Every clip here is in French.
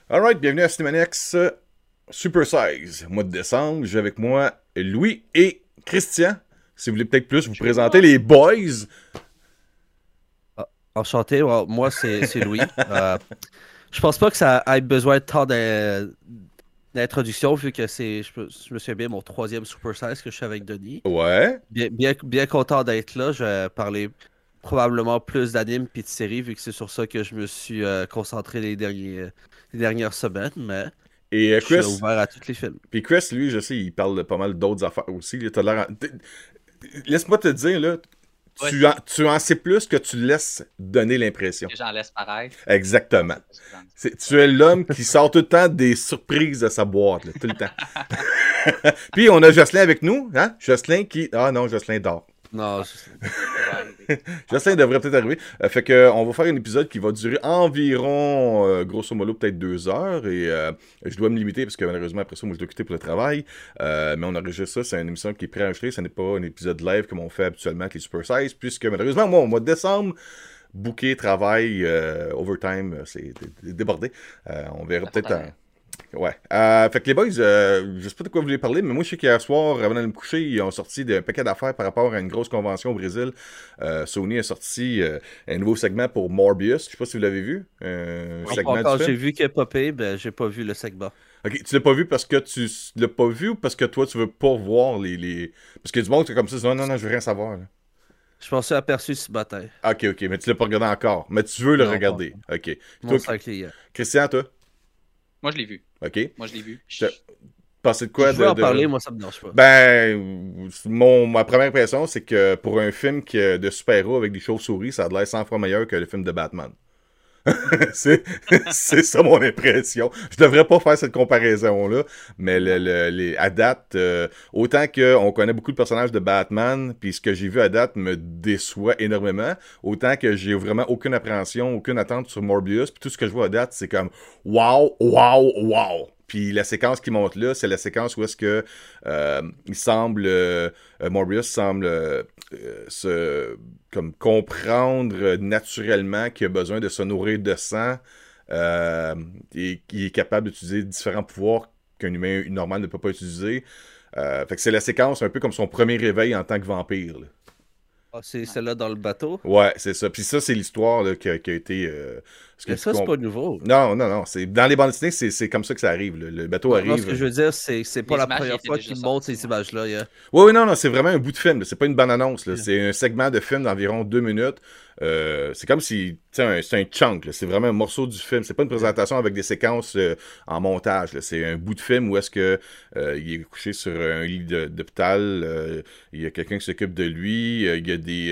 Alright, bienvenue à Cinémanex Super Size. Mois de décembre, j'ai avec moi Louis et Christian. Si vous voulez peut-être plus vous Je suis présenter là. les boys. Ah, enchanté, moi c'est Louis. Je pense pas que ça ait besoin de tant d'introduction vu que je me souviens bien mon troisième Super 16 que je suis avec Denis. Ouais. Bien content d'être là. Je vais parler probablement plus d'animes puis de séries vu que c'est sur ça que je me suis concentré les dernières semaines, mais Et je suis Chris. ouvert à tous les films. Puis Chris, lui, je sais, il parle de pas mal d'autres affaires aussi. Là, laisse-moi te dire, là, Oui, tu en sais plus que tu laisses donner l'impression. que j'en laisse paraître. Non, Exactement. c'est pas ce que j'en dis. Tu es l'homme qui sort tout le temps des surprises de sa boîte, là, tout le temps. Puis on a Jocelyn avec nous, hein? Jocelyn qui... Ah non, Jocelyn dort. Non, Ça va arriver. Jocelyn devrait peut-être arriver. Fait que on va faire un épisode qui va durer environ, grosso modo, peut-être 2 heures. Et je dois me limiter parce que malheureusement, après ça, moi, je dois quitter pour le travail. Mais on enregistre ça. C'est une émission qui est préenregistrée. Ce n'est pas un épisode live comme on fait habituellement avec les Super Size. Puisque malheureusement, moi, au mois de décembre, booker, travail, overtime, c'est débordé. On verra Ça fait peut-être ta en, mère. ouais. Fait que les boys, je sais pas de quoi vous voulez parler, mais moi je sais qu'hier soir, avant d'aller me coucher, ils ont sorti un paquet d'affaires par rapport à une grosse convention au Brésil. Sony a sorti un nouveau segment pour Morbius. Je sais pas si vous l'avez vu. Un Oui. pas segment du encore. film. J'ai vu qu'il est popé, mais j'ai pas vu le segment. Ok, tu l'as pas vu parce que tu l'as pas vu ou parce que toi tu veux pas voir les... Parce que du monde qui est comme ça, non, non, non, je veux rien savoir, là. Je m'en suis aperçu ce matin. Ok, ok, mais tu l'as pas regardé encore. Mais tu veux le Non, pas regarder. encore. Ok. Puis toi, Mon sac client. Christian, toi? Moi, je l'ai vu. Ok. Moi, je l'ai vu. Tu pensé de Si quoi je veux en de... parler, moi ça me dérange pas. Ben, ma première impression, c'est que pour un film de super-héros avec des chauves-souris, ça a l'air 100 fois meilleur que le film de Batman. c'est, c'est ça mon impression. Je devrais pas faire cette comparaison-là, mais Non. à date, autant qu'on connaît beaucoup de personnages de Batman, puis ce que j'ai vu à date me déçoit énormément, autant que j'ai vraiment aucune appréhension, aucune attente sur Morbius, puis tout ce que je vois à date, c'est comme wow, wow, wow. Puis la séquence qui monte là, c'est la séquence où est-ce que il semble Morbius semble se comme comprendre naturellement qu'il a besoin de se nourrir de sang et qu'il est capable d'utiliser différents pouvoirs qu'un humain normal ne peut pas utiliser. Fait que c'est la séquence un peu comme son premier réveil en tant que vampire, là. Ah, c'est Ouais. celle-là dans le bateau. Ouais, c'est ça. Puis ça, c'est l'histoire là, qui a été... ce que Mais tu ça, c'est comp- pas nouveau. Non, non, non. Dans les bandes dessinées, c'est comme ça que ça arrive, là. Le bateau Non, ce que arrive. je veux dire, c'est pas Les la images qui première étaient fois déjà qu'ils montrent sorties. ces Ouais. images-là. Oui, oui, non, non, c'est vraiment un bout de film, là. C'est pas une bande-annonce, là. Yeah. C'est un segment de film d'environ 2 minutes. C'est comme si, tu sais, c'est un chunk, là. C'est vraiment un morceau du film. C'est pas une Yeah. présentation avec des séquences en montage, là. C'est un bout de film où est-ce que il est couché sur un lit d'hôpital. Il y a quelqu'un qui s'occupe de lui. Il y a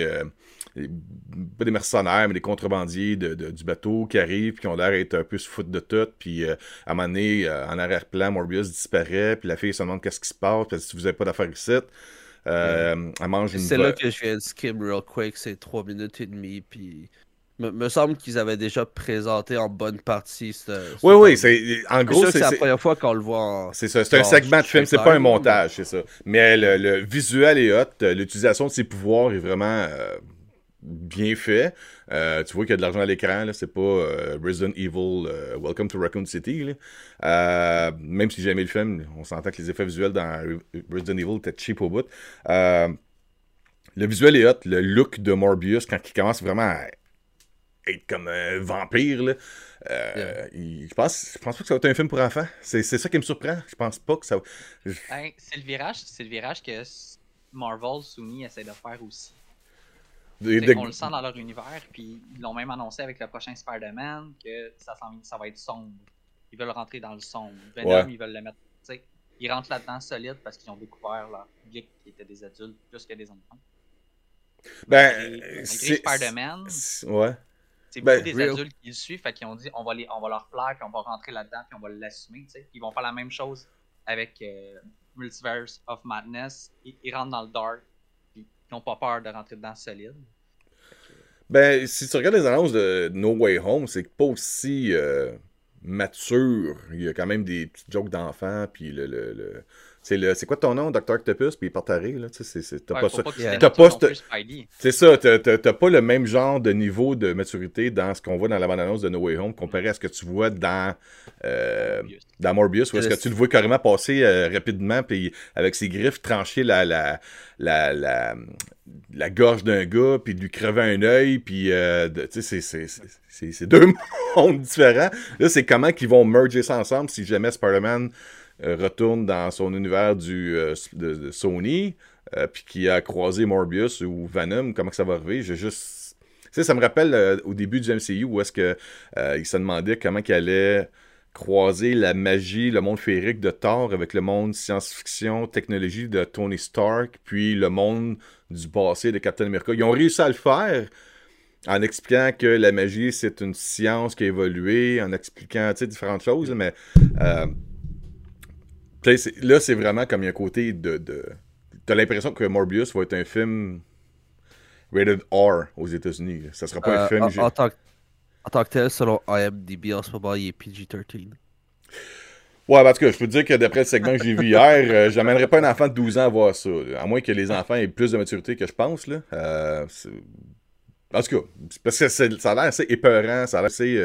pas des mercenaires, mais des contrebandiers du bateau qui arrivent, puis qui ont l'air d'être un peu se foutre de tout. Puis à un moment donné, en arrière-plan, Morbius disparaît, puis la fille se demande qu'est-ce qui se passe, puis elle dit, si vous avez pas d'affaires ici. Yeah. Elle mange une C'est là que je viens de skim real quick, c'est 3 minutes et demie, puis me semble qu'ils avaient déjà présenté en bonne partie Oui, cet oui, angle-là. en Je suis gros, sûr que c'est la première fois qu'on le voit en c'est ça. C'est un genre segment de film, c'est pas un Showtime, là, mais montage, c'est ça. Mais yeah. le visuel est hot, l'utilisation de ses pouvoirs est vraiment bien fait. Tu vois qu'il y a de l'argent à l'écran, là. C'est pas Resident Evil Welcome to Raccoon City, là. Même si j'ai aimé le film, on s'entend que les effets visuels dans Resident Evil étaient cheap au bout. Euh, le visuel est hot, le look de Morbius, quand il commence vraiment à être comme un vampire, là, Yeah. je pense pas que ça va être un film pour enfants. C'est ça qui me surprend. Je pense pas que ça va... Ben, c'est le virage que Marvel, Sony essaie de faire aussi. de- On de- le sent dans leur univers, puis ils l'ont même annoncé avec le prochain Spider-Man que ça va être sombre. Ils veulent rentrer dans le sombre. Venom, Ouais. ils veulent le mettre. Tu sais, ils rentrent là-dedans solide parce qu'ils ont découvert leur public qui était des adultes plus que des enfants. Ben, Malgré c'est... Spider-Man, Ouais. c'est beaucoup Ben, des Real. adultes qui le suivent, fait qu'ils ont dit on va leur plaire, puis on va rentrer là-dedans, puis on va l'assumer. Tu sais. Ils vont faire la même chose avec Multiverse of Madness. Ils rentrent dans le dark, puis ils n'ont pas peur de rentrer dedans solide. Ben, si tu regardes les annonces de No Way Home, c'est pas aussi mature. Il y a quand même des petites jokes d'enfants, puis tu C'est quoi ton nom, Dr. Octopus, puis il porte arrêt, là, tu sais, t'as Ouais, pas faut ça. pas que tu Yeah. T'as dénatures pas non ce- plus Spidey. C'est ça, t'as pas le même genre de niveau de maturité dans ce qu'on voit dans la bande-annonce de No Way Home comparé à ce que tu vois Morbius. dans Morbius, où est-ce que tu le vois carrément passer rapidement, puis avec ses griffes trancher la gorge d'un gars, puis lui crever un œil, puis tu sais, c'est deux mondes différents. Là, c'est comment qu'ils vont merger ça ensemble si jamais Spider-Man retourne dans son univers de Sony, puis qui a croisé Morbius ou Venom, comment que ça va arriver? J'ai juste... Tu sais, ça me rappelle au début du MCU où est-ce que il se demandait comment qu'il allait croiser la magie, le monde féerique de Thor avec le monde science-fiction, technologie de Tony Stark, puis le monde du passé de Captain America. Ils ont réussi à le faire en expliquant que la magie, c'est une science qui a évolué, en expliquant, tu sais, différentes choses, mais là, c'est vraiment comme il y a un côté T'as l'impression que Morbius va être un film rated R aux États-Unis. Ça sera pas un film... En tant que tel, selon IMDb, en ce moment, il est PG-13. Ouais, en tout cas, je peux te dire que d'après le segment que j'ai vu hier, j'amènerais pas un enfant de 12 ans à voir ça. Là. À moins que les enfants aient plus de maturité que je pense. Là. En tout cas, parce que ça a l'air assez épeurant, ça a l'air assez...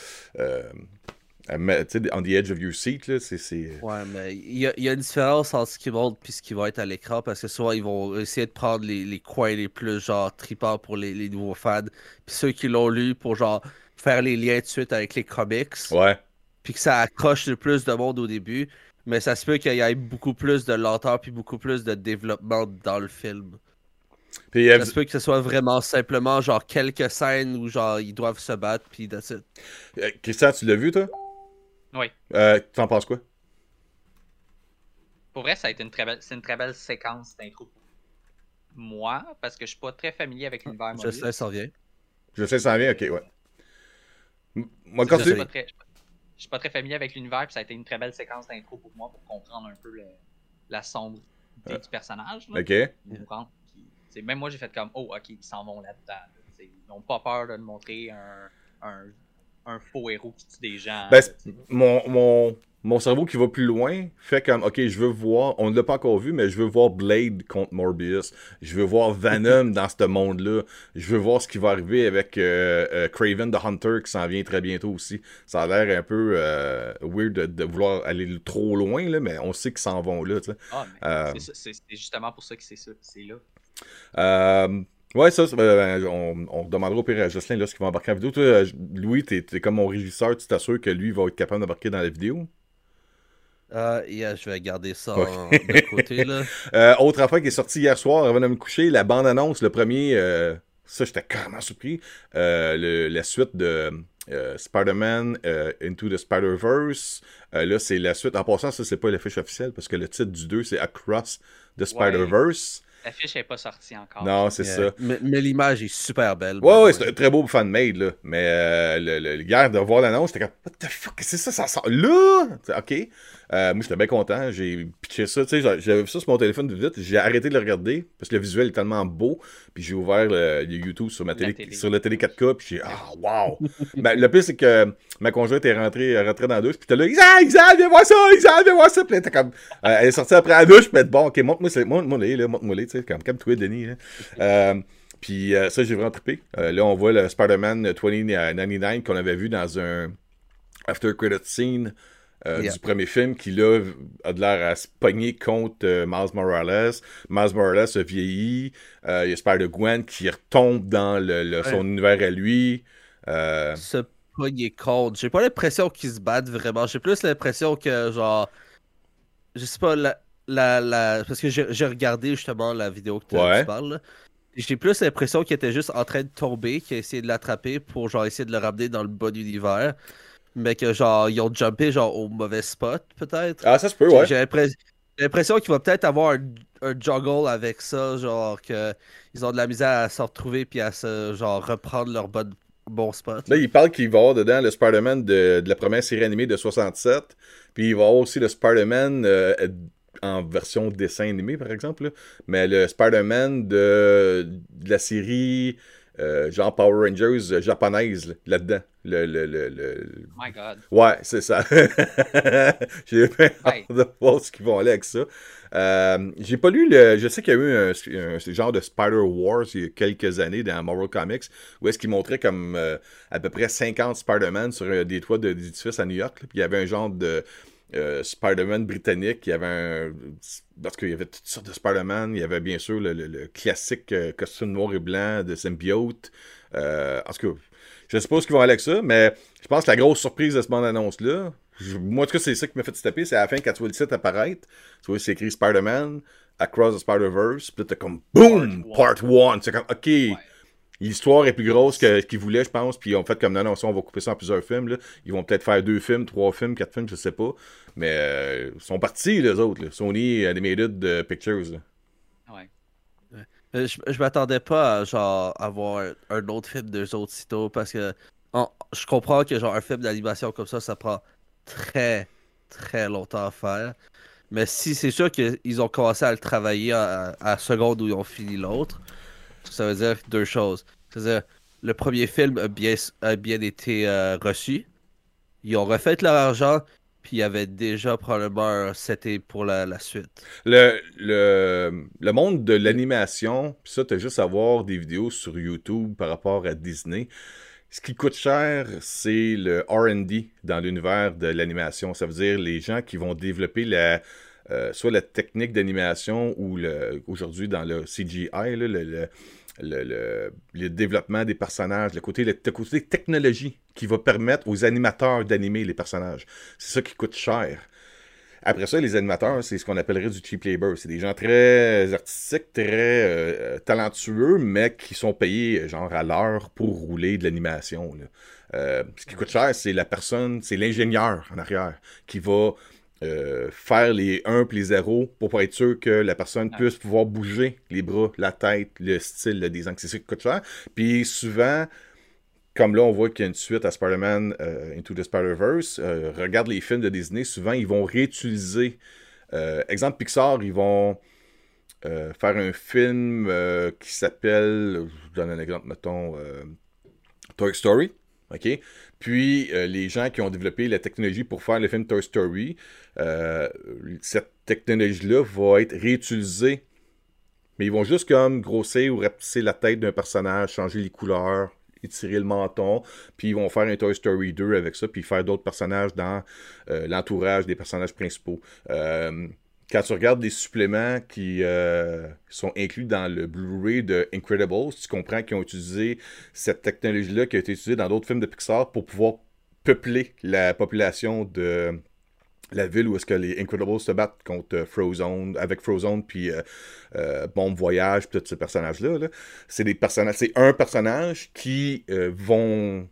tu sais, on the edge of your seat, là, Ouais, mais il y a une différence entre ce qui montre et ce qui va être à l'écran, parce que souvent, ils vont essayer de prendre les coins les plus, genre, tripants pour les nouveaux fans, puis ceux qui l'ont lu pour, genre, faire les liens de suite avec les comics, Ouais. puis que ça accroche le plus de monde au début, mais ça se peut qu'il y ait beaucoup plus de lenteur puis beaucoup plus de développement dans le film. Puis, Ça se peut que ce soit vraiment simplement, genre, quelques scènes où, genre, ils doivent se battre, puis that's it. Christian, tu l'as vu, toi? Oui. T'en penses quoi? Pour vrai, ça a été c'est une très belle séquence d'intro pour moi, parce que je suis pas très familier avec l'univers Je Morbius. sais, ça revient. Je sais, ça en vient, ok, ouais. Moi, C'est quand ça, tu... je suis pas très familier avec l'univers, puis ça a été une très belle séquence d'intro pour moi pour comprendre un peu la sombrité du personnage. Là, Ok. comprendre. Puis, même moi, j'ai fait comme, oh, ok, ils s'en vont là-dedans. Là. Ils n'ont pas peur de nous montrer un faux héros qui tue des gens. Ben, là, mon cerveau qui va plus loin fait comme, ok, je veux voir, on ne l'a pas encore vu, mais je veux voir Blade contre Morbius. Je veux voir Venom dans ce monde-là. Je veux voir ce qui va arriver avec Kraven the Hunter qui s'en vient très bientôt aussi. Ça a l'air un peu weird de vouloir aller trop loin, là, mais on sait qu'ils s'en vont là. mais c'est justement pour ça que c'est là. Ouais, ça, on demandera au pire à Jocelyn lorsqu'il va embarquer en vidéo. Toi, Louis, t'es comme mon régisseur, tu t'assures que lui va être capable d'embarquer dans la vidéo? Je vais garder ça de côté, là. Autre affaire qui est sortie hier soir avant de me coucher, la bande-annonce, le premier, ça j'étais carrément surpris, la suite de Spider-Man Into the Spider-Verse, là c'est la suite, en passant ça c'est pas l'affiche officielle parce que le titre du 2 c'est Across the Spider-Verse. L'affiche n'est pas sortie encore. Non, c'est ça. Mais l'image est super belle. Ouais, c'est un très beau fan-made, là. Mais hier, de voir l'annonce, j'étais comme, what the fuck, c'est ça, ça sort là? Ok. Moi, j'étais bien content. J'ai pitché ça, tu sais, j'avais vu ça sur mon téléphone de vite. J'ai arrêté de le regarder parce que le visuel est tellement beau. Puis j'ai ouvert le YouTube sur ma télé, sur la télé 4K. Puis j'ai wow! Ben, le pire, c'est que ma conjointe est rentrée dans la douche. Puis t'es là, Isaac, viens voir ça, Isaac, viens voir ça. Puis elle était comme, elle est sortie après la douche. Puis elle était bon, ok, montre-moi les, tu sais, comme toi, Denis, là. Puis ça, j'ai vraiment trippé. Là, on voit le Spider-Man 2099 qu'on avait vu dans un after credit scene du premier film qui, là, a de l'air à se pogner contre Miles Morales. Miles Morales a vieilli. Il y a Spider-Gwen qui retombe dans son univers à lui. Se pogner contre. J'ai pas l'impression qu'ils se battent vraiment. J'ai plus l'impression que, genre... Je sais pas, parce que j'ai regardé justement la vidéo que tu parles, là. J'ai plus l'impression qu'il était juste en train de tomber, qu'il a essayé de l'attraper pour genre essayer de le ramener dans le bon univers. Mais que genre ils ont jumpé genre au mauvais spot, peut-être. Ah, ça se peut, ouais. J'ai l'impression qu'il va peut-être avoir un juggle avec ça, genre que ils ont de la misère à se retrouver puis à se genre reprendre leur bon spot. Là, il parle qu'il va y avoir dedans le Spider-Man de la première série animée de 67. Puis il va y avoir aussi le Spider-Man en version dessin animé, par exemple. Là. Mais le Spider-Man de la série genre Power Rangers japonaise là-dedans. Oh my god. Ouais, c'est ça. J'ai bien Ouais. hâte de voir ce qu'ils vont aller avec ça. J'ai pas lu le. Je sais qu'il y a eu un genre de Spider-Wars il y a quelques années dans Marvel Comics où est-ce qu'ils montraient comme à peu près 50 Spider-Man sur des toits d'édifices à New York. Là. Puis il y avait un genre de Spider-Man britannique. Il y avait un. Parce qu'il y avait toutes sortes de Spider-Man. Il y avait bien sûr le classique costume noir et blanc de symbiote. En tout cas, je sais pas ce qu'ils vont aller avec ça, mais je pense que la grosse surprise de ce bande-annonce-là, moi en tout cas, c'est ça qui m'a fait taper, c'est à la fin quand tu vois le site apparaître, tu vois, c'est écrit Spider-Man, Across the Spider-Verse, puis là, t'as comme BOOM! Part 1! C'est comme, ok, Ouais. l'histoire est plus grosse qu'ils voulaient, je pense, puis ils ont fait comme, non, ça, on va couper ça en plusieurs films, là. Ils vont peut-être faire 2 films, 3 films, 4 films, je sais pas, mais ils sont partis, les autres, là. Sony Animated Pictures, là. Ouais. Je m'attendais pas à genre avoir un autre film d'eux autres sitôt parce que je comprends que genre un film d'animation comme ça prend très très longtemps à faire. Mais si c'est sûr qu'ils ont commencé à le travailler à la seconde où ils ont fini l'autre, ça veut dire deux choses. C'est-à-dire le premier film a bien été reçu. Ils ont refait leur argent, puis il y avait déjà probablement un seté pour la suite. Le monde de l'animation, pis ça, t'as juste à voir des vidéos sur YouTube par rapport à Disney. Ce qui coûte cher, c'est le R&D dans l'univers de l'animation. Ça veut dire les gens qui vont développer soit la technique d'animation ou aujourd'hui dans le CGI, là, le développement des personnages, le côté technologie qui va permettre aux animateurs d'animer les personnages. C'est ça qui coûte cher. Après ça, les animateurs, c'est ce qu'on appellerait du cheap labor. C'est des gens très artistiques, très talentueux, mais qui sont payés genre à l'heure pour rouler de l'animation. Là. Ce qui coûte cher, c'est la personne, c'est l'ingénieur en arrière qui va faire les 1 puis les 0 pour être sûr que la personne puisse pouvoir bouger les bras, la tête, le style, le design. C'est ça qui coûte cher. Puis souvent, comme là, on voit qu'il y a une suite à Spider-Man Into the Spider-Verse. Regarde les films de Disney, souvent, ils vont réutiliser. Exemple, Pixar, ils vont faire un film qui s'appelle, je vous donne un exemple, mettons, Toy Story. OK? Puis, les gens qui ont développé la technologie pour faire le film Toy Story, cette technologie-là va être réutilisée. Mais ils vont juste comme grossir ou rapetisser la tête d'un personnage, changer les couleurs, étirer le menton, puis ils vont faire un Toy Story 2 avec ça, puis faire d'autres personnages dans l'entourage des personnages principaux. Quand tu regardes des suppléments qui sont inclus dans le Blu-ray de Incredibles, tu comprends qu'ils ont utilisé cette technologie-là qui a été utilisée dans d'autres films de Pixar pour pouvoir peupler la population de la ville où est-ce que les Incredibles se battent contre Frozone, avec Frozone, puis Bon Voyage, puis tous ces personnages-là. Là. C'est des personnages, c'est un personnage qui vont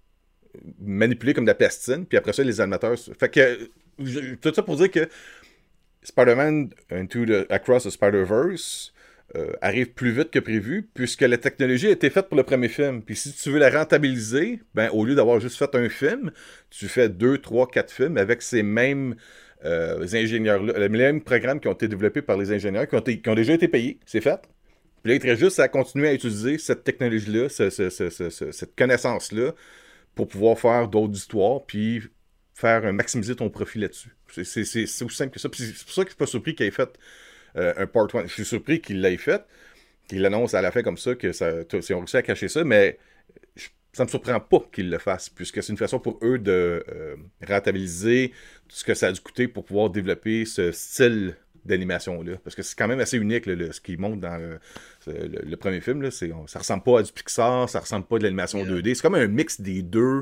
manipuler comme de la plastine, puis après ça, les animateurs... Fait que, tout ça pour dire que Spider-Man Across the Spider-Verse arrive plus vite que prévu, puisque la technologie a été faite pour le premier film. Puis si tu veux la rentabiliser, ben au lieu d'avoir juste fait un film, tu fais 2, 3, 4 films avec ces mêmes ingénieurs-là, les mêmes programmes qui ont été développés par les ingénieurs, qui ont déjà été payés, c'est fait. Puis là, il te reste juste à continuer à utiliser cette technologie-là, cette connaissance-là, pour pouvoir faire d'autres histoires, puis maximiser ton profit là-dessus. C'est aussi simple que ça. Puis c'est pour ça que je suis pas surpris qu'il ait fait un part 1. Je suis surpris qu'il l'ait fait, qu'il l'annonce à la fin comme ça, que ils ont réussi à cacher ça, mais ça me surprend pas qu'ils le fassent, puisque c'est une façon pour eux de rentabiliser tout ce que ça a dû coûter pour pouvoir développer ce style d'animation-là. Parce que c'est quand même assez unique, là, ce qu'ils montrent dans le premier film. Là, ça ressemble pas à du Pixar, ça ressemble pas à de l'animation 2D. C'est comme un mix des deux.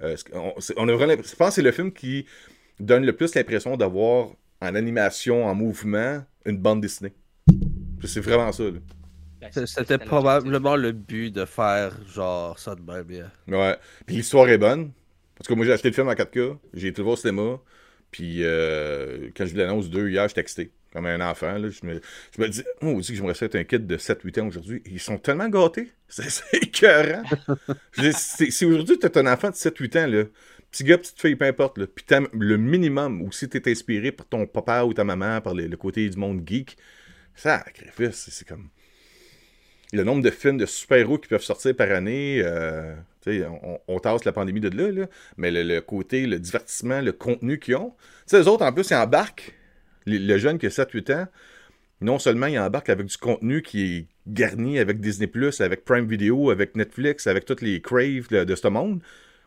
On a vraiment, je pense que c'est le film qui donne le plus l'impression d'avoir en animation, en mouvement, une bande dessinée. C'est vraiment ça. Là. Ben, C'était probablement le but de faire genre ça de même bien. Ouais. Puis l'histoire est bonne. Parce que moi j'ai acheté le film en 4K, j'ai été le voir au cinéma. Puis quand je vu l'annonce 2 hier, j'étais excité. Comme un enfant. Là. Je me dis, moi aussi que je me reste un kid de 7-8 ans aujourd'hui. Ils sont tellement gâtés. C'est écœurant. Si aujourd'hui tu es un enfant de 7-8 ans, là, petit gars, petite fille, peu importe, là, puis t'aimes le minimum, ou si tu es inspiré par ton papa ou ta maman, par le côté du monde geek, sacrifice, c'est comme... le nombre de films de super-héros qui peuvent sortir par année, tu sais, on tasse la pandémie de là, mais le côté, le divertissement, le contenu qu'ils ont. Tu sais, eux autres, en plus, ils embarquent, le jeune qui a 7-8 ans, non seulement il embarque avec du contenu qui est garni avec Disney+, avec Prime Video, avec Netflix, avec toutes les Crave de ce monde.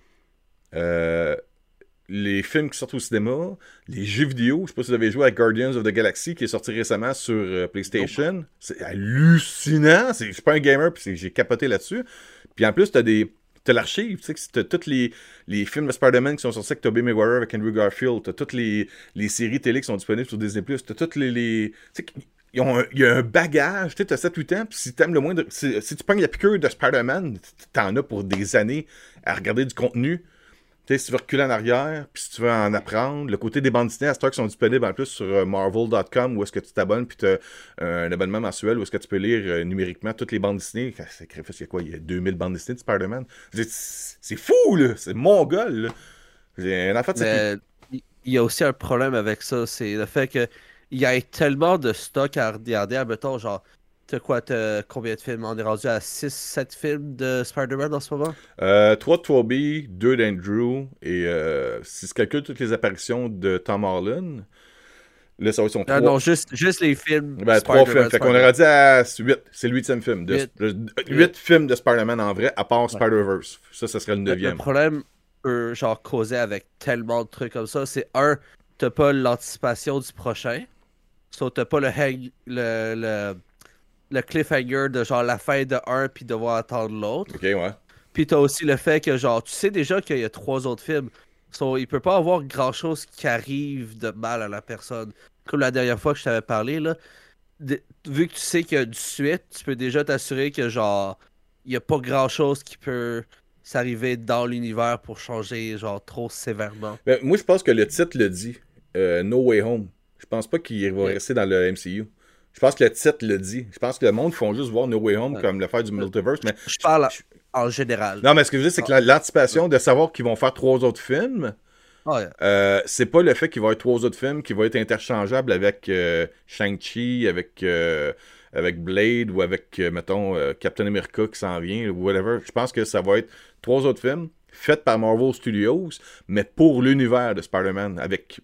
Les films qui sortent au cinéma, les jeux vidéo. Je sais pas si vous avez joué à Guardians of the Galaxy qui est sorti récemment sur PlayStation. C'est hallucinant. Je suis pas un gamer, puis j'ai capoté là-dessus. Puis en plus, t'as l'archive, tu sais, t'as tous les films de Spider-Man qui sont sortis avec Tobey Maguire, avec Andrew Garfield, t'as toutes les séries télé qui sont disponibles sur Disney+, t'as toutes tu sais, il y a un bagage, tu sais, t'as 7-8 ans, puis si t'aimes le moindre... Si tu pognes la piqûre de Spider-Man, t'en as pour des années à regarder du contenu. Tu sais, si tu veux reculer en arrière, puis si tu veux en apprendre, le côté des bandes dessinées à ce qui sont disponibles en plus sur marvel.com, où est-ce que tu t'abonnes, puis tu as un abonnement mensuel où est-ce que tu peux lire numériquement toutes les bandes dessinées. Il y a quoi? Il y a 2000 bandes dessinées de Spider-Man. C'est fou, là! C'est mongol, là! En fait, Mais il y a aussi un problème avec ça, c'est le fait que il y a tellement de stock à regarder, admettons, genre, t'as combien de films? On est rendu à 6-7 films de Spider-Man en ce moment? 3 de Tobey, 2 d'Andrew, et si tu calcules toutes les apparitions de Tom Holland, là, ça va être son 3. Non, juste les films. Ben, 3 films. Fait qu'on aurait dit à 8. C'est le 8e film. 8 films de Spider-Man en vrai, à part Spider-Verse. Ça serait le 9e. Le problème peut, genre, causer avec tellement de trucs comme ça, c'est t'as pas l'anticipation du prochain. T'as pas le cliffhanger de genre la fin de un puis devoir attendre l'autre. Ok, ouais. Puis t'as aussi le fait que genre tu sais déjà qu'il y a 3 autres films. Il peut pas avoir grand chose qui arrive de mal à la personne. Comme la dernière fois que je t'avais parlé, là. Vu que tu sais qu'il y a du suite, tu peux déjà t'assurer que genre il y a pas grand chose qui peut s'arriver dans l'univers pour changer genre trop sévèrement. Ben, moi, je pense que le titre le dit. No Way Home. Je pense pas qu'il va rester dans le MCU. Je pense que le titre le dit. Je pense que le monde font juste voir No Way Home comme le faire du multiverse. Mais je parle en général. Non, mais ce que je veux dire, c'est que l'anticipation de savoir qu'ils vont faire 3 autres films, c'est pas le fait qu'il va y avoir 3 autres films qui vont être interchangeables avec Shang-Chi, avec Blade ou avec, mettons, Captain America qui s'en vient, ou whatever. Je pense que ça va être 3 autres films faits par Marvel Studios, mais pour l'univers de Spider-Man, avec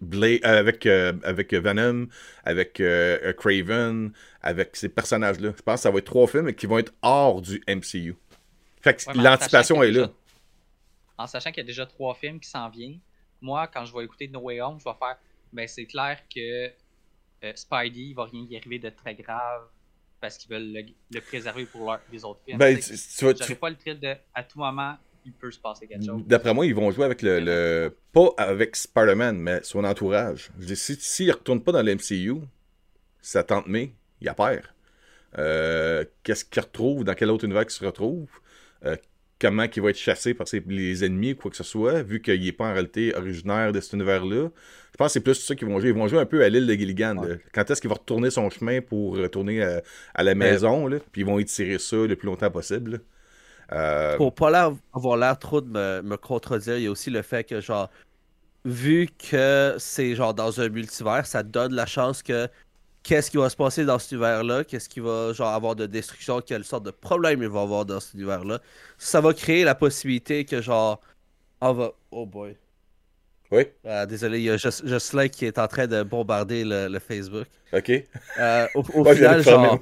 avec Venom, avec Kraven, avec ces personnages-là. Je pense que ça va être 3 films qui vont être hors du MCU. Fait que l'anticipation est là. En sachant qu'il y a déjà 3 films qui s'en viennent, moi, quand je vais écouter No Way Home, je vais faire, ben c'est clair que Spidey, il va rien y arriver de très grave parce qu'ils veulent le préserver pour les autres films. Ben, j'aurais pas le thrill de, à tout moment, il peut se passer quelque chose. D'après moi, ils vont jouer avec pas avec Spider-Man, mais son entourage. Je dis, s'il ne retourne pas dans le MCU, sa tante May, il a peur. Qu'est-ce qu'il retrouve, dans quel autre univers il se retrouve, comment il va être chassé par les ennemis, quoi que ce soit, vu qu'il n'est pas en réalité originaire de cet univers-là. Je pense que c'est plus ça qu'ils vont jouer. Ils vont jouer un peu à l'île de Gilligan. Ouais. Quand est-ce qu'il va retourner son chemin pour retourner à la maison, là, puis ils vont étirer ça le plus longtemps possible. Pour pas avoir l'air trop de me contredire, il y a aussi le fait que, genre, vu que c'est genre dans un multivers, ça donne la chance que qu'est-ce qui va se passer dans cet univers-là, qu'est-ce qui va genre avoir de destruction, quelle sorte de problème il va avoir dans cet univers-là. Ça va créer la possibilité que genre on va... Oh boy. Oui. Désolé, il y a Jocelyn qui est en train de bombarder le Facebook. OK. Au final, genre,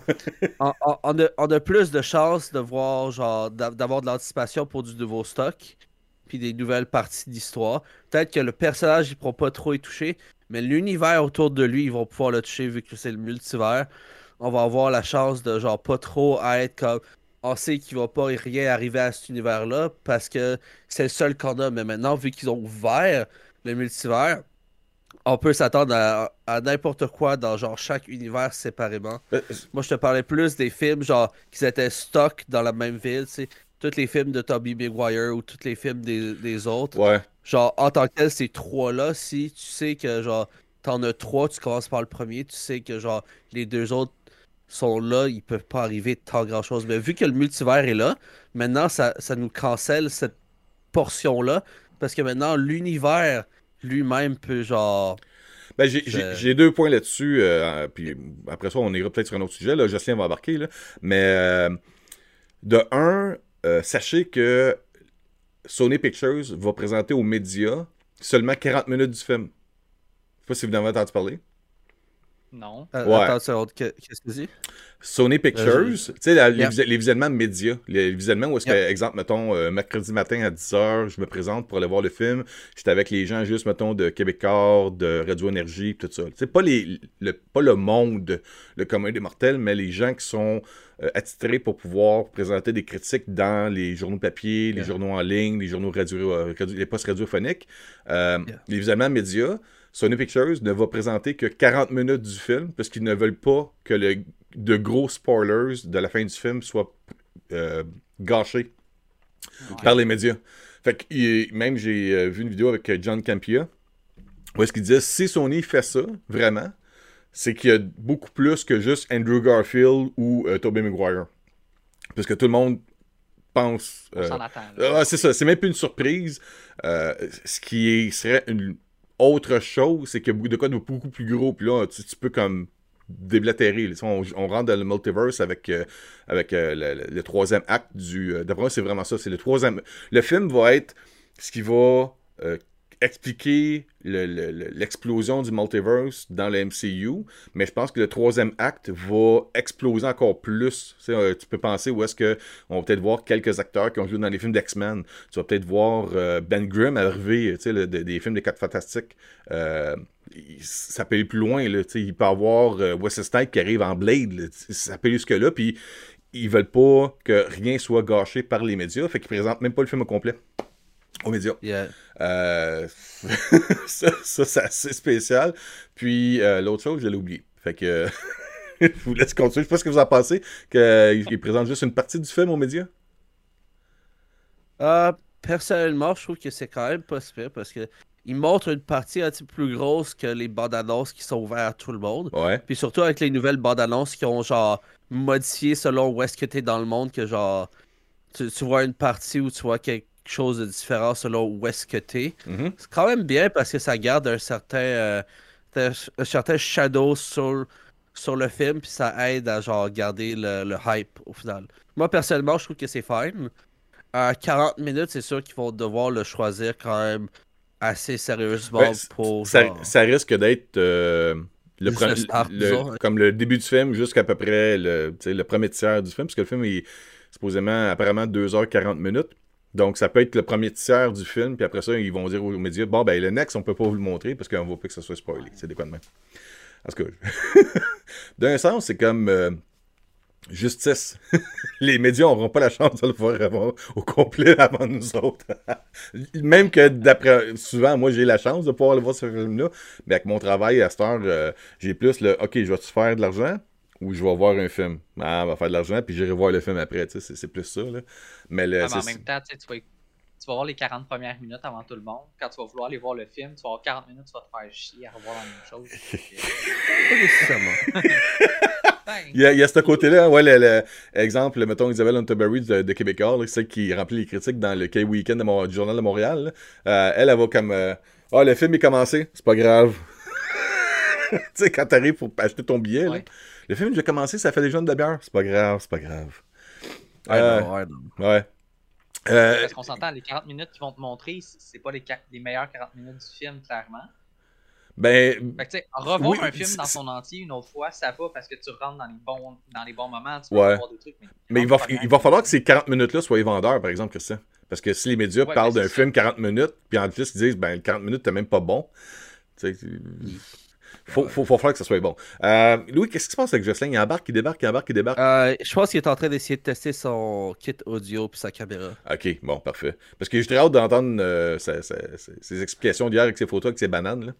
on a plus de chances de voir, genre, d'avoir de l'anticipation pour du nouveau stock, puis des nouvelles parties d'histoire. Peut-être que le personnage, il ne pourra pas trop y toucher, mais l'univers autour de lui, ils vont pouvoir le toucher vu que c'est le multivers. On va avoir la chance de, genre, pas trop être comme... On sait qu'il va pas rien arriver à cet univers-là parce que c'est le seul qu'on a. Mais maintenant, vu qu'ils ont ouvert le multivers, on peut s'attendre à n'importe quoi dans genre chaque univers séparément. Moi, je te parlais plus des films genre qui étaient stock dans la même ville, tu sais. Tous les films de Tobey Maguire ou tous les films des autres. Ouais. Genre, en tant que tel, ces 3-là, si tu sais que genre t'en as 3, tu commences par le premier, tu sais que genre les 2 autres sont là, ils peuvent pas arriver tant grand chose. Mais vu que le multivers est là, maintenant ça nous cancelle cette portion-là. Parce que maintenant, l'univers lui-même peut genre. Ben, j'ai 2 points là-dessus. Puis après ça, on ira peut-être sur un autre sujet. Là. Jocelyn va embarquer. Là. Mais De un, sachez que Sony Pictures va présenter aux médias seulement 40 minutes du film. Je sais pas si vous en avez entendu parler. Non. Ouais. Attends une seconde, qu'est-ce que tu dis? Sony Pictures, tu sais, Yeah. les visionnements médias, les visionnements où est-ce que, Yeah. exemple, mettons, mercredi matin à 10h, je me présente pour aller voir le film, j'étais avec les gens juste, mettons, de Québécois, de Radio Énergie, tout ça. Tu sais, pas le monde, le commun des mortels, mais les gens qui sont attitrés pour pouvoir présenter des critiques dans les journaux papier, les Yeah. journaux en ligne, les journaux les postes radiophoniques, Yeah. les visionnements médias. Sony Pictures ne va présenter que 40 minutes du film parce qu'ils ne veulent pas que de gros spoilers de la fin du film soient gâchés par les médias. Fait que même j'ai vu une vidéo avec John Campea où est-ce qu'il disait si Sony fait ça, vraiment, c'est qu'il y a beaucoup plus que juste Andrew Garfield ou Tobey Maguire. Parce que tout le monde pense... On s'en attend. Là. c'est ça, c'est même plus une surprise. Ce qui serait une autre chose, c'est que de quoi de beaucoup plus gros, puis là, tu peux comme déblatérer. On rentre dans le multiverse avec le troisième acte du... D'après moi, c'est vraiment ça. C'est le troisième... Le film va être ce qui va expliquer l'explosion du multiverse dans le MCU, mais je pense que le troisième acte va exploser encore plus. Tu peux penser où est-ce qu'on va peut-être voir quelques acteurs qui ont joué dans les films d'X-Men. Tu vas peut-être voir Ben Grimm arriver des films des 4 Fantastiques. Ça peut aller plus loin. Là, il peut y avoir Wesley Snipes qui arrive en Blade. Là, ça peut aller jusque-là, puis ils veulent pas que rien soit gâché par les médias, fait qu'ils présentent même pas le film au complet aux médias. Yeah. Ça, c'est assez spécial. Puis l'autre chose, je l'ai oublié. Fait que je vous laisse continuer. Je sais pas ce que vous en pensez, qu'il présente juste une partie du film aux médias. Personnellement, je trouve que c'est quand même pas super parce que il montre une partie un petit peu plus grosse que les bandes annonces qui sont ouvertes à tout le monde. Ouais. Puis surtout avec les nouvelles bandes annonces qui ont genre modifié selon où est-ce que t'es dans le monde, que genre tu vois une partie où tu vois quelque chose de différent selon où est-ce que t'es. Mhm. C'est quand même bien parce que ça garde un certain shadow sur le film, puis ça aide à genre garder le hype au final. Moi personnellement, je trouve que c'est fine. À 40 minutes, c'est sûr qu'ils vont devoir le choisir quand même assez sérieusement Ben, pour ça genre... risque d'être Business art, disons. comme le début du film jusqu'à peu près le premier tiers du film, parce que le film est supposément apparemment 2h40 minutes. Donc ça peut être le premier tiers du film, puis après ça, ils vont dire aux médias, bon ben le next, on peut pas vous le montrer parce qu'on veut pas que ça soit spoilé. C'est des quoi de même. En tout cas, d'un sens, c'est comme justice. Les médias n'auront pas la chance de le voir au complet avant nous autres. Même que d'après, souvent, moi j'ai la chance de pouvoir le voir ce film-là, mais avec mon travail à cette heure, j'ai plus le OK, je vais-tu faire de l'argent ou je vais voir un film? Ah, on va faire de l'argent, puis j'irai voir le film après, tu sais, c'est plus ça. Là. Mais, Mais en même temps, tu vas voir les 40 premières minutes avant tout le monde. Quand tu vas vouloir aller voir le film, tu vas avoir 40 minutes, tu vas te faire chier à revoir la même chose. Pas nécessairement. Il y a ce côté-là, ouais, exemple, mettons Isabelle Hunterberry de Québécois, là, celle qui remplit les critiques dans le K-Weekend du Journal de Montréal, elle va comme le film est commencé, c'est pas grave. Tu sais, quand t'arrives pour acheter ton billet, Ouais. là, le film j'ai commencé, ça fait déjà une demi-heure, c'est pas grave, c'est pas grave. Ouais. Parce qu'on s'entend, les 40 minutes qu'ils vont te montrer, c'est pas les meilleures 40 minutes du film, clairement. Ben, Fait que tu sais, revoir oui, un film dans c'est- son entier une autre fois, ça va parce que tu rentres dans les bons moments, tu peux Ouais. voir des trucs. Mais il va falloir que ces 40 minutes-là soient vendeurs, par exemple, Christian. Parce que si les médias Ouais, parlent ben, d'un c'est film 40 minutes, puis en plus ils disent, ben, 40 minutes, t'es même pas bon. Tu sais, faut falloir que ça soit bon. Louis, qu'est-ce qui se passe avec Jocelyn? Il embarque, il débarque, il embarque, il débarque. Je pense qu'il est en train d'essayer de tester son kit audio puis sa caméra. Ok, bon, parfait. Parce que j'ai très hâte d'entendre ses explications d'hier avec ses photos, avec ses bananes. Là.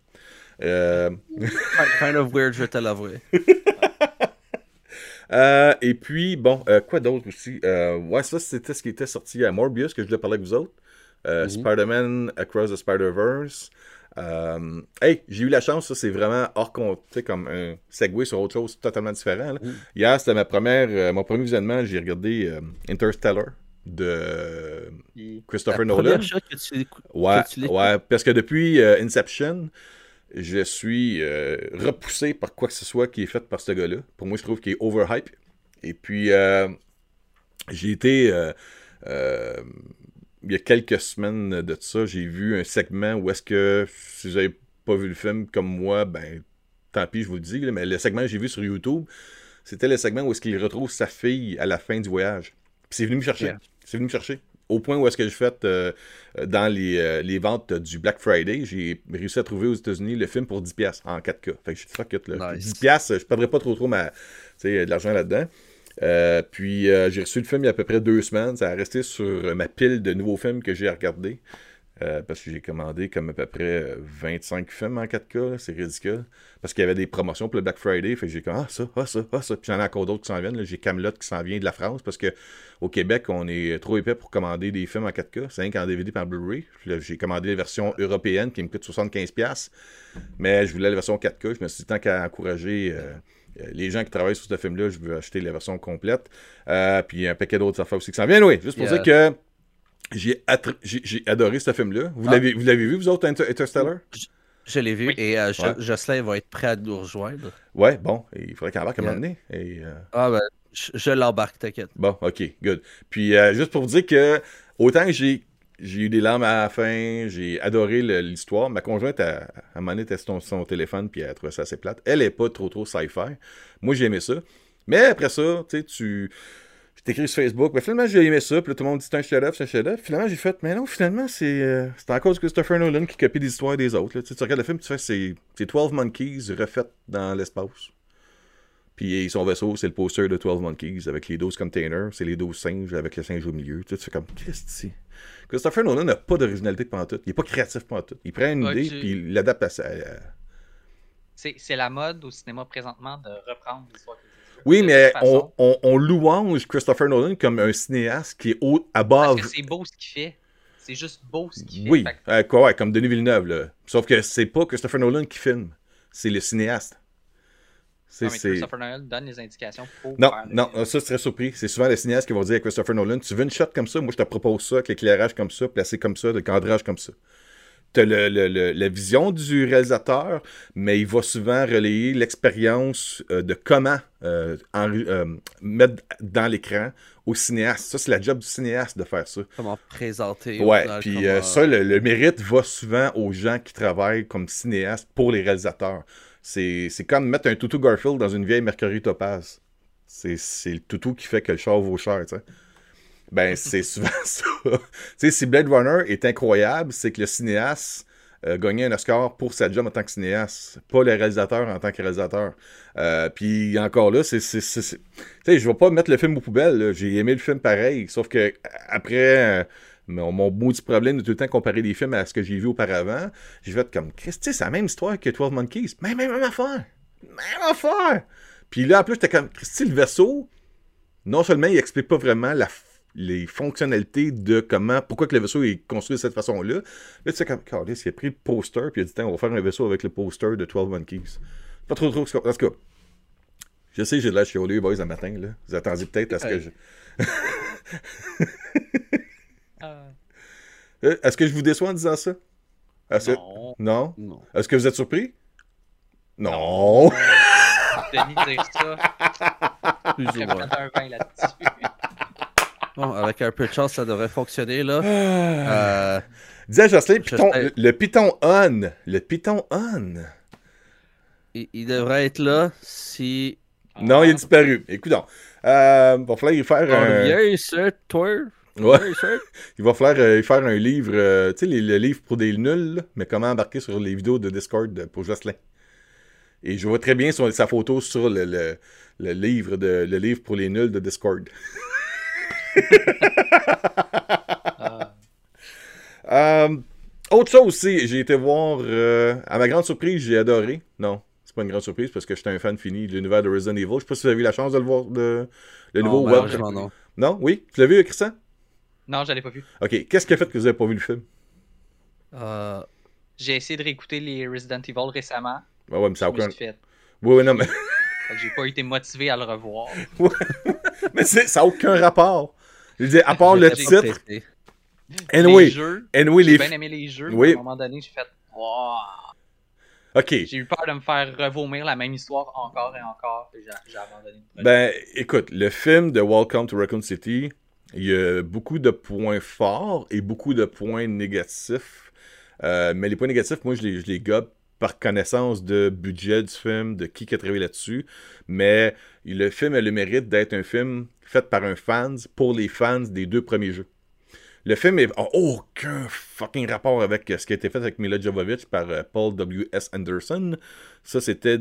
Kind of weird, je vais te l'avouer. Et puis, bon, quoi d'autre aussi? Ouais, ça, c'était ce qui était sorti à Morbius, que je voulais parler avec vous autres. Spider-Man Across the Spider-Verse. Hey, j'ai eu la chance, ça c'est vraiment hors compte, tu sais, comme un segue sur autre chose totalement différent. Là. Hier, c'était mon premier visionnement, j'ai regardé Interstellar de Christopher Nolan. Première chose que tu Ouais, parce que depuis Inception, je suis repoussé par quoi que ce soit qui est fait par ce gars-là. Pour moi, je trouve qu'il est overhype. Et puis, J'ai été... il y a quelques semaines de ça, j'ai vu un segment où est-ce que, si vous n'avez pas vu le film comme moi, ben, tant pis, je vous le dis, là, mais le segment que j'ai vu sur YouTube, c'était le segment où est-ce qu'il retrouve sa fille à la fin du voyage. Puis c'est venu me chercher. Yeah. C'est venu me chercher. Au point où est-ce que j'ai fait dans les ventes du Black Friday, j'ai réussi à trouver aux États-Unis le film pour 10$ en 4K. Fait que j'ai dit fuck it, là. Nice. 10$, je perdrais pas trop de l'argent là-dedans. Puis j'ai reçu le film il y a à peu près 2 semaines. Ça a resté sur ma pile de nouveaux films que j'ai à regarder. Parce que j'ai commandé comme à peu près 25 films en 4K. Là, c'est ridicule. Parce qu'il y avait des promotions pour le Black Friday. Fait que j'ai comme ça. Puis j'en ai encore d'autres qui s'en viennent. Là. J'ai Camelot qui s'en vient de la France. Parce que au Québec, on est trop épais pour commander des films en 4K. C'est rien qu'en DVD et en Blu-ray. Puis là, j'ai commandé la version européenne qui me coûte 75$. Mais je voulais la version 4K. Je me suis dit, tant qu'à encourager les gens qui travaillent sur ce film-là, je veux acheter la version complète. Puis un paquet d'autres affaires aussi qui s'en viennent. Oui, juste pour dire que j'ai adoré ce film-là. Vous l'avez vu, vous autres, Interstellar? Je l'ai vu Oui. et Jocelyn va être prêt à nous rejoindre. Ouais, bon, il faudrait qu'il embarque à un moment donné. Ah ben, je l'embarque, t'inquiète. Bon, ok, good. Puis juste pour vous dire que autant que j'ai eu des larmes à la fin, j'ai adoré l'histoire. Ma conjointe, à un moment donné, était sur son téléphone, puis elle trouvait ça assez plate. Elle est pas trop sci-fi. Moi, j'ai aimé ça. Mais après ça, tu sais, je t'écris sur Facebook, mais finalement, j'ai aimé ça, puis là, tout le monde dit c'est un chef-d'œuvre. Finalement, j'ai fait, mais non, finalement, c'est encore Christopher Nolan qui copie des histoires des autres. Là. Tu regardes le film, tu fais, c'est 12 Monkeys refait dans l'espace. Puis son vaisseau, c'est le poster de 12 Monkeys avec les 12 containers, c'est les 12 singes avec le singe au milieu. Tu fais comme, qu'est-ce que c'est? Christopher Nolan n'a pas d'originalité pantoute. Il n'est pas créatif pantoute. Il prend une idée, puis il l'adapte à ça. C'est la mode au cinéma présentement de reprendre l'histoire. Oui, mais on louange Christopher Nolan comme un cinéaste qui est à bas. Parce que c'est beau ce qu'il fait. C'est juste beau ce qu'il fait. Oui, ouais, comme Denis Villeneuve. Là. Sauf que c'est pas Christopher Nolan qui filme. C'est le cinéaste. Non, mais Christopher Nolan donne les indications pour non, faire non, ça, je serais surpris. C'est souvent les cinéastes qui vont dire à Christopher Nolan, tu veux une shot comme ça? Moi, je te propose ça, avec l'éclairage comme ça, placé comme ça, le cadrage comme ça. T'as la vision du réalisateur, mais il va souvent relayer l'expérience de comment mettre dans l'écran au cinéaste. Ça, c'est la job du cinéaste de faire ça. Comment présenter. Ouais, puis ça, le mérite va souvent aux gens qui travaillent comme cinéastes pour les réalisateurs. C'est comme mettre un toutou Garfield dans une vieille Mercury Topaz. C'est le toutou qui fait que le char vaut cher, tu sais. Ben, c'est souvent ça. Tu sais, si Blade Runner est incroyable, c'est que le cinéaste gagnait un Oscar pour sa job en tant que cinéaste, pas le réalisateur en tant que réalisateur. Puis encore là, tu sais, je vais pas mettre le film aux poubelles, là. J'ai aimé le film pareil, sauf que après... mon maudit problème de tout le temps comparer les films à ce que j'ai vu auparavant, j'ai fait comme, Christ, c'est la même histoire que 12 Monkeys. Même affaire. Même affaire. Puis là, en plus, j'étais comme, Christy, le vaisseau, non seulement il explique pas vraiment les fonctionnalités de pourquoi que le vaisseau est construit de cette façon-là. Là, tu sais, comme, Carlis, il a pris le poster, puis il a dit, on va faire un vaisseau avec le poster de 12 Monkeys. Pas trop. En tout cas, je sais, j'ai de la chiolée, boys, un matin, là. Vous attendiez peut-être à ce que je. Est-ce que je vous déçois en disant ça? Non. Non. Est-ce que vous êtes surpris? Non. Denis dire ça. Plus Je ou vais moins. mettre un vin là-dessus. Bon, avec un peu de chance, ça devrait fonctionner, là. Dis à Jocelyn, Je le Python On. Le Python On. Il devrait être là si... Non, il a disparu. Écoute donc. Il va falloir y faire un... Viens ici, toi. Ouais. Viens ici. Il va falloir y faire un livre, tu sais, le livre pour des nuls, là, mais comment embarquer sur les vidéos de Discord pour Jocelyn. Et je vois très bien sa photo sur le livre pour les nuls de Discord. Autre chose aussi, j'ai été voir, à ma grande surprise, j'ai adoré. Non, c'est pas une grande surprise parce que j'étais un fan fini de l'univers de Resident Evil. Je sais pas si vous avez eu la chance de le voir, le nouveau web. Malheureusement, non. Non, oui? Tu l'as vu, Christian? Non, je l'ai pas vu. Ok, qu'est-ce qui a fait que vous avez pas vu le film? J'ai essayé de réécouter les Resident Evil récemment. Ouais, mais ça a Je me aucun... suis fait. Oui, non, mais... Fait que j'ai pas été motivé à le revoir. mais ça a aucun rapport. Je veux dire, à part le J'étais pas titre... pressé. Anyway, Les jeux, anyway, j'ai bien aimé les jeux. Oui. À un moment donné, j'ai fait wow. Ok. J'ai eu peur de me faire revomir la même histoire encore et encore, et j'ai abandonné le projet. Ben, écoute, le film de Welcome to Raccoon City, il y a beaucoup de points forts et beaucoup de points négatifs. Mais les points négatifs, moi, je les gobe par connaissance de budget du film, de qui a travaillé là-dessus. Mais le film a le mérite d'être un film fait par un fans pour les fans des 2 premiers jeux. Le film n'a aucun fucking rapport avec ce qui a été fait avec Mila Jovovich par Paul W.S. Anderson. Ça, c'était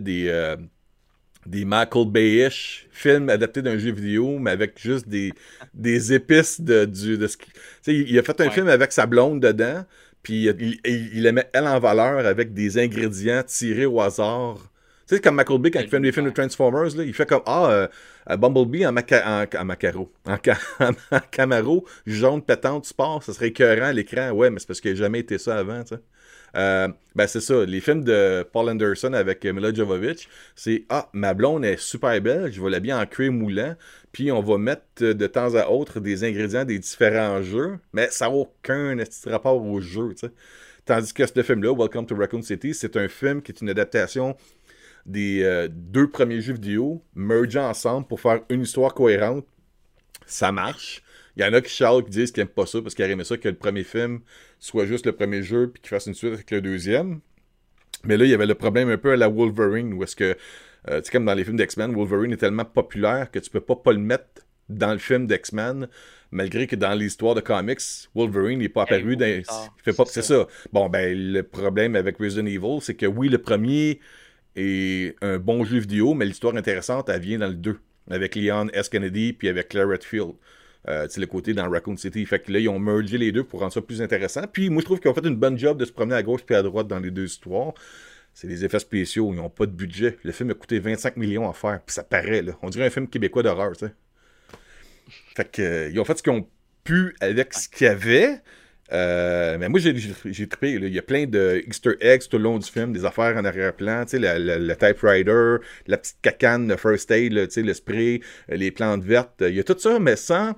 des Michael Bay-ish films adaptés d'un jeu vidéo, mais avec juste des épices de ce qui... Tu sais, il a fait un film avec sa blonde dedans, puis il la met elle en valeur avec des ingrédients tirés au hasard. Tu sais, comme Michael Bay, quand il fait des films de Transformers, là, il fait comme Bumblebee en Macaro. En Camaro, jaune pétante sport, ça serait écœurant à l'écran. Ouais, mais c'est parce qu'il n'a jamais été ça avant, tu sais. Ben c'est ça, les films de Paul Anderson avec Mila Jovovich, c'est ma blonde est super belle, je vais l'habiller en cuir moulant, puis on va mettre de temps à autre des ingrédients des différents jeux, mais ça n'a aucun rapport au jeu, tu sais. Tandis que ce film-là, Welcome to Raccoon City, c'est un film qui est une adaptation des 2 premiers jeux vidéo, mergés ensemble pour faire une histoire cohérente. Ça marche. Il y en a qui chialent, qui disent qu'ils n'aiment pas ça parce qu'ils auraient aimé ça que le premier film soit juste le premier jeu puis qu'ils fassent une suite avec le deuxième. Mais là, il y avait le problème un peu à la Wolverine où est-ce que, tu sais, comme dans les films d'X-Men, Wolverine est tellement populaire que tu peux pas le mettre dans le film d'X-Men, malgré que dans l'histoire de comics, Wolverine n'est pas apparu dans... Il fait pas... C'est ça. Bon, ben, le problème avec Resident Evil, c'est que oui, le premier est un bon jeu vidéo, mais l'histoire intéressante, elle vient dans le 2, avec Leon S. Kennedy puis avec Claire Redfield. C'est le côté dans Raccoon City. Fait que là, ils ont mergé les deux pour rendre ça plus intéressant. Puis moi, je trouve qu'ils ont fait une bonne job de se promener à gauche puis à droite dans les 2 histoires. C'est des effets spéciaux, ils n'ont pas de budget. Le film a coûté 25 millions à faire, puis ça paraît, là. On dirait un film québécois d'horreur, tu sais. Fait que, ils ont fait ce qu'ils ont pu avec ce qu'il y avait. Mais moi, j'ai trippé. Là. Il y a plein de Easter eggs tout le long du film, des affaires en arrière-plan, tu sais, le typewriter, la petite cacane, le first aid, tu sais, le spray, les plantes vertes. Il y a tout ça, mais sans...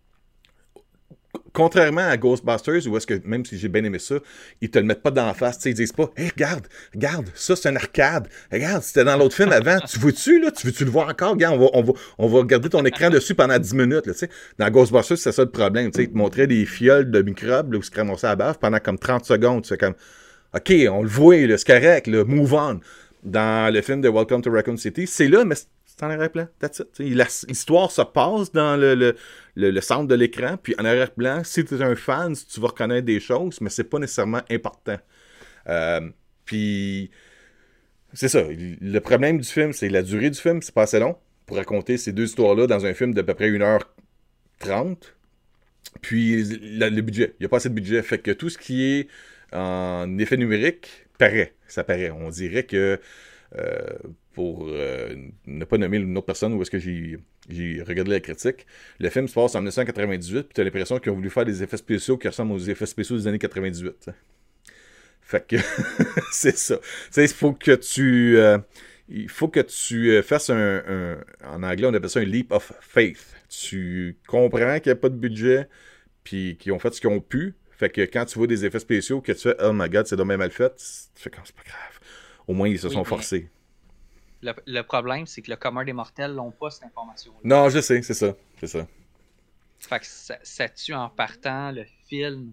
Contrairement à Ghostbusters, où est-ce que, même si j'ai bien aimé ça, ils te le mettent pas d'en face, tu sais, ils disent pas, hey, regarde, ça c'est un arcade, regarde, c'était dans l'autre film avant, tu vois-tu, là, tu veux-tu le voir encore, regarde, on va regarder ton écran dessus pendant 10 minutes, là, tu sais. Dans Ghostbusters, c'est ça le problème, tu sais, ils te montraient des fioles de microbes, là, où ils se ramassaient à la bave pendant comme 30 secondes, tu sais, comme, ok, on le voit, là, c'est correct, là, move on. Dans le film de Welcome to Raccoon City, c'est là, mais c'est en arrière-plan, that's it. L'histoire se passe dans le centre de l'écran, puis en arrière-plan, si tu es un fan, tu vas reconnaître des choses, mais c'est pas nécessairement important. Puis, c'est ça. Le problème du film, c'est la durée du film, c'est pas assez long pour raconter ces 2 histoires-là dans un film d'à peu près 1h30. Puis, le budget. Il n'y a pas assez de budget. Fait que tout ce qui est en effet numérique ça paraît. On dirait que pour ne pas nommer une autre personne où est-ce que j'ai regardé la critique, le film se passe en 1998, puis t'as l'impression qu'ils ont voulu faire des effets spéciaux qui ressemblent aux effets spéciaux des années 98. T'sais. Fait que c'est ça. Il faut que tu fasses en anglais, on appelle ça un leap of faith. Tu comprends qu'il n'y a pas de budget, puis qu'ils ont fait ce qu'ils ont pu. Fait que quand tu vois des effets spéciaux, que tu fais « Oh my God, c'est dommage mal fait », tu fais comme « C'est pas grave ». Au moins, ils se sont forcés. Le problème, c'est que le commun des mortels n'ont pas cette information-là. Non, je sais, c'est ça. Fait que ça tue en partant le film.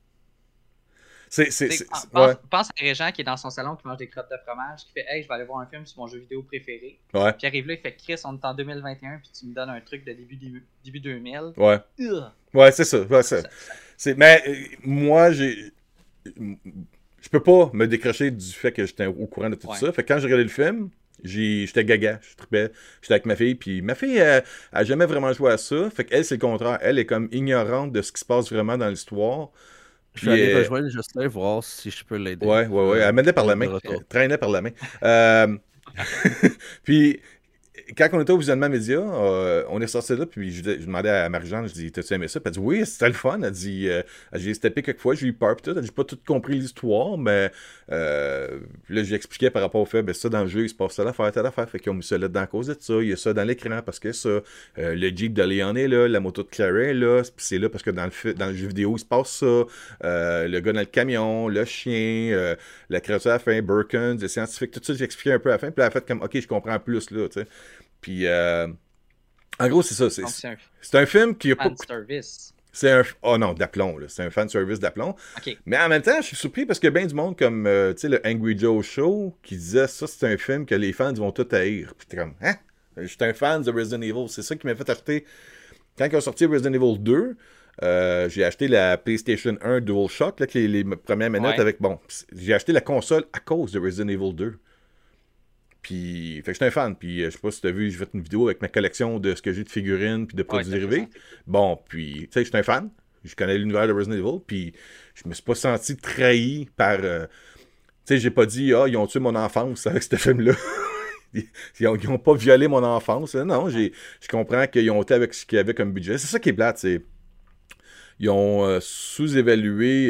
Pense à Régent qui est dans son salon, qui mange des crottes de fromage, qui fait « Hey, je vais aller voir un film sur mon jeu vidéo préféré. » Ouais. Puis arrive là, il fait « Chris, on est en 2021, puis tu me donnes un truc de début 2000. » Ouais. Ouais, c'est ça. Ouais, mais moi, je peux pas me décrocher du fait que j'étais au courant de tout ça. Fait que quand j'ai regardé le film, j'étais gaga, je trippais. J'étais avec ma fille, puis ma fille, elle a jamais vraiment joué à ça. Fait qu'elle, c'est le contraire. Elle est comme ignorante de ce qui se passe vraiment dans l'histoire. Je vais aller rejoindre Justin, voir si je peux l'aider. Ouais. Elle m'aidait par la main. Elle traînait par la main. Puis, quand on était au visionnement média, on est sorti de là, puis je demandais à Marie-Jeanne, je dis, t'as-tu aimé ça? Puis elle dit, oui, c'était le fun. Elle dit, j'ai steppé quelques fois, j'ai eu peur, puis tout. Elle dit, j'ai pas tout compris l'histoire, mais là, j'expliquais par rapport au fait, ben ça, dans le jeu, il se passe telle affaire. Fait qu'ils ont mis ça là-dedans à cause de ça. Il y a ça dans l'écran parce que ça. Le Jeep de Léon est là, la moto de Claire est là, puis c'est là parce que dans le jeu vidéo, il se passe ça. Le gars dans le camion, le chien, la créature à la fin, Birkins, les scientifiques, tout ça, j'expliquais un peu à la fin. Puis elle a fait comme, ok, je comprends plus, là, tu sais. Puis, en gros, c'est ça. C'est un film qui a pas. Service. C'est un. Oh non, d'aplomb, là. C'est un fan service d'aplomb. Okay. Mais en même temps, je suis surpris parce qu'il y a bien du monde comme, tu sais, le Angry Joe Show qui disait ça, c'est un film que les fans vont tout haïr. Puis t'es comme, hein? Je suis un fan de Resident Evil. C'est ça qui m'a fait acheter. Quand ils ont sorti Resident Evil 2, j'ai acheté la PlayStation 1 DualShock, là, qui est les premières manettes avec. Bon, j'ai acheté la console à cause de Resident Evil 2. Puis, fait que j'étais un fan. Puis, je sais pas si tu as vu, j'ai fait une vidéo avec ma collection de ce que j'ai de figurines puis de produits dérivés. Bon, puis, tu sais, j'étais un fan. Je connais l'univers de Resident Evil. Puis, je me suis pas senti trahi par. Tu sais, j'ai pas dit, ils ont tué mon enfance avec ce film-là. Ils ont pas violé mon enfance. Non, je comprends qu'ils ont été avec ce qu'il y avait comme budget. C'est ça qui est plate. Ils ont sous-évalué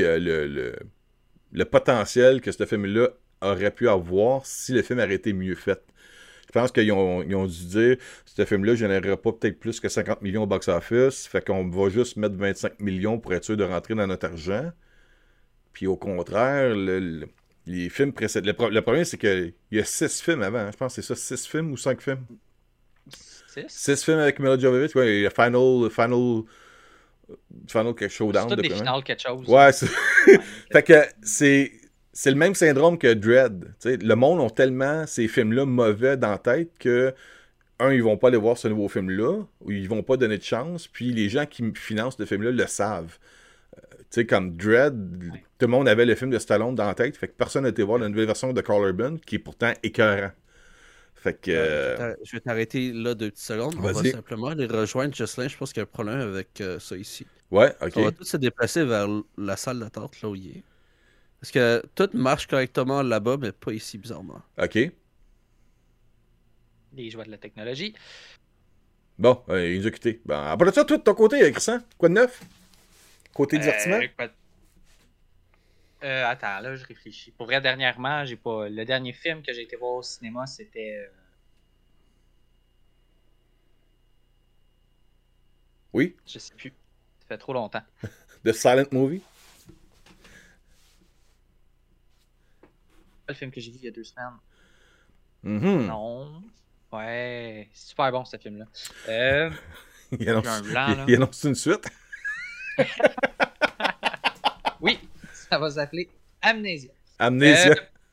le potentiel que ce film-là aurait pu avoir si le film aurait été mieux fait. Je pense qu'ils ont dû dire ce film-là ne générerait pas peut-être plus que 50 millions au box-office, fait qu'on va juste mettre 25 millions pour être sûr de rentrer dans notre argent. Puis au contraire, les films précédents... Le problème, c'est qu'il y a 6 films avant. Hein. Je pense que c'est ça, 6 films ou 5 films? 6 films avec Mila Jovovich. Ouais, le Final Showdown. C'est tout des finales quelque chose. Ouais, c'est... fait que c'est le même syndrome que Dread. T'sais, le monde ont tellement ces films-là mauvais dans la tête que, ils vont pas aller voir ce nouveau film-là, ou ils vont pas donner de chance, puis les gens qui financent le film-là le savent. Tu sais, comme Dread, tout le monde avait le film de Stallone dans la tête, fait que personne n'a été voir la nouvelle version de Carl Urban, qui est pourtant écœurant. Fait que... Je vais t'arrêter là 2 petites secondes. On va simplement aller rejoindre Jocelyn. Je pense qu'il y a un problème avec ça ici. Ouais, ok. On va tous se déplacer vers la salle d'attente, là où il est. Parce que tout marche correctement là-bas, mais pas ici, bizarrement. OK. Les joies de la technologie. Bon, il nous a quittés. Bon, après ça, toi, de ton côté, Christian, quoi de neuf? Côté divertissement? Attends, là, je réfléchis. Pour vrai, dernièrement, j'ai pas... Le dernier film que j'ai été voir au cinéma, c'était... Oui? Je sais plus. Ça fait trop longtemps. The Silent Movie? Le film que j'ai vu il y a 2 semaines. Mm-hmm. Non. Ouais, c'est super bon ce film-là. Il annonce une suite? Oui, ça va s'appeler Amnesia. Amnesia.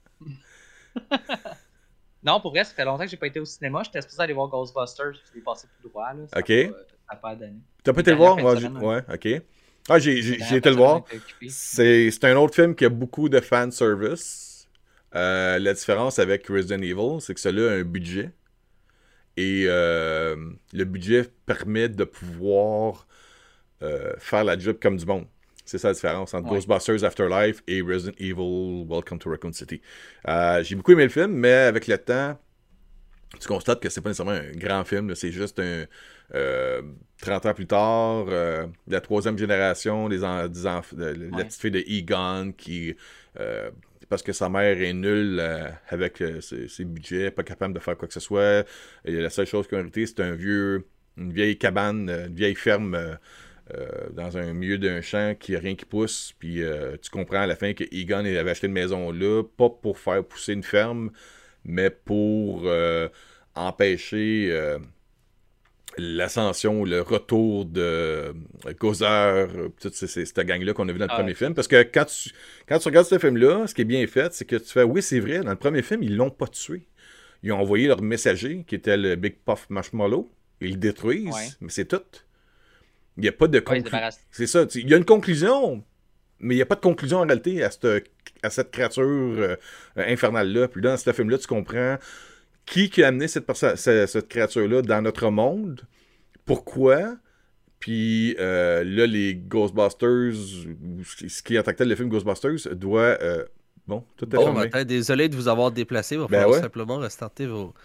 Non, pour vrai, ça fait longtemps que j'ai pas été au cinéma. J'étais supposé aller voir Ghostbusters, je l'ai passé tout droit. Là. Ça ok. ça n'a pas donné. T'as pas été le voir? Ouais, ok. Ah, j'ai été le voir. C'est un autre film qui a beaucoup de fan service. La différence avec Resident Evil, c'est que celui-là a un budget. Et le budget permet de pouvoir faire la job comme du monde. C'est ça la différence entre Ghostbusters Afterlife et Resident Evil Welcome to Raccoon City. J'ai beaucoup aimé le film, mais avec le temps, tu constates que c'est pas nécessairement un grand film. Là. C'est juste 30 ans plus tard, la 3e génération, la petite fille de Egon qui... parce que sa mère est nulle avec ses budgets, pas capable de faire quoi que ce soit. Et la seule chose qu'ils ont hérité, c'est une vieille cabane, une vieille ferme dans un milieu d'un champ qui a rien qui pousse. Puis tu comprends à la fin que Egon avait acheté une maison là, pas pour faire pousser une ferme, mais pour empêcher l'ascension, le retour de Gozer, toute cette gang-là qu'on a vu dans le premier film. Parce que quand tu regardes ce film-là, ce qui est bien fait, c'est que tu fais, oui, c'est vrai, dans le premier film, ils l'ont pas tué. Ils ont envoyé leur messager, qui était le Big Puff Marshmallow, ils le détruisent, mais c'est tout. Il n'y a pas de conclusion. C'est ça, il y a une conclusion, mais il n'y a pas de conclusion en réalité à cette créature infernale-là. Puis là, dans ce film-là, tu comprends... Qui a amené cette créature-là dans notre monde? Pourquoi? Puis là, les Ghostbusters, ce qui attaquait le film Ghostbusters, doit... tout est fermé. Désolé de vous avoir déplacé. Il va falloir simplement restarter vos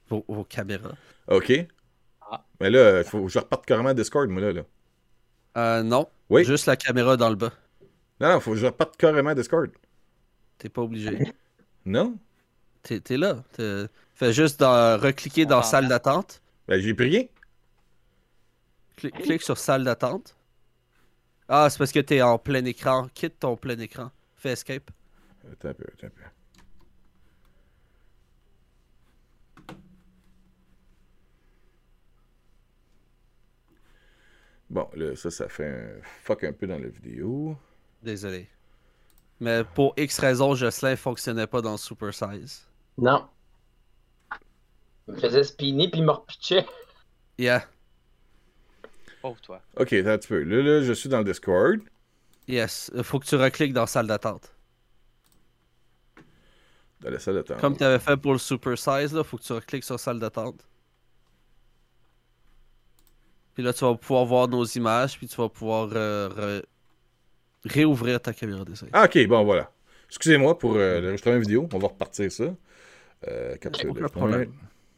vos caméras. OK. Ah. Mais là, il faut que je reparte carrément à Discord, moi, là. Non, Oui. juste la caméra dans le bas. Non, il faut que je reparte carrément à Discord. T'es pas obligé. Non? T'es là. Fais juste recliquer On dans t'entend. salle d'attente. Ben, j'ai pris rien. Clique sur salle d'attente. Ah, c'est parce que t'es en plein écran. Quitte ton plein écran. Fais escape. Attends un peu. Bon, là, ça fait un fuck un peu dans la vidéo. Désolé. Mais pour X raison, Jocelyn fonctionnait pas dans Super Size. Non. Il me faisait spinner puis il me repitchait. Yeah. Pauvre toi. OK, attends un petit peu. Là, je suis dans le Discord. Yes. Faut que tu recliques dans salle d'attente. Dans la salle d'attente. Comme tu avais fait pour le Super Size, là, faut que tu recliques sur salle d'attente. Puis là, tu vas pouvoir voir nos images, puis tu vas pouvoir réouvrir ta caméra d'essai. Ah, OK, bon, voilà. Excusez-moi pour l'enregistrement vidéo. On va repartir ça. Capture Aucun d'écran. problème.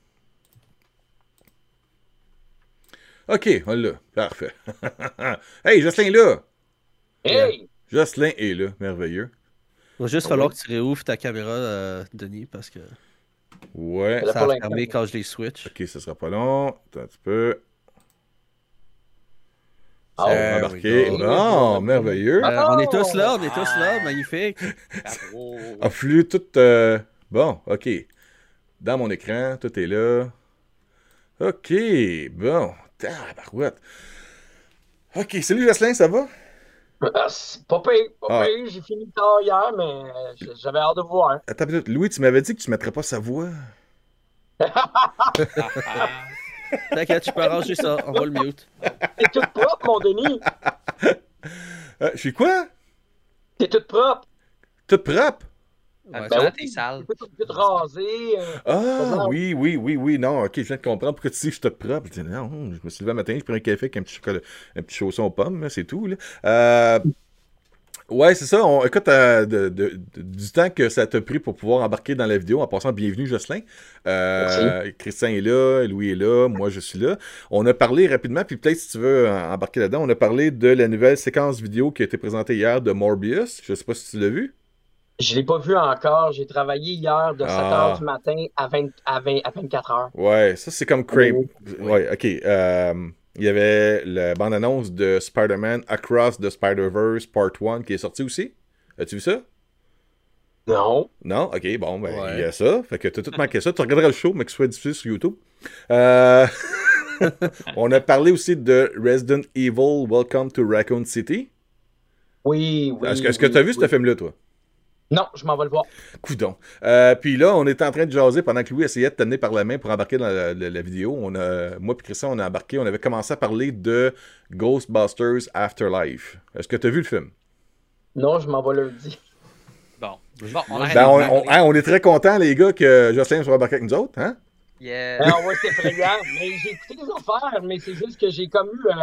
OK, on l'a. Parfait. Hey, Jocelyn est là. Hey! Jocelyn est là. Merveilleux. Il va juste Ah falloir ouais. que tu réouvres ta caméra, Denis, parce que Ouais. Là, ça pour a l'instant. fermé quand je les switch. OK, ça sera pas long. Attends un petit peu. Oh, There we Embarqué. go. Oh, merveilleux. On est tous là, magnifique. Bravo. A flux tout. Bon, OK. Dans mon écran, tout est là. OK, bon. Tabarouette. OK, salut Jocelyn, ça va? C'est pas pire, pas pire. J'ai fini tard hier, mais j'avais hâte de voir. Attends une minute. Louis, tu m'avais dit que tu mettrais pas sa voix. T'inquiète, tu peux arranger ça, on va le mute. T'es toute propre, mon Denis. Je suis quoi? T'es toute propre. Tout propre? Ouais. Ben oui. t'es sale. T'es toute rasée. Ah, oui. Non, OK, je viens de comprendre pourquoi tu dis que je suis tout propre. Je dis, non, je me suis levé un matin, je pris un café avec un petit chocolat, un petit chausson aux pommes, là, c'est tout. Là. Ouais, c'est ça. Écoute, du temps que ça t'a pris pour pouvoir embarquer dans la vidéo, en passant, bienvenue Jocelyn. Christian est là, Louis est là, moi je suis là. On a parlé rapidement, puis peut-être si tu veux embarquer là-dedans, on a parlé de la nouvelle séquence vidéo qui a été présentée hier de Morbius. Je sais pas si tu l'as vu. Je l'ai pas vu encore. J'ai travaillé hier de 7h du matin à 24h. Ouais, ça c'est comme Crane. Oui. Ouais, ok. Il y avait la bande-annonce de Spider-Man Across the Spider-Verse Part 1 qui est sortie aussi. As-tu vu ça? Non. Non? Ok, bon, ben, Ouais. il y a ça. Fait que t'as tout manqué ça. Tu regarderas le show, mais qu'il soit diffusé sur YouTube. On a parlé aussi de Resident Evil Welcome to Raccoon City. Oui. Est-ce que tu as vu ce film-là, toi? Non, je m'en vais le voir. Coudon. Puis là, on était en train de jaser pendant que Louis essayait de tenir par la main pour embarquer dans la vidéo. Moi et Christian, on a embarqué. On avait commencé à parler de Ghostbusters Afterlife. Est-ce que tu as vu le film? Non, je m'en vais lundi. Bon, on arrête Ben, d'en parler. on est très contents, les gars, que Jocelyn soit embarqué avec nous autres. Hein? Yeah. Alors, ouais, c'est effrayant. Mais j'ai écouté les affaires, mais c'est juste que j'ai comme eu.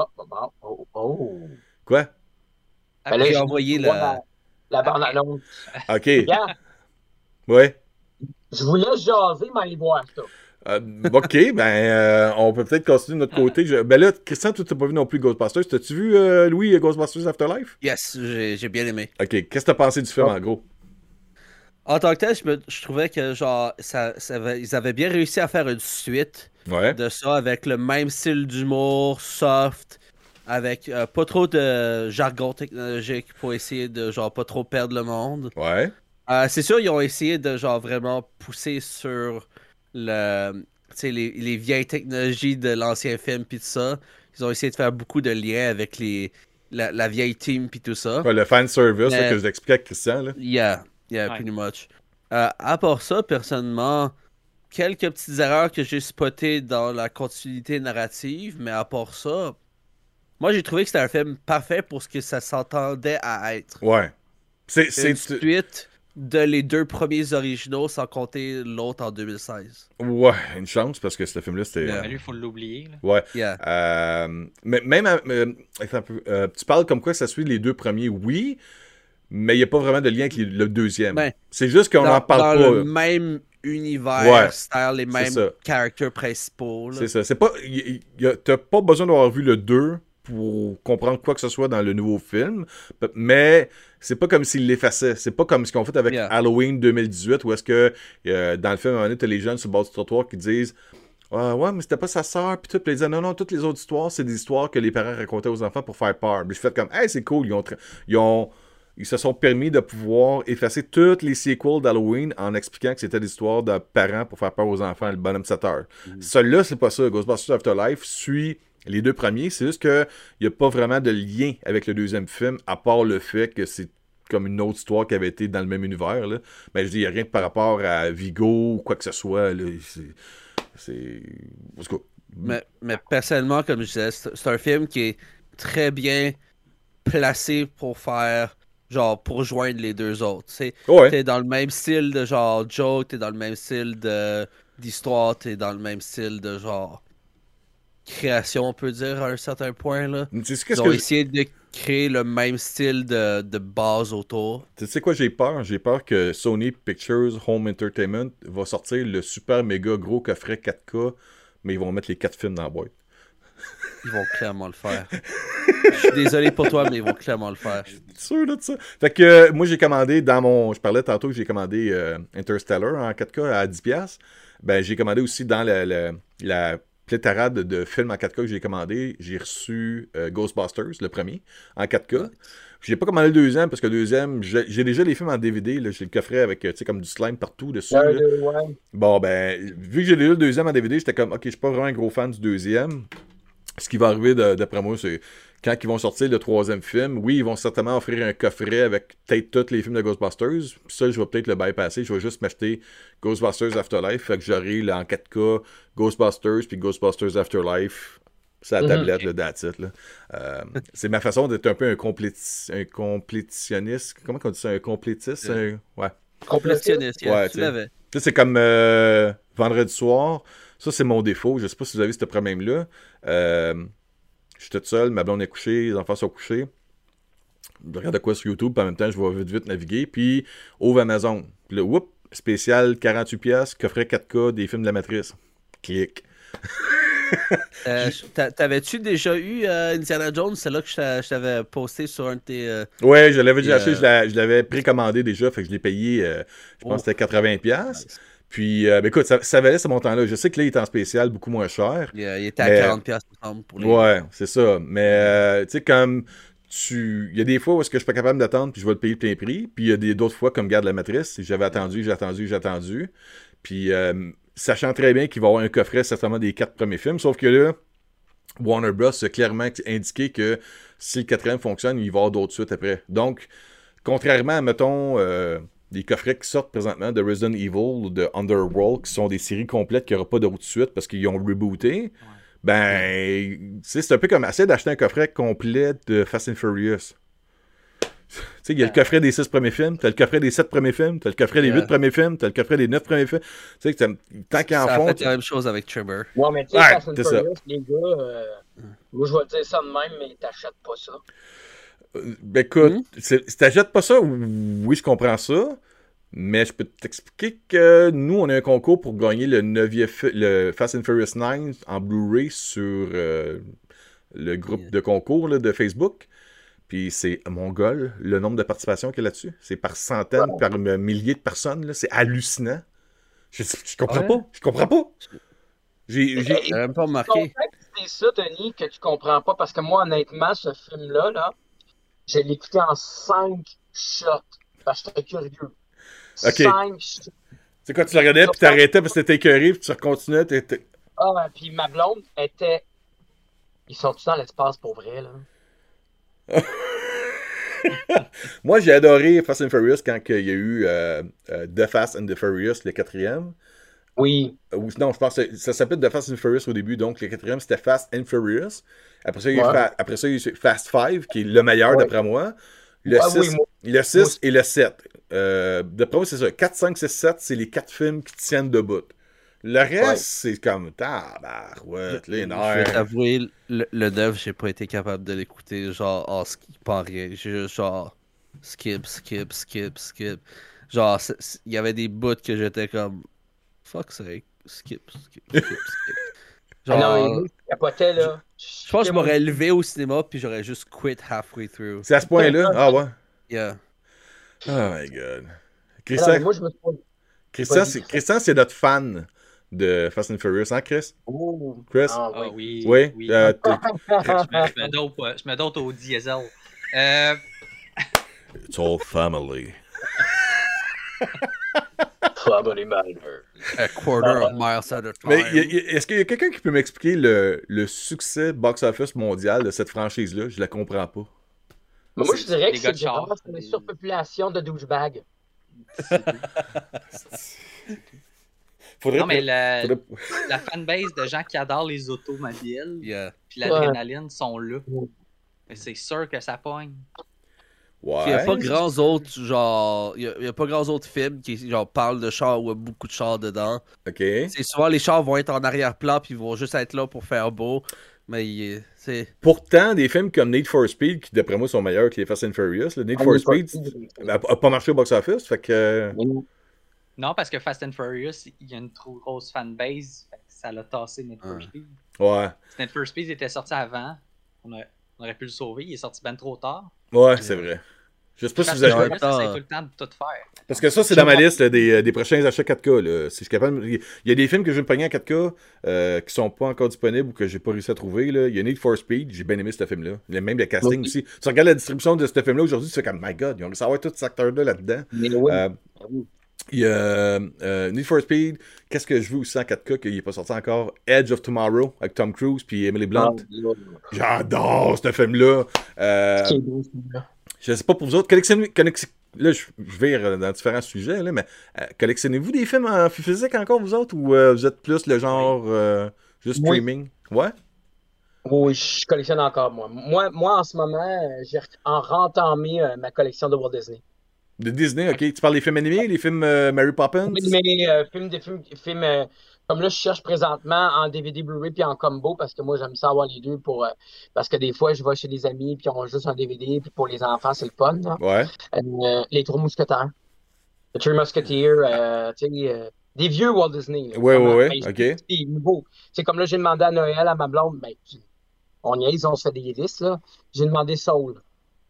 Quoi? Ben là, J'ai j'ai envoyé dû voir la bande-annonce. OK. Regarde, Ouais. je vous laisse jaser, mais allez voir ça. OK, ben, on peut peut-être continuer de notre côté. Ben là, Christian, toi, t'as pas vu non plus Ghostbusters. T'as-tu vu, Louis, Ghostbusters Afterlife? Yes, j'ai bien aimé. OK, qu'est-ce que t'as pensé du film, en gros? En tant que tel, je trouvais que genre ils avaient bien réussi à faire une suite Ouais. de ça avec le même style d'humour, soft, avec pas trop de jargon technologique pour essayer de genre pas trop perdre le monde. Ouais. C'est sûr, ils ont essayé de genre vraiment pousser sur les vieilles technologies de l'ancien film puis tout ça. Ils ont essayé de faire beaucoup de liens avec la vieille team puis tout ça. Ouais, le fan service là, Mais- que je t'expliquais avec Christian. Là. Yeah, Ouais. pretty much. À part ça, personnellement, quelques petites erreurs que j'ai spotées dans la continuité narrative, mais à part ça, moi j'ai trouvé que c'était un film parfait pour ce que ça s'entendait à être. Ouais. Une C'est... suite de les deux premiers originaux sans compter l'autre en 2016. Ouais, une chance parce que ce film-là, c'était... Yeah. Mais lui, il faut l'oublier. là. Ouais. Yeah. Mais même... attends un peu, tu parles comme quoi ça suit les deux premiers, oui, mais il n'y a pas vraiment de lien avec le deuxième. Ben, c'est juste qu'on n'en parle dans pas. le même univers, Ouais, style, les c'est mêmes ça. caractères principaux. Là. C'est ça. C'est pas. T'as pas besoin d'avoir vu le 2 pour comprendre quoi que ce soit dans le nouveau film. Mais c'est pas comme s'ils l'effaçaient. C'est pas comme ce qu'on fait avec Yeah. Halloween 2018 où est-ce que dans le film, à un moment donné, t'as les jeunes sur le bord du trottoir qui disent ah ouais, mais c'était pas sa sœur, puis tout. Puis ils disaient non, toutes les autres histoires, c'est des histoires que les parents racontaient aux enfants pour faire peur. Puis je fais comme, hey, c'est cool, ils se sont permis de pouvoir effacer toutes les sequels d'Halloween en expliquant que c'était des histoires de parents pour faire peur aux enfants, le bonhomme 7 heures. Celui-là, c'est pas ça. Ghostbusters Afterlife suit les deux premiers. C'est juste qu'il n'y a pas vraiment de lien avec le deuxième film, à part le fait que c'est comme une autre histoire qui avait été dans le même univers. Là. Mais je dis, il n'y a rien par rapport à Vigo ou quoi que ce soit. Là. C'est. En tout cas. Mais personnellement, comme je disais, c'est un film qui est très bien placé pour faire, genre, pour joindre les deux autres. Ouais. T'es dans le même style de genre joke, t'es dans le même style d'histoire, t'es dans le même style de genre création, on peut dire, à un certain point, là. Tu sais Ils ont essayé de créer le même style de base autour. Tu sais quoi, j'ai peur? J'ai peur que Sony Pictures Home Entertainment va sortir le super méga gros coffret 4K, mais ils vont mettre les 4 films dans la boîte. Ils vont clairement le faire. Je suis désolé pour toi, mais ils vont clairement le faire. Je suis sûr de ça. Fait que moi, j'ai commandé dans mon... Je parlais tantôt que j'ai commandé Interstellar en 4K à 10$. Ben, j'ai commandé aussi dans la pléthorade de films en 4K que j'ai commandé. J'ai reçu Ghostbusters, le premier, en 4K. Ouais. J'ai pas commandé le deuxième parce que le deuxième, j'ai déjà les films en DVD. Là, j'ai le coffret avec comme du slime partout dessus. Là. Ouais. Bon, ben, vu que j'ai déjà le deuxième en DVD, j'étais comme, ok, je suis pas vraiment un gros fan du deuxième. Ce qui va arriver d'après moi, c'est quand ils vont sortir le troisième film, oui, ils vont certainement offrir un coffret avec peut-être tous les films de Ghostbusters. Puis ça, je vais peut-être le bypasser. Je vais juste m'acheter Ghostbusters Afterlife. Fait que j'aurai là, en 4K Ghostbusters puis Ghostbusters Afterlife. C'est la tablette, le that's it, là. C'est ma façon d'être un peu un complétitionniste. Comment on dit ça? Un complétiste? Ouais. Complétionniste, Ouais, tu l'avais. Ça, c'est comme vendredi soir. Ça, c'est mon défaut. Je sais pas si vous avez ce problème-là. Je suis tout seul, ma blonde est couchée, les enfants sont couchés. Je regarde de quoi sur YouTube, puis en même temps, je vais vite naviguer. Puis, ouvre Amazon. Puis là, whoop, spécial 48$, coffret 4K des films de la Matrice. Clic. T'avais-tu déjà eu Indiana Jones? C'est là que je t'avais posté sur un de tes... Ouais, je l'avais déjà acheté, je l'avais précommandé déjà, fait que je l'ai payé, je pense que c'était 80$. Nice. Puis, ben écoute, ça valait ce montant-là. Je sais que là, il est en spécial, beaucoup moins cher. Il était à 40$ pour les... Ouais, c'est ça. Mais, tu sais, comme il y a des fois où est-ce que je suis pas capable d'attendre, puis je vais le payer le plein prix. Puis, il y a d'autres fois, comme Garde la Matrice, j'avais attendu, j'ai attendu. Puis, sachant très bien qu'il va y avoir un coffret certainement des 4 premiers films, sauf que là, Warner Bros. A clairement indiqué que si le 4e fonctionne, il va y avoir d'autres suites après. Donc, contrairement à, mettons, des coffrets qui sortent présentement de Resident Evil ou de Underworld, qui sont des séries complètes qui n'aura pas d'autres suites parce qu'ils ont rebooté, ben, c'est un peu comme essayer d'acheter un coffret complet de Fast and Furious. Tu sais, il y a le coffret des 6 premiers films, t'as le coffret des 7 premiers films, t'as le coffret des 8 premiers films, t'as le coffret des 9 premiers films. Tu sais, tant qu'ils en font... Ça fait la même chose avec Trimmer. Ouais, mais tu sais, Fast and Furious, les gars, moi je vais te dire ça de même, mais t'achètes pas ça. Ben écoute, si t'achètes pas ça, oui, je comprends ça, mais je peux t'expliquer que nous, on a un concours pour gagner le Fast and Furious 9 en Blu-ray sur le groupe de concours là, de Facebook. Puis c'est Mongol, le nombre de participations qu'il y a là-dessus. C'est par centaines, par milliers de personnes. Là. C'est hallucinant. Je comprends pas. Je comprends pas. J'ai même pas remarqué. C'est ça, Tony, que tu comprends pas. Parce que moi, honnêtement, ce film-là, là, je l'ai écouté en 5 shots. Parce que j'étais curieux. OK. 5 shots. C'est quand tu le regardais, puis t'arrêtais parce que t'étais écœuré, puis tu continuais. Ah, puis ma blonde était... Ils sont-tu dans l'espace pour vrai, là? Moi, j'ai adoré Fast and Furious quand il y a eu The Fast and the Furious, le 4e. Oui. Non, je pense que ça s'appelle The Fast and Furious au début, donc le 4e, c'était Fast and Furious. Après ça, il y a eu Fast 5, qui est le meilleur d'après moi. Le 6 et le 7. D'après moi, c'est ça. 4, 5, 6, 7, c'est les 4 films qui tiennent debout. Le reste, c'est comme tabarouette, les nerfs. Je vais t'avouer, le 9, j'ai pas été capable de l'écouter, genre, en skip, pas rien. J'ai juste, genre, skip. Genre, il y avait des bouts que j'étais comme, Fuck sake. Skip. Ah non, mais Genre, moi, je capotais, là. je pense que je m'aurais levé au cinéma puis j'aurais juste quit halfway through. C'est à ce point-là? Ah ouais. Yeah. Oh my god. Non, Christian, mais moi, je me suis Christian, c'est notre fan de Fast and Furious, hein, Chris? Oh. Chris? Ah, Ah oui. Oui. oui. Je me dope au diesel. It's all family. Family Matter. A quarter of miles at a time. Mais est-ce qu'il y a quelqu'un qui peut m'expliquer le succès box-office mondial de cette franchise-là? Je la comprends pas. Mais moi, je dirais les que gars c'est de char. grâce à la surpopulation de douchebags. Faudrait Non, mais faudrait- la fanbase de gens qui adorent les automobiles Yeah. puis l'adrénaline sont là. Mais c'est sûr que ça pogne. Il n'y a Ouais. pas grands autres, genre, il y a pas grands autres films qui genre parlent de chars où il y a beaucoup de chars dedans. OK. C'est souvent les chars vont être en arrière-plan puis ils vont juste être là pour faire beau. Mais c'est Pourtant, des films comme Need for Speed, qui d'après moi sont meilleurs que les Fast and Furious, le Need for Speed a pas marché au box-office, fait que... Non, parce que Fast and Furious, il y a une trop grosse fanbase. Fait que ça l'a tassé Need for Speed. Ouais. Si Need for Speed était sorti avant, on aurait pu le sauver. Il est sorti ben trop tard. Ouais, c'est vrai. Je sais pas si Fast vous and avez... Furious essaie tout le temps de tout faire. Parce que ça, c'est dans ma liste là, des prochains achats 4K. Là. Si je suis capable... Il y a des films que je vais me pogner en 4K qui sont pas encore disponibles ou que j'ai pas réussi à trouver. Là. Il y a Need for Speed, j'ai bien aimé ce film-là. Même le casting aussi. Tu regardes la distribution de ce film-là aujourd'hui, tu fais comme, my God, ils ont réussi à avoir tous ces acteurs-là là-dedans. Mais oui. Il y a Need for Speed. Qu'est-ce que je veux aussi en 4K qu'il n'est pas sorti encore? Edge of Tomorrow avec Tom Cruise puis Emily Blunt. J'adore ce film-là. Je sais pas pour vous autres. Là, je vais dans différents sujets, là, mais collectionnez-vous des films en physique encore, vous autres, ou vous êtes plus le genre juste streaming? Ouais? Oui, je collectionne encore, moi. Moi, en ce moment, j'ai rentamé ma collection de Walt Disney. De Disney, ok. Tu parles des films animés, les films Mary Poppins? Mais films comme là, je cherche présentement en DVD Blu-ray puis en combo parce que moi, j'aime ça avoir les deux parce que des fois, je vais chez des amis puis on a juste un DVD puis pour les enfants, c'est le fun. Là. Ouais. Les Trois Mousquetaires. The Three Musketeers, tu sais, des vieux Walt Disney. Là, ouais, ben, ok. C'est nouveau. C'est comme là, j'ai demandé à Noël, à ma blonde, ben, on niaise, on se fait des listes, là. J'ai demandé Soul.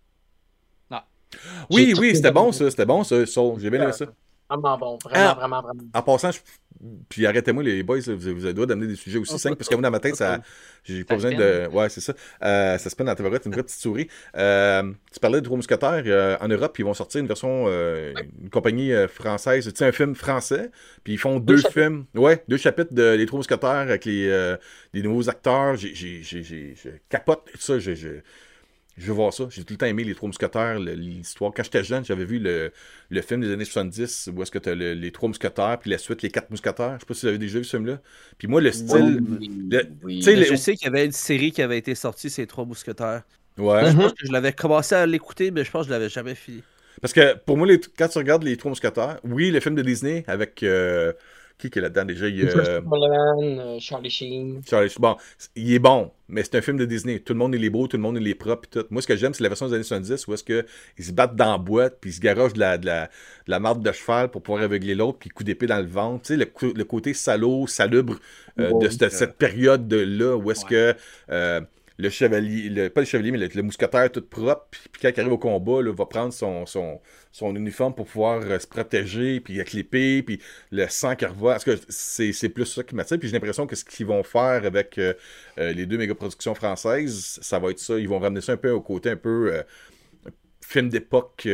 Oui, c'était bon ça, Soul. J'ai bien aimé ça. Vraiment bon, vraiment. En passant, puis arrêtez-moi les boys, vous avez le droit d'amener des sujets aussi simples, parce que moi dans ma tête, j'ai pas besoin de... Ouais, c'est ça. Ça se peine dans ta vraie petite souris. Tu parlais de Trois Mousquetaires. En Europe, ils vont sortir une version, une compagnie française, tu sais, un film français, puis ils font deux films. Ouais, 2 chapitres de Les Trois Mousquetaires avec les nouveaux acteurs. Je capote ça, je veux voir ça. J'ai tout le temps aimé Les Trois Mousquetaires, l'histoire. Quand j'étais jeune, j'avais vu le film des années 70 où est-ce que tu as les Trois Mousquetaires, puis la suite, les 4 Mousquetaires. Je sais pas si vous avez déjà vu ce film-là. Puis moi, le style... Oui. Je sais qu'il y avait une série qui avait été sortie, ces Trois Mousquetaires. Ouais. Je pense que je l'avais commencé à l'écouter, mais je pense que je l'avais jamais fini. Parce que pour moi, quand tu regardes Les Trois Mousquetaires, oui, le film de Disney avec... qui est là-dedans déjà? Charlie Sheen. Bon, il est bon, mais c'est un film de Disney. Tout le monde est les beaux, tout le monde est les propres. Tout. Moi, ce que j'aime, c'est la version des années 70 où est-ce qu'ils se battent dans la boîte, puis ils se garagent de la marde de cheval pour pouvoir aveugler l'autre, puis coup d'épée dans le ventre. Tu sais, le côté salaud, salubre de cette période-là où est-ce que le chevalier, pas le chevalier, mais le mousquetaire tout propre, puis quand il arrive au combat, là, va prendre son uniforme pour pouvoir se protéger, puis avec l'épée, puis le sang qui revoit. Parce que c'est plus ça qui m'attire. Puis j'ai l'impression que ce qu'ils vont faire avec les 2 méga-productions françaises, ça va être ça. Ils vont ramener ça un peu au côté un peu film d'époque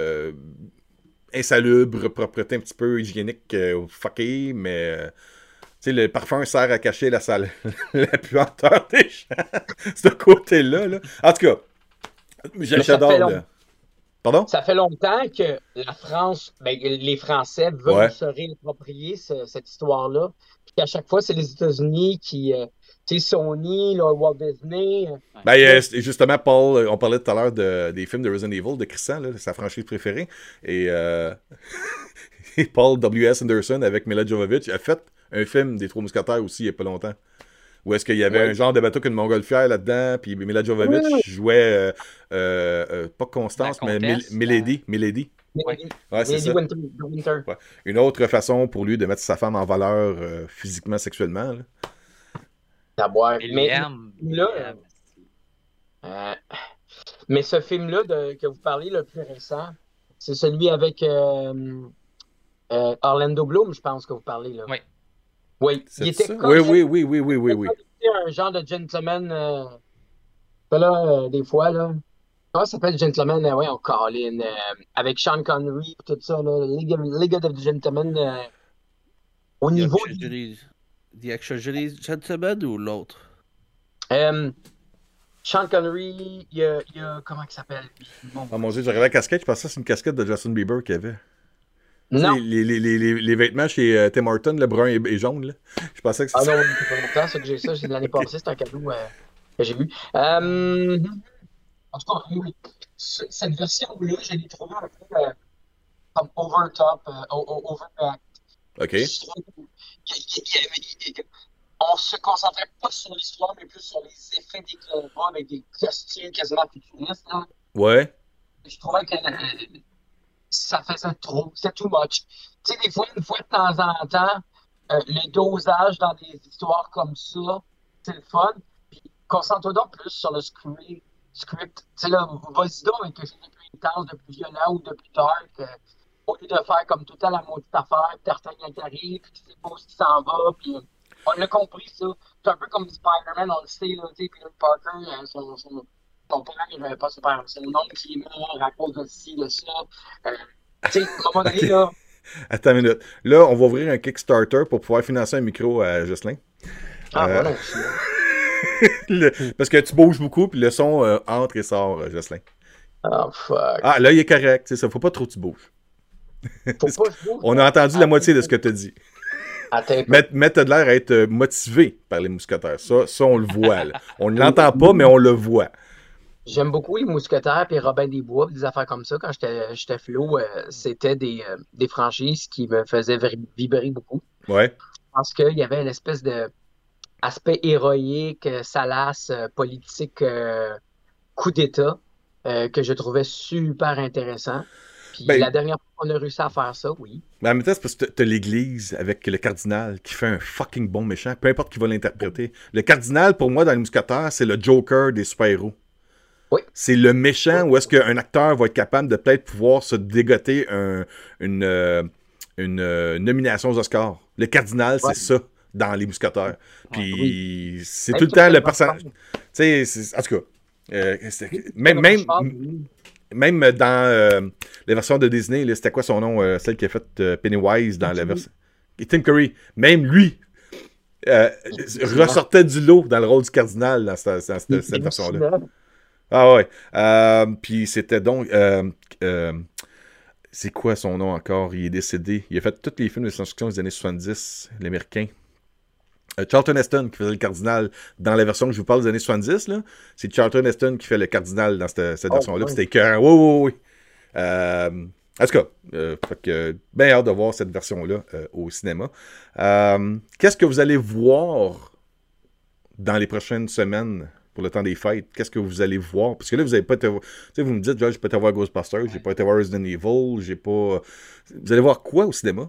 insalubre, propreté un petit peu hygiénique, fucké, mais... Tu sais, le parfum sert à cacher la puanteur des gens. Ce côté-là, là. En tout cas, j'adore. Pardon? Ça fait longtemps que la France, les Français veulent se réapproprier cette histoire-là. Puis qu'à chaque fois, c'est les États-Unis qui... tu sais, Sony, là, Walt Disney... justement, Paul, on parlait tout à l'heure des films de Resident Evil, de Christian, là, sa franchise préférée. Et Paul W.S. Anderson, avec Mila Jovovich, a fait un film des Trois Mousquetaires aussi, il n'y a pas longtemps. Où est-ce qu'il y avait un genre de bateau qu'une montgolfière là-dedans, puis Mila Jovovich jouait, pas Constance, mais Milady. Melody, Ouais, c'est Melody ça. Winter. Ouais. Une autre façon pour lui de mettre sa femme en valeur physiquement, sexuellement. Là. D'abord. Mais Mais l'aime. là, euh, mais ce film-là que vous parlez, le plus récent, c'est celui avec Orlando Bloom, je pense que vous parlez, là. Oui. Oui, C'est il était ça? comme Oui. un genre de gentleman. Des fois, là. Comment ça s'appelle Gentleman? Ouais, on Colin. Avec Sean Connery et tout ça, là. League of Gentlemen. Au niveau des. The Actually Gentleman ou l'autre? euh, Sean Connery, il y a comment il s'appelle? Bon. Oh mon Dieu, j'ai regardé la casquette, je pensais que c'est une casquette de Justin Bieber qu'il avait. Tu sais, Non. les vêtements chez Tim Hortons, le brun et jaune, là. Je pensais que Ah c'était non, ça. c'est pas longtemps, ça que j'ai ça. C'est de l'année Ok. passée, c'est un cadeau que j'ai eu. En tout cas, oui. Cette version-là, je l'ai trouvée un peu comme over-top, overreact. OK. Je trouve on se concentrait pas sur l'histoire, mais plus sur les effets des combats avec des costumes quasiment futuristes. Là. Ouais. Je trouvais que ça faisait trop, c'est too much. Tu sais, des fois, une fois de temps en temps, le dosage dans des histoires comme ça, c'est le fun. Puis concentre-toi donc plus sur le script. Tu sais, là, vas-y donc avec quelque chose de plus intense, de plus violent ou de plus dark. Au lieu de faire comme tout le temps la maudite affaire, puis D'Artagnan qui arrive, puis tu sais pas où il s'en va, puis on l'a compris, ça. C'est un peu comme Spider-Man, on le sait, là, tu sais, Peter Parker, son père, pas son père, son oncle qui est mort à cause de ci, de ça. Tu sais, à un moment donné, là, Attends une minute. Là, on va ouvrir un Kickstarter pour pouvoir financer un micro à Jocelyn. voilà. Parce que tu bouges beaucoup, puis le son entre et sort, Jocelyn. Oh, fuck. Ah, là, il est correct. C'est ça. Faut pas trop que tu bouges. Faut pas se bouger. On a entendu la moitié de ce que tu as dit. Attends, Mais t'as de l'air à être motivé par les mousquetaires. Ça on le voit. Là. On ne l'entend pas, mais on le voit. j'aime beaucoup les Mousquetaires et Robin des Bois, des affaires comme ça. Quand j'étais flot, c'était des franchises qui me faisaient vibrer beaucoup. Ouais. Parce qu'il y avait une espèce de aspect héroïque, salace, politique, coup d'État, que je trouvais super intéressant. Puis Ben, la dernière fois qu'on a réussi à faire ça, oui. Mais en même temps, c'est parce que t'as l'église avec le cardinal qui fait un fucking bon méchant, peu importe qui va l'interpréter. Le cardinal, pour moi, dans les mousquetaires, c'est le Joker des super-héros. Oui. C'est le méchant où est-ce qu'un acteur va être capable de peut-être pouvoir se dégoter une nomination aux Oscars. Le cardinal, c'est ça dans les mousquetaires. Puis c'est tout le temps le personnage. Tu sais, en tout cas, même dans les versions de Disney, là, c'était quoi son nom? Celle qui a fait Pennywise dans la version. Tim Curry. Même lui ressortait du lot dans le rôle du cardinal dans cette version-là. Ah ouais. Puis c'était donc. C'est quoi son nom encore? Il est décédé. Il a fait tous les films de science-fiction des années 70, l'américain. Charlton Heston qui faisait le cardinal dans la version que je vous parle des années 70, là. C'est Charlton Heston qui fait le cardinal dans cette version-là. C'était écœurant. Oui. En tout cas, fait que, bien hâte de voir cette version-là au cinéma. Qu'est-ce que vous allez voir dans les prochaines semaines pour le temps des fêtes? Qu'est-ce que vous allez voir? Parce que là, vous n'avez pas été... Tu sais, vous me dites, j'ai pas été voir Ghostbusters, j'ai pas été voir Resident Evil, j'ai pas... Vous allez voir quoi au cinéma?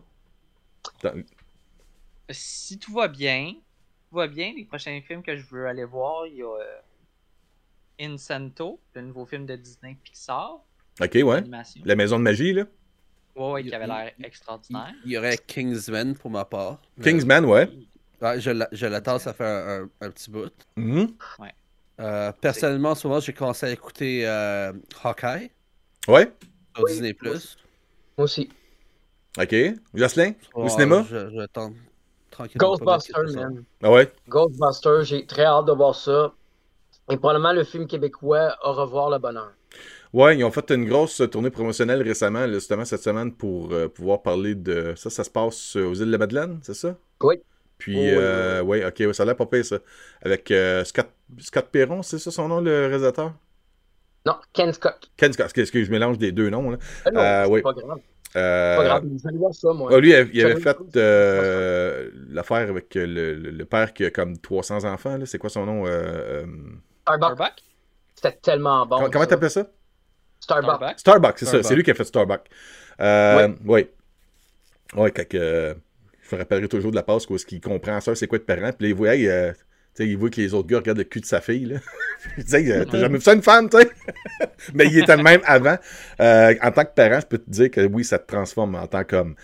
Si tout va bien, les prochains films que je veux aller voir, il y a Incento, le nouveau film de Disney Pixar. Ok, ouais. Animation. La maison de magie, là. Ouais, qui avait l'air extraordinaire. Il y aurait Kingsman pour ma part. Kingsman, ouais. Ouais, je l'attends, ça fait un petit bout. Mm-hmm. Personnellement, en ce moment, j'ai commencé à écouter Hawkeye Ouais. sur Disney+. Moi aussi. Ok. Jocelyn, au cinéma? Je tente tranquillement. Ghostbusters, man. Ah ouais. Ghostbusters, j'ai très hâte de voir ça. Et probablement le film québécois Au revoir le bonheur. Ouais, ils ont fait une grosse tournée promotionnelle récemment, là, justement cette semaine, pour pouvoir parler de... Ça se passe aux îles de la Madeleine, c'est ça? Oui. Puis, ouais, ok, ça a l'air pas pire, ça. Avec Scott Perron, c'est ça son nom, le réalisateur? Non, Ken Scott. Ken Scott, excuse, je mélange des deux noms, là. Non, c'est oui. pas grave. Pas grave, je vais voir ça, moi. Lui, il avait fait l'affaire avec le père qui a comme 300 enfants, là. C'est quoi son nom? Starbuck. C'était tellement bon. Comment t'appelles ça? Starbucks. Starbucks, c'est ça. Starbucks. C'est lui qui a fait Starbucks. Oui. Ouais, quand je me rappellerai toujours de la passe où est-ce qu'il comprend ça, c'est quoi de parent. Puis là, il voit, tu sais, il voit que les autres gars regardent le cul de sa fille. Là. Il dit, hey, t'as jamais vu ça une femme, tu sais? Mais il était le même avant. En tant que parent, je peux te dire que oui, ça te transforme en tant qu'homme.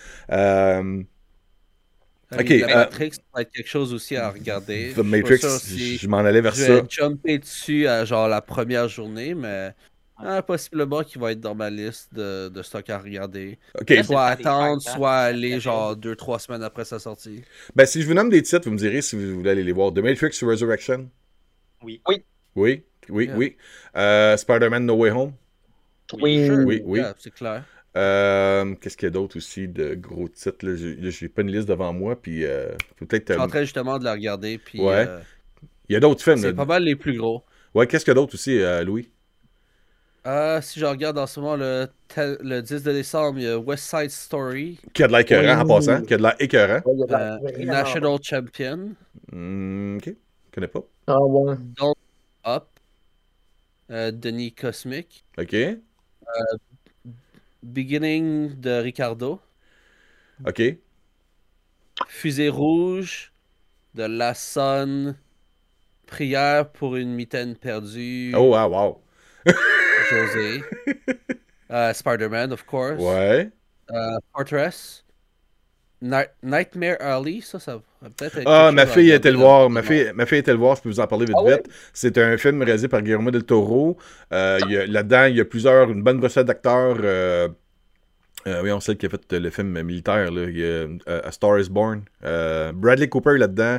Ok, La Matrix va être quelque chose aussi à regarder. The Je suis Matrix, pas sûr si je m'en allais vers je ça. vais jumper dessus à genre la première journée, mais possiblement qu'il va être dans ma liste de stock à regarder. Ok, Là, Soit c'est le temps des attendre, fêtes, hein. soit aller Ça genre 2-3 semaines après sa sortie. ben si je vous nomme des titres, vous me direz si vous voulez aller les voir. The Matrix Resurrection. Oui. Oui. Spider-Man No Way Home. Oui. Sure. Oui. Yeah, c'est clair. Qu'est-ce qu'il y a d'autre aussi de gros titres? Là? J'ai pas une liste devant moi, puis peut-être... Je suis en train justement de la regarder, puis Ouais. Il y a d'autres films. c'est Là. pas mal les plus gros. Ouais, qu'est-ce qu'il y a d'autre aussi, Louis? Si je regarde en ce moment le 10 de décembre, il y a West Side Story, Qui a de l'air écœurant en passant. Qui a de l'air écœurant. Ouais, il y a de la- vraiment- National Champion, Ok, je connais pas. Ah ouais. Don't Up, Denis Cosmic, Ok, Beginning de Ricardo, ok. Fusée Rouge, de La Sun, Prière pour une mitaine perdue, Oh, wow. José, Spider-Man, of course, Ouais. Fortress, Nightmare Alley, ça va peut-être être Ah, quelque ma chose à fille regarder était le dans voir. le Ma cinéma. fille était le voir, je peux vous en parler vite Ah ouais? vite. C'est un film réalisé par Guillermo del Toro. Là-dedans, il y a une bonne recette d'acteurs. Oui, on sait qui a fait le film militaire. Là. Il y a A Star is Born. Bradley Cooper là-dedans.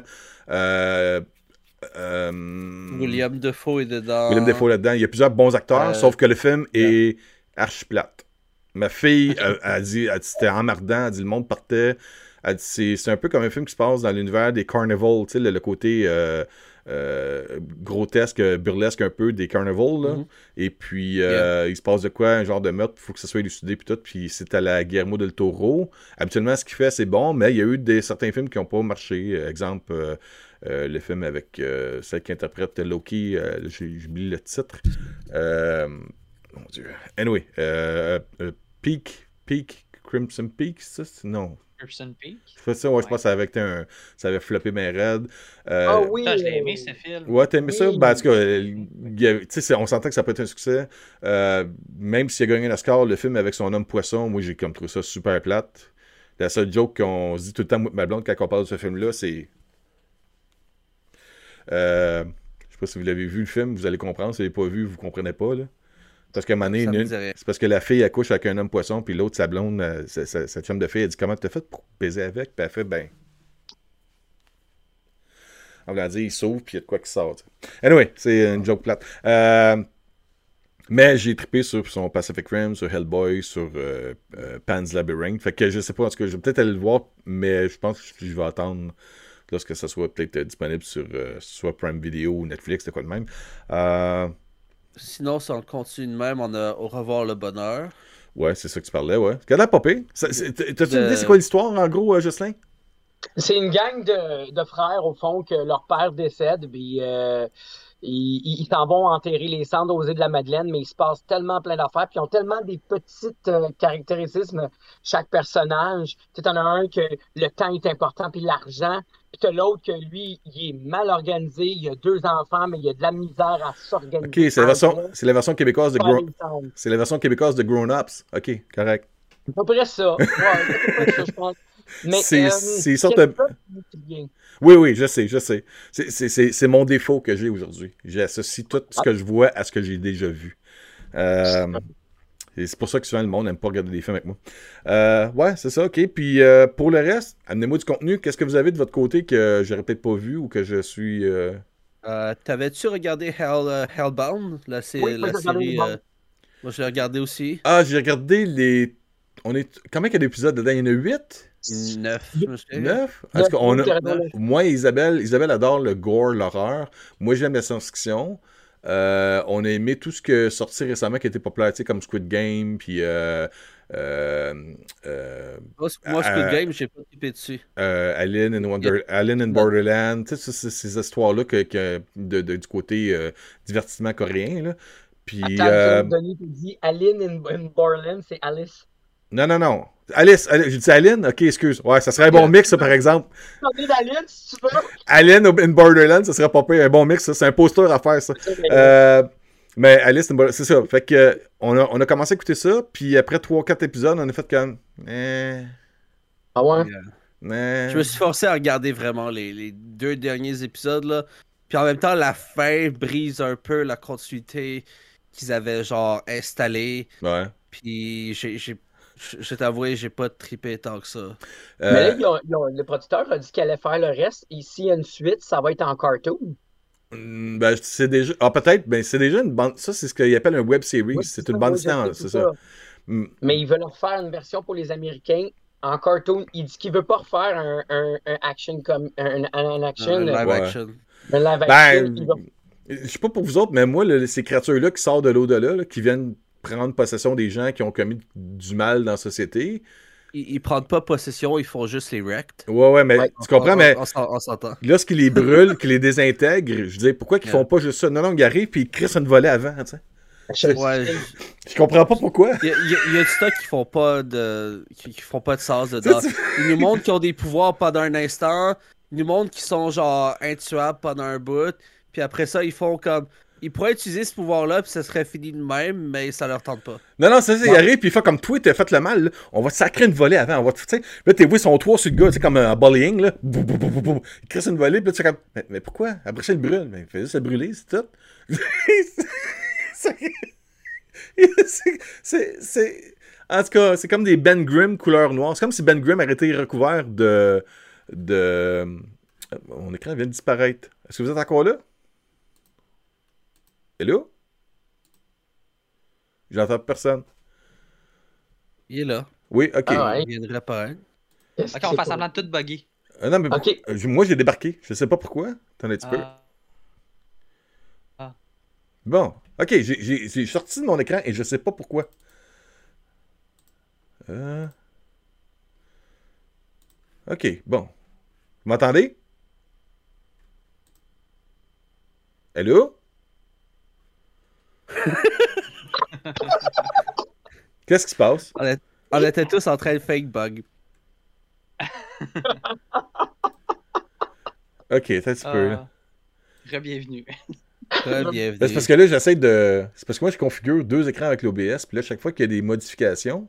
William Defoe est dedans. Willem Dafoe là-dedans. Il y a plusieurs bons acteurs, sauf que le film yeah. est archi plate. Ma fille a dit c'était emmerdant, elle dit le monde partait. Elle dit c'est un peu comme un film qui se passe dans l'univers des carnivals, tu sais, le côté grotesque, burlesque un peu des carnivals. Là. Mhm. Et puis, il se passe de quoi, un genre de meurtre, il faut que ça soit élucidé, puis tout. Puis c'est à la Guillermo del Toro. Habituellement, ce qu'il fait, c'est bon, mais il y a eu certains films qui n'ont pas marché. Exemple, le film avec celle qui interprète Loki, j'oublie le titre. Mon Dieu. Anyway, Peak, Crimson Peak, ça? Non. Crimson Peak. Je ça, ouais, je pense que ça avait floppé mes raids. Ah oui. Ça, je l'ai aimé, ce film. Ouais, t'as aimé ça? Oui. Ben, en tout cas, tu sais, on s'entend que ça peut être un succès. Même s'il a gagné un Oscar, le film avec son homme poisson, moi, j'ai comme trouvé ça super plate. La seule joke qu'on se dit tout le temps, moi, ma blonde, quand on parle de ce film-là, c'est... je sais pas si vous l'avez vu, le film, vous allez comprendre. Si vous l'avez pas vu, vous comprenez pas, là. Parce qu'à un moment donné, Ça me dit rien. c'est parce que la fille accouche avec un homme poisson, puis l'autre, sa blonde, sa chum de fille, elle dit comment t'as fait pour baiser avec? Puis elle fait, ben. On va dire, il s'ouvre, puis il y a de quoi qui sort. T'sais. Anyway, c'est une joke plate. Mais j'ai trippé sur son Pacific Rim, sur Hellboy, sur Pan's Labyrinth. Fait que je sais pas, en tout cas, je vais peut-être aller le voir, mais je pense que je vais attendre lorsque ça soit peut-être disponible sur soit Prime Video ou Netflix, de quoi de même. Sinon, si on continue de même, on a Au revoir le bonheur. Ouais, c'est ça que tu parlais, ouais. T'as l'air popé. T'as-tu une idée, c'est quoi l'histoire, en gros, Jocelyn? C'est une gang de frères, au fond, que leur père décède, puis ils s'en vont enterrer les cendres aux îles de la Madeleine, mais il se passe tellement plein d'affaires, puis ils ont tellement des petites caractéristiques, chaque personnage. Tu sais, t'en as un que le temps est important, puis l'argent, puis t'as l'autre que lui, il est mal organisé, il a 2 enfants, mais il a de la misère à s'organiser. Ok, c'est la version québécoise de c'est la version québécoise de Grown Ups. Ok, correct. C'est à peu près ça. Ouais, c'est à peu près ça, je pense. Mais c'est sorte de... Oui, je sais. C'est mon défaut que j'ai aujourd'hui. J'associe tout ce que je vois à ce que j'ai déjà vu. Et c'est pour ça que souvent le monde n'aime pas regarder des films avec moi. Ouais, c'est ça, ok. Puis pour le reste, amenez-moi du contenu. Qu'est-ce que vous avez de votre côté que j'aurais peut-être pas vu ou que je suis... T'avais-tu regardé Hellbound? La série. Moi, je l'ai regardé aussi. Ah, j'ai regardé les... Combien il y a d'épisodes dedans? Il y en a 8? 9, je me souviens. 9? En tout cas, moi et Isabelle adore le gore, l'horreur. Moi, j'aime la science-fiction. On a aimé tout ce qui est sorti récemment qui était populaire, tu sais, comme Squid Game, puis... moi, Squid Game, j'ai pas trippé dessus. Alien in Borderland, tu sais, ces histoires-là du côté divertissement coréen, là. Puis, Attends, Denis te dit Aline in Borland, c'est Alice. non. Alice, j'ai dit Aline? Ok, excuse. Ouais, ça serait un bon mix, ça, par exemple. T'en es d'Aline, si tu veux. Aline in Borderland, ça serait pas pire. Un bon mix, ça. C'est un poster à faire, ça. Mais Alice in Borderland, c'est ça. Fait que, on a commencé à écouter ça, puis après 3-4 épisodes, on a fait comme. Ah ouais? Je me suis forcé à regarder vraiment les 2 derniers épisodes, là. Puis en même temps, la fin brise un peu la continuité qu'ils avaient, genre, installée. Ouais. Puis je vais t'avouer, j'ai pas trippé tant que ça. Mais là, le producteur a dit qu'il allait faire le reste. Et s'il y a une suite, ça va être en cartoon. Ben, c'est déjà. Ah, peut-être. Ben, c'est déjà une bande. Ça, c'est ce qu'ils appellent un web series. Oui, c'est une bande dessinée, c'est ça. Mais ils veulent refaire une version pour les Américains en cartoon. Il dit qu'il veut pas refaire un action comme un action. Un live Ouais. action. Un live Ben, action. Il va- je sais pas pour vous autres, mais moi, ces créatures-là qui sortent de l'au-delà, là, qui viennent prendre possession des gens qui ont commis du mal dans la société. Ils prennent pas possession, ils font juste les wrecks. Ouais, mais Ouais. tu comprends, mais On s'entend. lorsqu'ils les brûlent, qu'ils les désintègrent, je veux dire, pourquoi qu'ils font pas juste ça? Non, ils arrivent puis ils crissent une volée avant, tu sais. Ouais, Je comprends pas pourquoi. il y a du stock qui font pas qui font pas de sens dedans. Ils nous montrent qu'ils ont des pouvoirs pendant un instant, ils nous montrent qu'ils sont genre intuables pendant un bout, puis après ça ils font comme ils pourraient utiliser ce pouvoir-là puis ça serait fini de même, mais ça leur tente pas. Non, c'est ça, ils arrivent puis ils font comme toi, t'as fait le mal, là. On va te sacrer une volée avant, on va te, tu sais. Là, t'es vu, ils sont 3 sur le gars, tu sais, comme un bullying, là. Ils crissent une volée, puis là, tu fais comme, mais pourquoi? Après ça, ils le brûlent. Mais fais juste le brûler, c'est tout. En tout cas, c'est comme des Ben Grimm couleur noire. C'est comme si Ben Grimm avait été recouvert de... Mon écran vient de disparaître. Est-ce que vous êtes encore là? Hello? J'entends personne. Il est là. Oui, ok. Ah ouais. Il viendrait apparaître. Qu'est-ce Ok, que on c'est fait pour- semblant de tout bugger. Non, mais Ok. moi, j'ai débarqué. Je sais pas pourquoi. T'en as un petit peu. Ah. Bon. Ok, j'ai sorti de mon écran et je sais pas pourquoi. Ok, bon. Vous m'entendez? Allô? Qu'est-ce qui se passe? On était tous en train de fake bug. Ok, attends un petit peu. Là. Re-bienvenue. Très Ben, bienvenue. c'est parce que là, j'essaie de... C'est parce que moi, je configure 2 écrans avec l'OBS, puis là, chaque fois qu'il y a des modifications,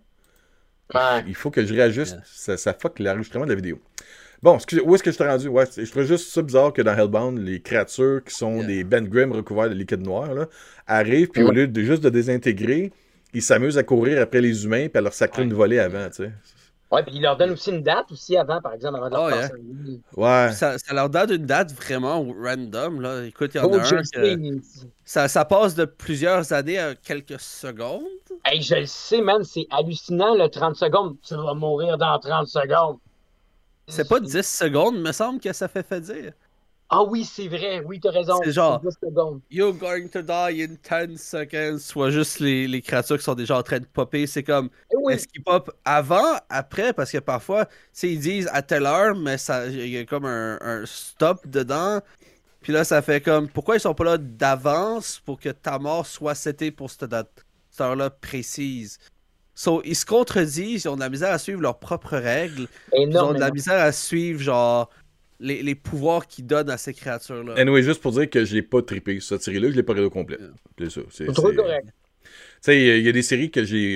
Ouais. il faut que je réajuste. Ça fuck l'enregistrement de la vidéo. Bon, où est-ce que je t'ai rendu? Ouais, je trouve juste ça bizarre que dans Hellbound, les créatures qui sont des Ben Grimm recouverts de liquide noir, là, arrivent, puis au lieu de juste de désintégrer, ils s'amusent à courir après les humains, puis à leur sacrer une volée avant, tu sais. Ouais, puis il leur donne aussi une date aussi avant, par exemple, avant de leur Oh, passer yeah. un livre. Ouais. Ça leur donne une date vraiment random. Là. Écoute, il y en Oh, a je un le que sais. ça passe de plusieurs années à quelques secondes. Hey, je le sais, man, c'est hallucinant, le 30 secondes. Tu vas mourir dans 30 secondes. C'est pas 10 secondes, me semble que ça fait dire. Ah oui, c'est vrai. Oui, t'as raison. C'est genre- 10 secondes. You're going to die in 10 seconds. Soit juste les créatures qui sont déjà en train de popper. C'est comme, Eh oui. est-ce qu'ils pop avant, après? Parce que parfois, tu sais, ils disent à telle heure, mais il y a comme un stop dedans. Puis là, ça fait comme, pourquoi ils sont pas là d'avance pour que ta mort soit setée pour cette date, cette heure-là précise? So, ils se contredisent, ils ont de la misère à suivre leurs propres règles. Ils ont de la Énormément. misère à suivre, genre, les pouvoirs qu'ils donnent à ces créatures-là. Anyway, juste pour dire que j'ai pas trippé sur cette série-là, je l'ai pas regardé au complet. C'est ça. C'est trop correct. Tu sais, il y a des séries que j'ai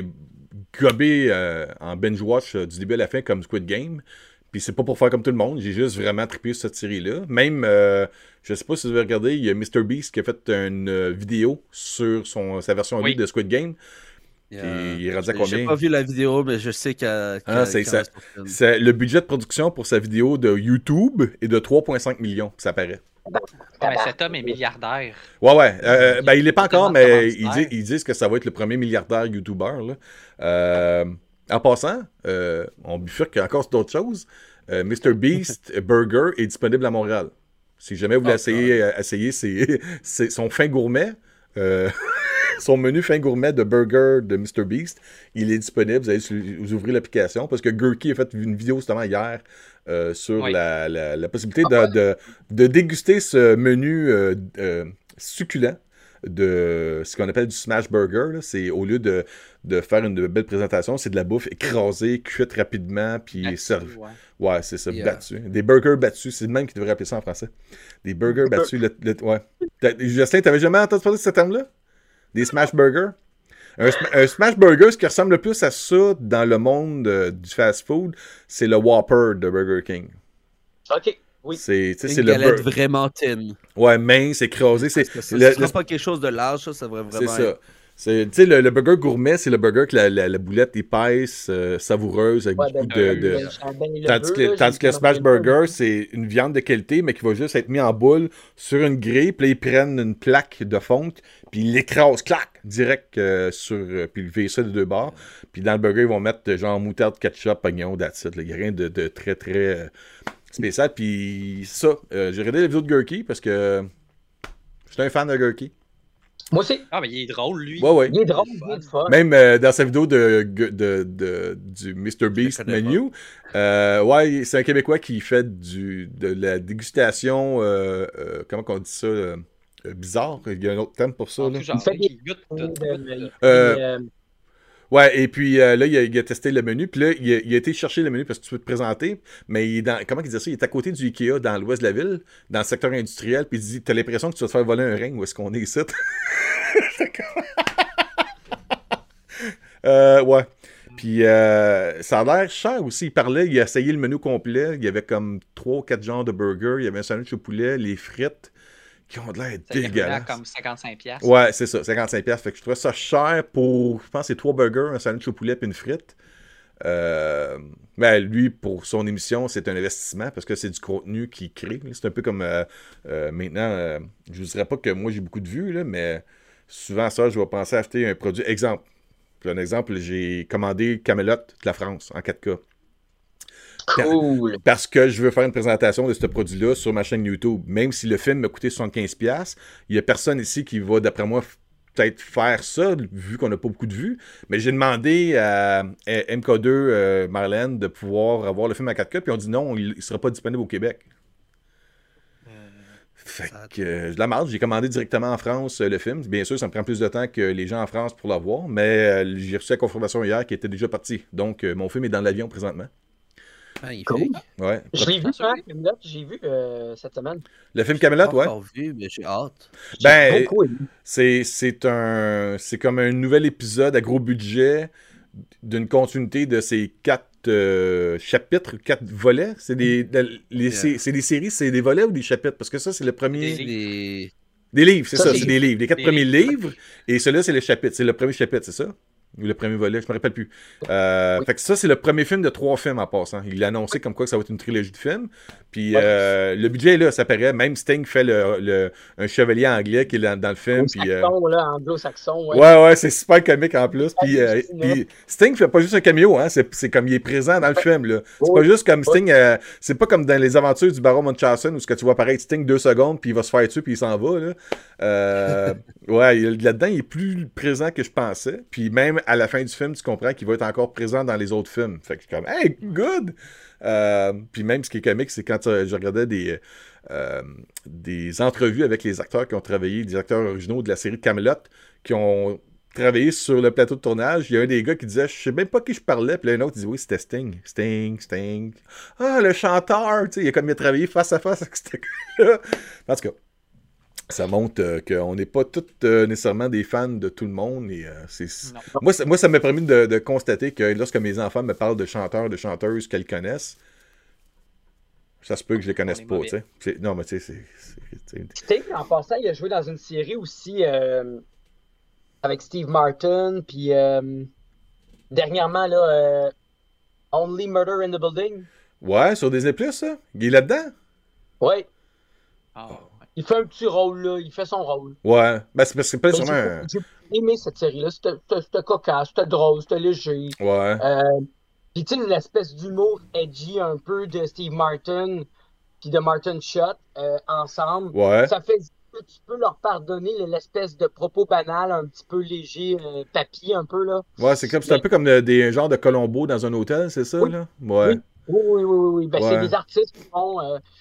gobé en binge-watch du début à la fin, comme Squid Game. Puis c'est pas pour faire comme tout le monde, j'ai juste vraiment trippé sur cette série-là. Même, je sais pas si vous avez regardé, il y a MrBeast qui a fait une vidéo sur sa version Oui. de Squid Game. Il il est rendu à combien? J'ai pas vu la vidéo, mais je sais C'est ça. Le budget de production pour sa vidéo de YouTube est de 3,5 millions, ça paraît. Mais cet homme est milliardaire. Ouais. Ben, il l'est pas encore, mais commanditaire. ils disent que ça va être le premier milliardaire YouTuber. Là. En passant, on bifurque encore sur d'autres choses. MrBeast Burger est disponible à Montréal. Si jamais vous voulez essayer son fin gourmet, son menu fin gourmet de burger de MrBeast, il est disponible. Vous ouvrez l'application parce que Gurky a fait une vidéo justement hier sur Oui. la possibilité de déguster ce menu succulent de ce qu'on appelle du smash burger. Là. C'est au lieu de faire une belle présentation, c'est de la bouffe écrasée, cuite rapidement, puis servie. Ouais, c'est ça, battu. Des burgers battus, c'est le même qui devrait appeler ça en français. Des burgers battus, ouais. Justin, t'avais jamais entendu parler de ce terme-là? Des smash burgers? Un smash burger, ce qui ressemble le plus à ça dans le monde du fast-food, c'est le Whopper de Burger King. OK, oui. C'est une galette vraiment thin. Ouais, mince, écrasé. C'est pas quelque chose de large, ça devrait vraiment c'est ça. Le burger gourmet, c'est le burger que la boulette épaisse, savoureuse, avec beaucoup tandis que le smash burger, c'est une viande de qualité, mais qui va juste être mis en boule sur une grille, puis là, ils prennent une plaque de fonte, puis ils l'écrasent, clac, direct puis ils virent ça de deux bords. Puis dans le burger, ils vont mettre genre moutarde, ketchup, oignon, that's it. Il n'y a rien de très, très spécial. Puis ça, j'ai regardé la vidéo de Gurky parce que je suis un fan de Gurky. Moi aussi. Ah, mais il est drôle, lui. Ouais. Il est drôle, il est fun. Même dans sa vidéo du Mr. Beast menu, ouais, c'est un Québécois qui fait de la dégustation, comment on dit ça, bizarre. Il y a un autre terme pour ça. Là. Genre, il goûte ouais, et puis là, il a testé le menu, puis là, il a été chercher le menu parce que tu peux te présenter, mais il est dans, comment il dit ça? Il est à côté du Ikea, dans l'ouest de la ville, dans le secteur industriel, puis il dit, t'as l'impression que tu vas te faire voler un ring, où est-ce qu'on est ici? Ouais. Puis ça a l'air cher aussi. Il parlait, il a essayé le menu complet, il y avait comme 3 ou 4 genres de burgers, il y avait un sandwich au poulet, les frites, qui ont de l'air dégueulasses. Comme 55$. Ouais, c'est ça, 55$. Fait que je trouvais ça cher pour, je pense, c'est 3 burgers, un sandwich au poulet et une frite. Ben, lui, pour son émission, c'est un investissement parce que c'est du contenu qu'il crée. C'est un peu comme maintenant, je ne dirais pas que moi j'ai beaucoup de vues, là, mais souvent ça, je vais penser à acheter un produit. Exemple, un exemple, j'ai commandé Camelot de la France en 4K. Cool. Parce que je veux faire une présentation de ce produit-là sur ma chaîne YouTube. Même si le film m'a coûté 75$, il n'y a personne ici qui va, d'après moi, peut-être faire ça, vu qu'on n'a pas beaucoup de vues. Mais j'ai demandé à MK2 Marlène de pouvoir avoir le film à 4K, puis on dit non, il ne sera pas disponible au Québec. Fait que je la marde, j'ai commandé directement en France le film. Bien sûr, ça me prend plus de temps que les gens en France pour l'avoir, mais j'ai reçu la confirmation hier qui était déjà parti. Donc, mon film est dans l'avion présentement. Cool. Ouais. Je l'ai vu, Camelot, j'ai vu cette semaine. Le film Camelot, ouais. Je l'ai pas encore vu, mais j'ai hâte. Ben, c'est comme un nouvel épisode à gros budget d'une continuité de ces 4 chapitres, 4 volets. C'est des séries, c'est des volets ou des chapitres? Parce que ça, c'est le premier... Des livres, c'est ça, c'est des livres. Les 4 premiers livres, et celui-là, c'est le chapitre. C'est le premier chapitre, c'est ça? Ou le premier volet, je me rappelle plus. Fait que ça, c'est le premier film de 3 films en passant. Il a annoncé comme quoi que ça va être une trilogie de films. Puis le budget est là, ça paraît. Même Sting fait un chevalier anglais qui est dans le film. Puis, anglo-saxon, ouais, c'est super comique en plus. Puis Sting fait pas juste un cameo, hein. C'est comme il est présent dans le film, là. C'est pas juste comme Sting, c'est pas comme dans les aventures du baron Munchausen où ce que tu vois apparaître Sting 2 secondes, puis il va se faire tuer, puis il s'en va, là. Ouais, là-dedans, il est plus présent que je pensais. Puis même à la fin du film, tu comprends qu'il va être encore présent dans les autres films. Fait que je suis comme, hey, good! Puis même ce qui est comique, c'est quand je regardais des entrevues avec les acteurs qui ont travaillé, des acteurs originaux de la série de Camelot, qui ont travaillé sur le plateau de tournage. Il y a un des gars qui disait, je sais même pas qui je parlais, puis là, un autre disait, oui, c'était Sting. Sting. Ah, le chanteur! Tu sais, il a travaillé face à face avec ce gars-là. En tout cas, ça montre qu'on n'est pas tous nécessairement des fans de tout le monde. Et, moi, ça m'a permis de constater que lorsque mes enfants me parlent de chanteurs, de chanteuses qu'elles connaissent, ça se peut que je les connaisse pas. Non, mais tu sais, Sting, en passant, il a joué dans une série aussi avec Steve Martin, puis dernièrement, là, Only Murder in the Building. Ouais, sur Disney+, ça? Il est là-dedans? Ouais. Oh. Il fait un petit rôle, là. Il fait son rôle. Ouais. Ben, c'est parce que c'est pas sûrement... J'ai aimé cette série-là. C'était cocasse, c'était drôle, c'était léger. Ouais. Puis tu sais, une espèce d'humour edgy un peu de Steve Martin puis de Martin Short ensemble. Ouais. Ça fait que tu peux leur pardonner l'espèce de propos banal, un petit peu léger, papy un peu, là. Ouais, c'est un peu comme des genres de Colombo dans un hôtel, c'est ça, là? Ouais. Oui. Ben, ouais. c'est des artistes qui font...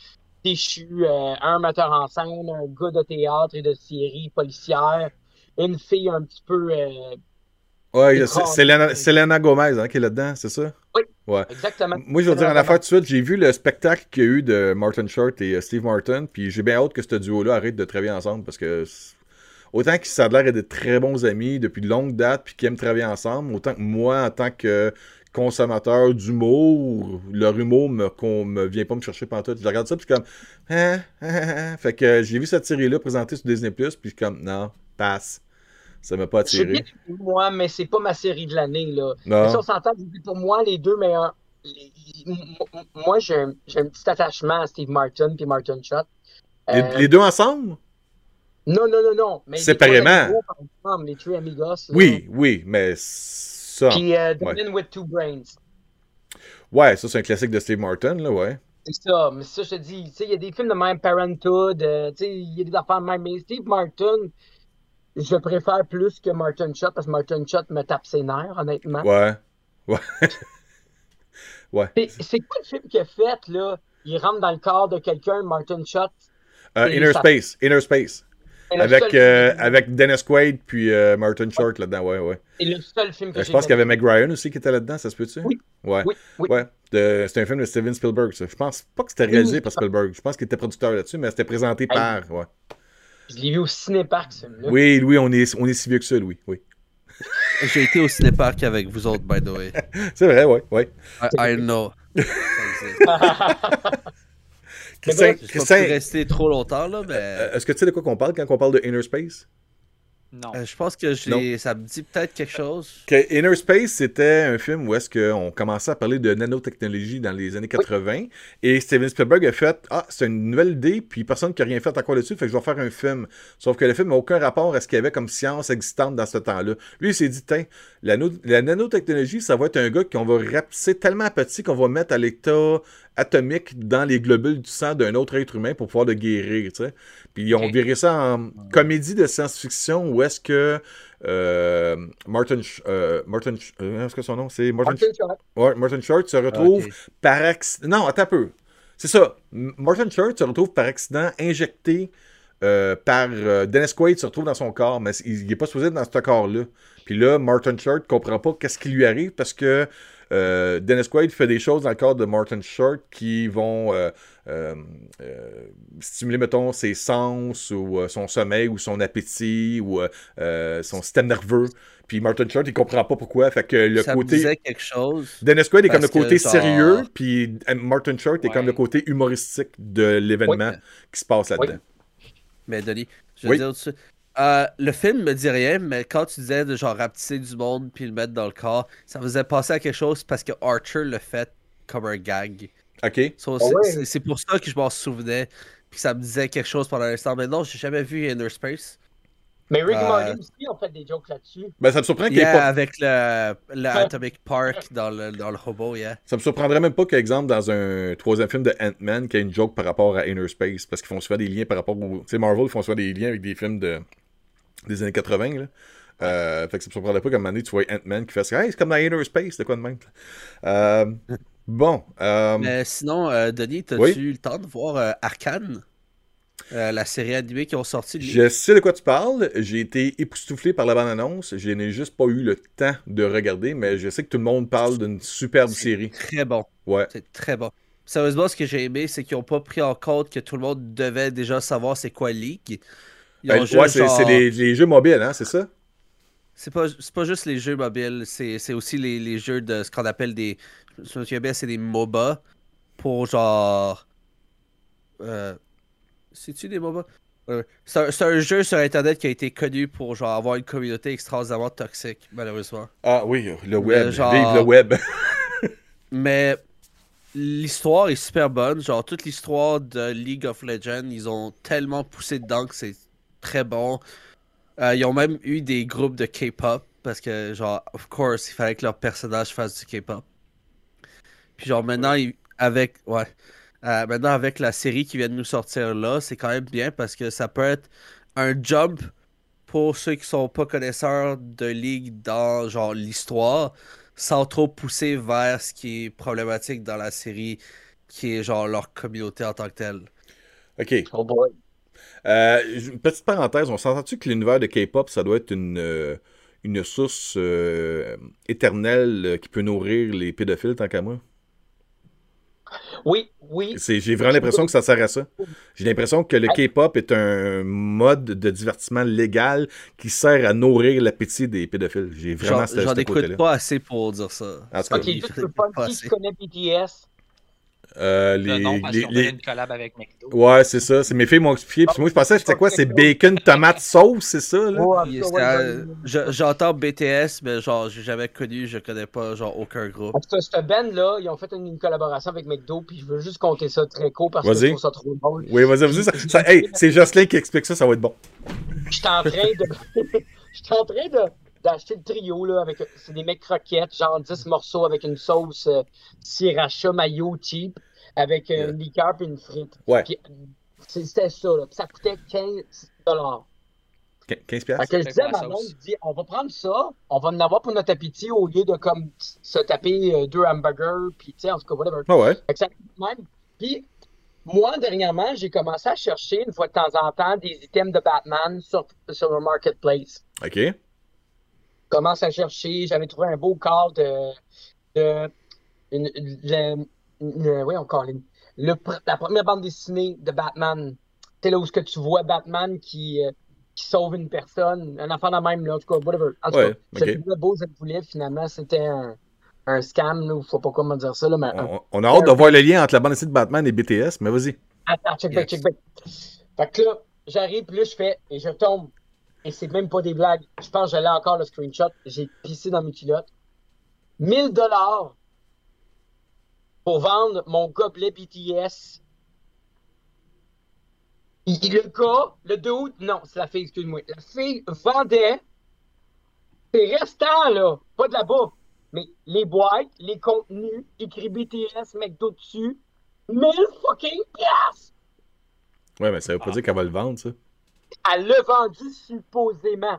déchus, un metteur en scène, un gars de théâtre et de série policière, une fille un petit peu Ouais, écrasée. Selena Gomez hein, qui est là-dedans, c'est ça? Oui, Ouais. exactement. Moi, je vais dire en affaire tout de suite, j'ai vu le spectacle qu'il y a eu de Martin Short et Steve Martin, puis j'ai bien hâte que ce duo-là arrête de travailler ensemble parce que autant qu'ils ça a l'air d'être très bons amis depuis de longues dates puis qu'ils aiment travailler ensemble, autant que moi, en tant que consommateur d'humour, leur humour me vient pas me chercher pantoute. Je regarde ça puis je suis comme Fait que j'ai vu cette série-là présentée sur Disney+, puis je suis comme non, passe. Ça m'a pas J'ai bien attiré. aimé, moi, mais c'est pas ma série de l'année, là. Mais si on Non. s'entend, pour moi, les deux meilleurs. Moi, j'ai un petit attachement à Steve Martin puis Martin Short. Euh, Les deux ensemble? non, non, non, non. Mais les trois Séparément. amigos, par exemple, les Three Amigos, là. Oui, oui, mais ça. Puis The Ouais. Man with Two Brains. Ouais, ça c'est un classique de Steve Martin, là, ouais. C'est ça. Mais ça, je te dis, tu sais, il y a des films de même, Parenthood, tu sais, il y a des affaires de même. Mais Steve Martin, je préfère plus que Martin Short parce que Martin Short me tape ses nerfs, honnêtement. Ouais. Ouais. Ouais. C'est quoi le film qu'il a fait, là? Il rentre dans le corps de quelqu'un, Martin Short. Inner Space. Inner Space. C'est le seul film que j'ai vu. Avec Dennis Quaid puis Martin Short là-dedans, ouais, ouais. C'est le seul film que Je j'ai pense qu'il y avait jamais vu. Meg Ryan aussi qui était là-dedans, ça se peut-tu? Oui, Ouais. oui, oui. Ouais. C'est un film de Steven Spielberg, ça. Je pense pas que c'était Oui, réalisé par Spielberg. Je pense qu'il était producteur là-dessus, mais c'était présenté hey, par. Ouais. je l'ai vu au cinéparc, ce film-là. Oui, Louis, on est si vieux que ça, Louis. Oui. J'ai été au cinéparc avec vous autres, by the way. C'est vrai, ouais, ouais. I know. Ça existe. Mais Christin, bref, Je suis pas pu rester trop longtemps, là, mais est-ce que tu sais de quoi qu'on parle quand on parle de Inner Space? Non. je pense que Non. ça me dit peut-être quelque chose. Que Inner Space, c'était un film où est-ce qu'on commençait à parler de nanotechnologie dans les années 80 et Steven Spielberg a fait « Ah, c'est une nouvelle idée, puis personne qui a rien fait encore dessus, fait que je vais faire un film. » Sauf que le film n'a aucun rapport à ce qu'il y avait comme science existante dans ce temps-là. Lui, il s'est dit « Tiens, la nanotechnologie, ça va être un gars qu'on va rapetisser tellement petit qu'on va mettre à l'état atomique dans les globules du sang d'un autre être humain pour pouvoir le guérir, tu sais. » Puis ils ont viré ça en comédie de science-fiction où est-ce que est-ce que son nom c'est Martin Short. Ouais, Martin Short se retrouve Ok. par accident. Non, attends un peu. C'est ça. Martin Short se retrouve par accident injecté par Dennis Quaid se retrouve dans son corps, mais il n'est pas supposé être dans ce corps-là. Puis là, Martin Short comprend pas qu'est-ce qui lui arrive parce que Dennis Quaid fait des choses dans le corps de Martin Short qui vont stimuler, mettons, ses sens ou son sommeil ou son appétit ou son système nerveux. Puis Martin Short, il comprend pas pourquoi. Fait que le Ça me côté. disait quelque chose. Dennis Quaid est comme le Parce que, côté genre- sérieux, puis Martin Short est Ouais. comme le côté humoristique de l'événement qui se passe là-dedans. Mais Denis, je veux Oui. dire dessus. Le film me dit rien, mais quand tu disais de genre rapetisser du monde puis le mettre dans le corps, ça me faisait penser à quelque chose parce que Archer le fait comme un gag. OK? So, Ah ouais. c'est pour ça que je m'en souvenais puis que ça me disait quelque chose pendant l'instant. Mais non, j'ai jamais vu Inner Space. Mais Rick et Euh, Morty aussi ont fait des jokes là-dessus. Ben, ça me surprend qu'il y ait Yeah, pas. avec le Atomic Park dans le robot, yeah. Ça me surprendrait même pas qu'exemple dans un troisième film de Ant-Man qu'il y ait une joke par rapport à Inner Space parce qu'ils font souvent des liens par rapport au. Tu sais, Marvel font souvent des liens avec des films des années 80. Là. Fait que ça me surprendrait pas qu'à un moment donné tu vois Ant-Man qui fait ça. Hey, c'est comme dans Inner Space, de quoi de même. Bon. Mais sinon, Denis, t'as-tu Oui. eu le temps de voir Arcane? La série animée qui ont sorti de Je sais de quoi tu parles. J'ai été époustouflé par la bande-annonce. Je n'ai juste pas eu le temps de regarder, mais je sais que tout le monde parle d'une superbe série. Très bon. Ouais. C'est très bon. Sérieusement, ce que j'ai aimé, c'est qu'ils n'ont pas pris en compte que tout le monde devait déjà savoir c'est quoi League. Ils ont Ouais, juste c'est genre- les jeux mobiles, hein, c'est ça? C'est pas juste les jeux mobiles, c'est aussi les jeux de ce qu'on appelle des. Je me souviens bien, c'est des MOBA pour genre. C'est-tu des MOBA? C'est un jeu sur Internet qui a été connu pour genre avoir une communauté extraordinairement toxique, malheureusement. Ah oui, le web. genre- Vive le web. Mais l'histoire est super bonne. Genre, toute l'histoire de League of Legends, ils ont tellement poussé dedans que c'est très bon. Ils ont même eu des groupes de K-pop parce que, genre, of course, il fallait que leur personnage fasse du K-pop. Puis, genre, maintenant, maintenant, avec la série qui vient de nous sortir là, c'est quand même bien parce que ça peut être un jump pour ceux qui sont pas connaisseurs de League dans, genre, l'histoire, sans trop pousser vers ce qui est problématique dans la série, qui est, genre, leur communauté en tant que telle. OK. Oh boy. Une petite parenthèse, on s'entend-tu que l'univers de K-pop, ça doit être une source éternelle qui peut nourrir les pédophiles tant qu'à moi? Oui, oui. J'ai vraiment l'impression que ça sert à ça. J'ai l'impression que le K-pop est un mode de divertissement légal qui sert à nourrir l'appétit des pédophiles. J'ai vraiment ce J'en côté-là. écoute pas assez pour dire ça. En tout cas, Ok, tout le fun qui connaît BTS. Non, parce qu'on fait une collab avec McDo. Ouais, c'est ça. Mes filles m'ont expliqué. Puis moi, je pensais, c'était quoi? C'est bacon, tomate, sauce, c'est ça, là? J'entends BTS, mais genre, j'ai jamais connu, je connais pas, genre, aucun groupe. En tout cas, cette band-là, ils ont fait une collaboration avec McDo, puis je veux juste compter ça très court parce que je trouve ça trop drôle. Oui, vas-y. Hey, c'est Jocelyn qui explique ça, ça va être bon. J'étais en train d'acheter le trio, là, avec, c'est des mecs croquettes, genre 10 morceaux avec une sauce sriracha mayo cheap, avec une liqueur et une frite. Ouais. Puis, c'était ça, là. Puis ça coûtait 15$. 15$? Fait que je disais à ma mère, je dis, on va prendre ça, on va en avoir pour notre appétit au lieu de comme se taper 2 hamburgers, puis tu sais, en tout cas, whatever. Ah ouais. Fait que ça coûte même. Puis, moi, dernièrement, j'ai commencé à chercher, une fois de temps en temps, des items de Batman sur le marketplace. OK. Commence à chercher, j'avais trouvé un beau corps la première bande dessinée de Batman. Tu sais, là où tu vois Batman qui sauve une personne, un enfant de même, là, en tout cas, whatever. En tout cas, c'était beau, je le voulais, finalement, c'était un scam, là, ou faut pas comment dire ça, là, mais on a hâte de voir le lien entre la bande dessinée de Batman et BTS, mais vas-y. Attends, check back. Fait que là, j'arrive, puis là, et je tombe. Et c'est même pas des blagues. Je pense que j'allais encore le screenshot. J'ai pissé dans mes culottes. 1000$ pour vendre mon gobelet BTS. Le dude, non, c'est la fille, excuse-moi. La fille vendait ses restants, là, pas de la bouffe, mais les boîtes, les contenus, écrit BTS, McDo dessus. 1000 fucking piastres! Ouais, mais ça veut pas dire qu'elle va le vendre, ça. Elle l'a vendu supposément.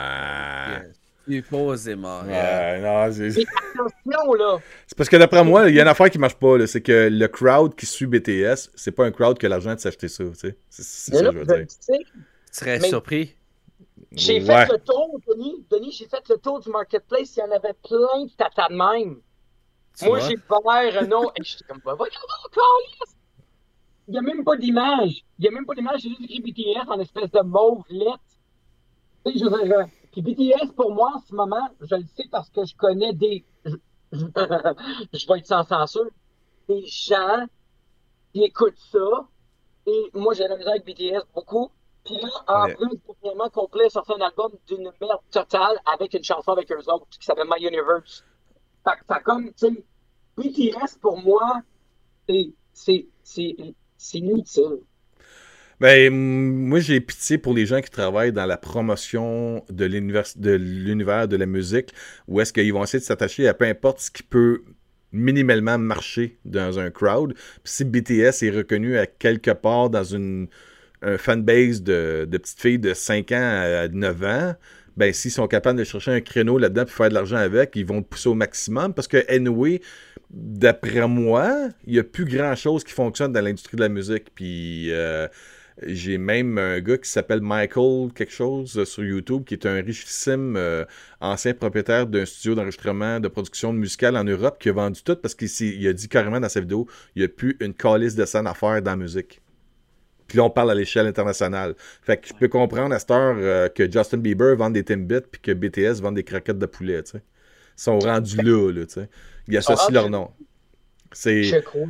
Supposément. Non, c'est... Attention, là! C'est parce que d'après moi, il y a une affaire qui marche pas, là. C'est que le crowd qui suit BTS, c'est pas un crowd qui a l'argent de s'acheter ça, tu sais. C'est ça que je veux dire. Tu serais surpris? J'ai fait le tour, Denis, j'ai fait le tour du marketplace, il y en avait plein de tatas de même. Moi, j'ai ouvert un nom, et j'étais comme, voyons encore, il n'y a même pas d'image. J'ai juste écrit BTS en espèce de mauve lettre. Tu sais, puis BTS, pour moi, en ce moment, je le sais parce que je connais je vais être sans censure, des gens qui écoutent ça. Et moi, j'ai la misère avec BTS beaucoup. Puis là, en plus, dernièrement, Coldplay sorti un album d'une merde totale avec une chanson avec eux autres qui s'appelle My Universe. Fait que ça comme, tu sais, BTS, pour moi, c'est inutile. Ben, moi, j'ai pitié pour les gens qui travaillent dans la promotion de l'univers de la musique, où est-ce qu'ils vont essayer de s'attacher à peu importe ce qui peut minimalement marcher dans un crowd. Puis si BTS est reconnu à quelque part dans un fanbase de petites filles de 5 ans à 9 ans, ben s'ils sont capables de chercher un créneau là-dedans pour faire de l'argent avec, ils vont le pousser au maximum, parce que anyway, d'après moi, il n'y a plus grand-chose qui fonctionne dans l'industrie de la musique. Puis j'ai même un gars qui s'appelle Michael quelque chose sur YouTube, qui est un richissime ancien propriétaire d'un studio d'enregistrement de production musicale en Europe, qui a vendu tout parce qu'il a dit carrément dans sa vidéo, il n'y a plus une calice de scène à faire dans la musique. Puis là, on parle à l'échelle internationale. Fait que je peux comprendre à cette heure que Justin Bieber vende des Timbits puis que BTS vende des croquettes de poulet, tu sais. Ils sont rendus là, tu sais. Ils associent leur nom. Je crois.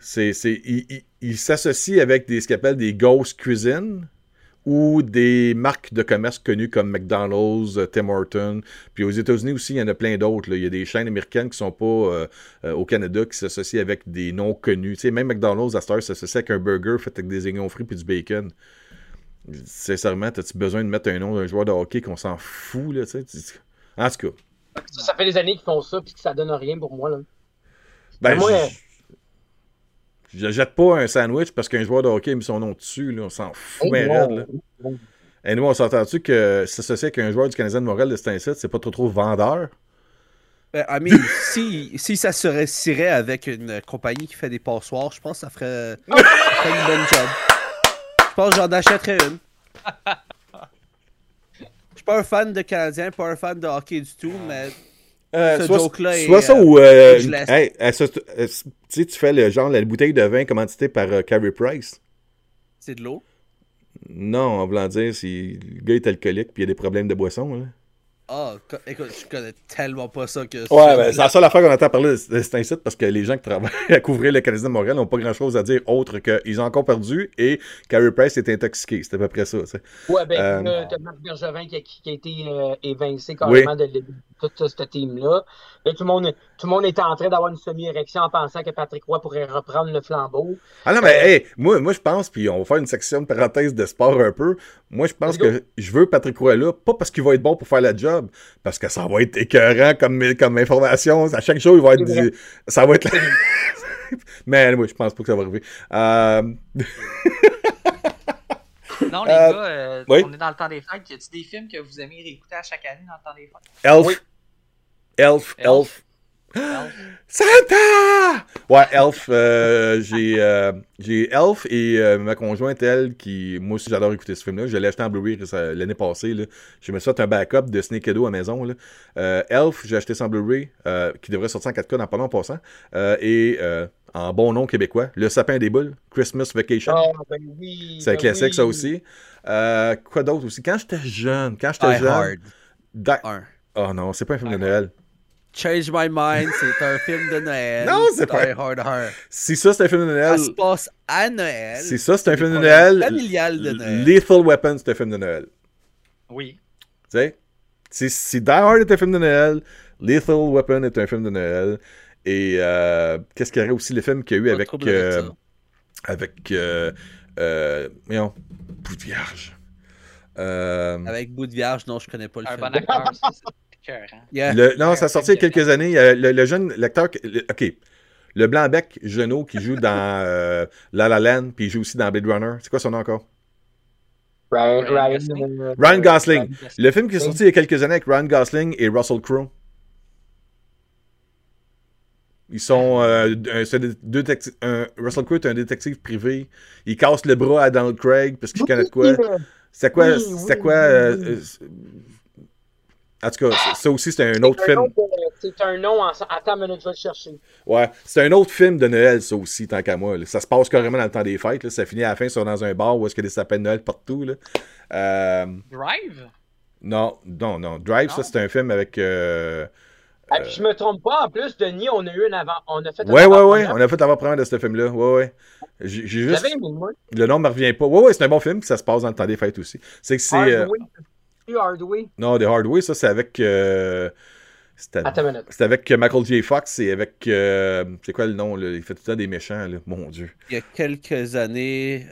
Ils s'associent avec ce qu'ils appellent des ghost cuisine ou des marques de commerce connues comme McDonald's, Tim Hortons. Puis aux États-Unis aussi, il y en a plein d'autres. Là. Il y a des chaînes américaines qui ne sont pas au Canada qui s'associent avec des noms connus. Tu sais, même McDonald's, à cette heure, s'associe avec un burger fait avec des oignons frits et du bacon. Sincèrement, as-tu besoin de mettre un nom d'un joueur de hockey qu'on s'en fout, là, tu sais? En tout cas. Ça fait des années qu'ils font ça puis que ça donne rien pour moi, là. Ben, moi, je jette pas un sandwich parce qu'un joueur de hockey a mis son nom dessus, là. On s'en fout bien raide, là. Et nous, on s'entend-tu que s'associer avec un joueur du Canadien de Montréal de cet incite, c'est pas trop vendeur? Si ça se réussirait avec une compagnie qui fait des passoires, je pense que ça ferait une bonne job. Je pense que j'en achèterais une. Je suis pas un fan de Canadien, pas un fan de hockey du tout, mais ce joke-là est... soit ça ou je laisse. tu sais, tu fais le genre la bouteille de vin commanditée par Carey Price. C'est de l'eau. Non, en voulant dire, si le gars est alcoolique puis il y a des problèmes de boisson. Là. Ah, écoute, je connais tellement pas ça que Ouais, ben, c'est la seule affaire qu'on entend parler de cet incite parce que les gens qui travaillent à couvrir le Canadien de Montréal n'ont pas grand-chose à dire autre qu'ils ont encore perdu et Carey Price est intoxiqué. C'est à peu près ça. T'sais. Ouais, ben, t'as Marc Bergevin qui a été évincé carrément de toute cette team-là. Là, tout le monde était en train d'avoir une semi-érection en pensant que Patrick Roy pourrait reprendre le flambeau. Ah non, mais hey, moi je pense, puis on va faire une section de parenthèse de sport un peu. Moi, je pense que je veux Patrick Roy là, pas parce qu'il va être bon pour faire la job, parce que ça va être écœurant comme information. À chaque jour, il va être ça va être mais moi, je pense pas que ça va arriver. Non, les gars, oui? on est dans le temps des fêtes. Y a-t-il des films que vous aimez réécouter à chaque année dans le temps des fêtes? Elf. Oui. Elf. Santa! Ouais, Elf. J'ai Elf et ma conjointe, elle, qui. Moi aussi, j'adore écouter ce film-là. Je l'ai acheté en Blu-ray l'année passée. Là. Je me suis fait un backup de Sneakado à la maison. Là. Elf, j'ai acheté ça en Blu-ray, qui devrait sortir en 4K dans pas long en passant. Et en bon nom québécois, Le Sapin des Boules, Christmas Vacation. Oh, ben oui. C'est un classique, ça aussi. Quoi d'autre aussi? Quand j'étais jeune. Oh non, c'est pas un film de Noël. Change My Mind, c'est un film de Noël. Non, c'est pas. Si ça, c'est un film de Noël. Ça se passe à Noël. Si ça, c'est un film de Noël. Familial de Noël. Lethal Weapon, c'est un film de Noël. Oui. Tu sais? Si Die Hard est un film de Noël, Lethal Weapon est un film de Noël. Et qu'est-ce qu'il y aurait aussi le film qu'il y a eu avec. Voyons, Bout de Vierge. Avec Bout de Vierge, non, je connais pas le film. Un bon acteur, c'est écœurant. Yeah. Non, ça a sorti il y a quelques années. Le jeune, l'acteur. OK. Le Blanc-Bec Jeannot qui joue dans La La Land, puis il joue aussi dans Blade Runner. C'est quoi son nom encore? Ryan Gosling. Le film qui est sorti il y a quelques années avec Ryan Gosling et Russell Crowe. Ils sont Russell Crowe est un détective privé. Il casse le bras à Donald Craig parce qu'il connaît de quoi. C'était quoi en tout cas, ça aussi, c'est un autre film. C'est un nom. Attends, mais je vais le chercher. Ouais, c'est un autre film de Noël, ça aussi, tant qu'à moi. Là. Ça se passe carrément dans le temps des fêtes. Là. Ça finit à la fin, sur dans un bar où est-ce qu'il y a des sapins de Noël partout. Là. Drive? Non. Drive, non? Ça, c'est un film avec... puis je me trompe pas, en plus, Denis, on a fait Ouais, on a fait avant-première de ce film-là. Ouais. J'ai juste... Le nom me revient pas. Ouais, c'est un bon film, ça se passe dans le temps des fêtes aussi. C'est que c'est... Hardway. Non, The Hardway, ça, c'est avec... C'était avec Michael J. Fox et avec... c'est quoi le nom, là? Il fait tout le temps des méchants, là. Mon Dieu. Il y a quelques années...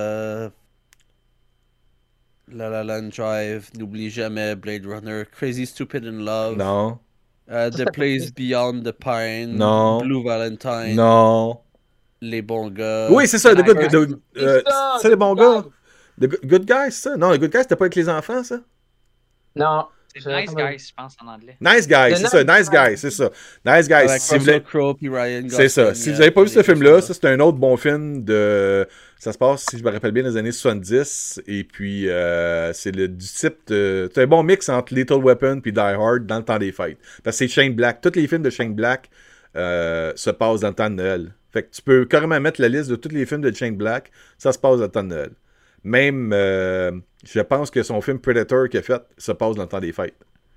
La La Land Drive, N'oublie jamais, Blade Runner, Crazy Stupid in Love. Non. The Place Beyond the Pine. Non. Blue Valentine. Non. Les bons gars. Oui, c'est ça, c'est les bons gars. The Good Guys, ça? Non, les Good Guys, c'était pas avec les enfants, ça? Non. C'est Nice Guys, je pense, en anglais. Nice Guys, c'est ça. Nice Guys, c'est ça. Nice Guys. Avec Russell Crowe puis Ryan Gosling. C'est ça. Si vous n'avez pas vu ce film-là, ça, c'est un autre bon film de... Ça se passe, si je me rappelle bien, dans les années 70. Et puis, c'est du type de... C'est un bon mix entre Lethal Weapon puis Die Hard dans le temps des fêtes. Parce que c'est Shane Black. Tous les films de Shane Black se passent dans le temps de Noël. Fait que tu peux carrément mettre la liste de tous les films de Shane Black. Ça se passe dans le temps de Noël. Même, je pense que son film Predator qu'il a fait se passe dans le temps des fêtes.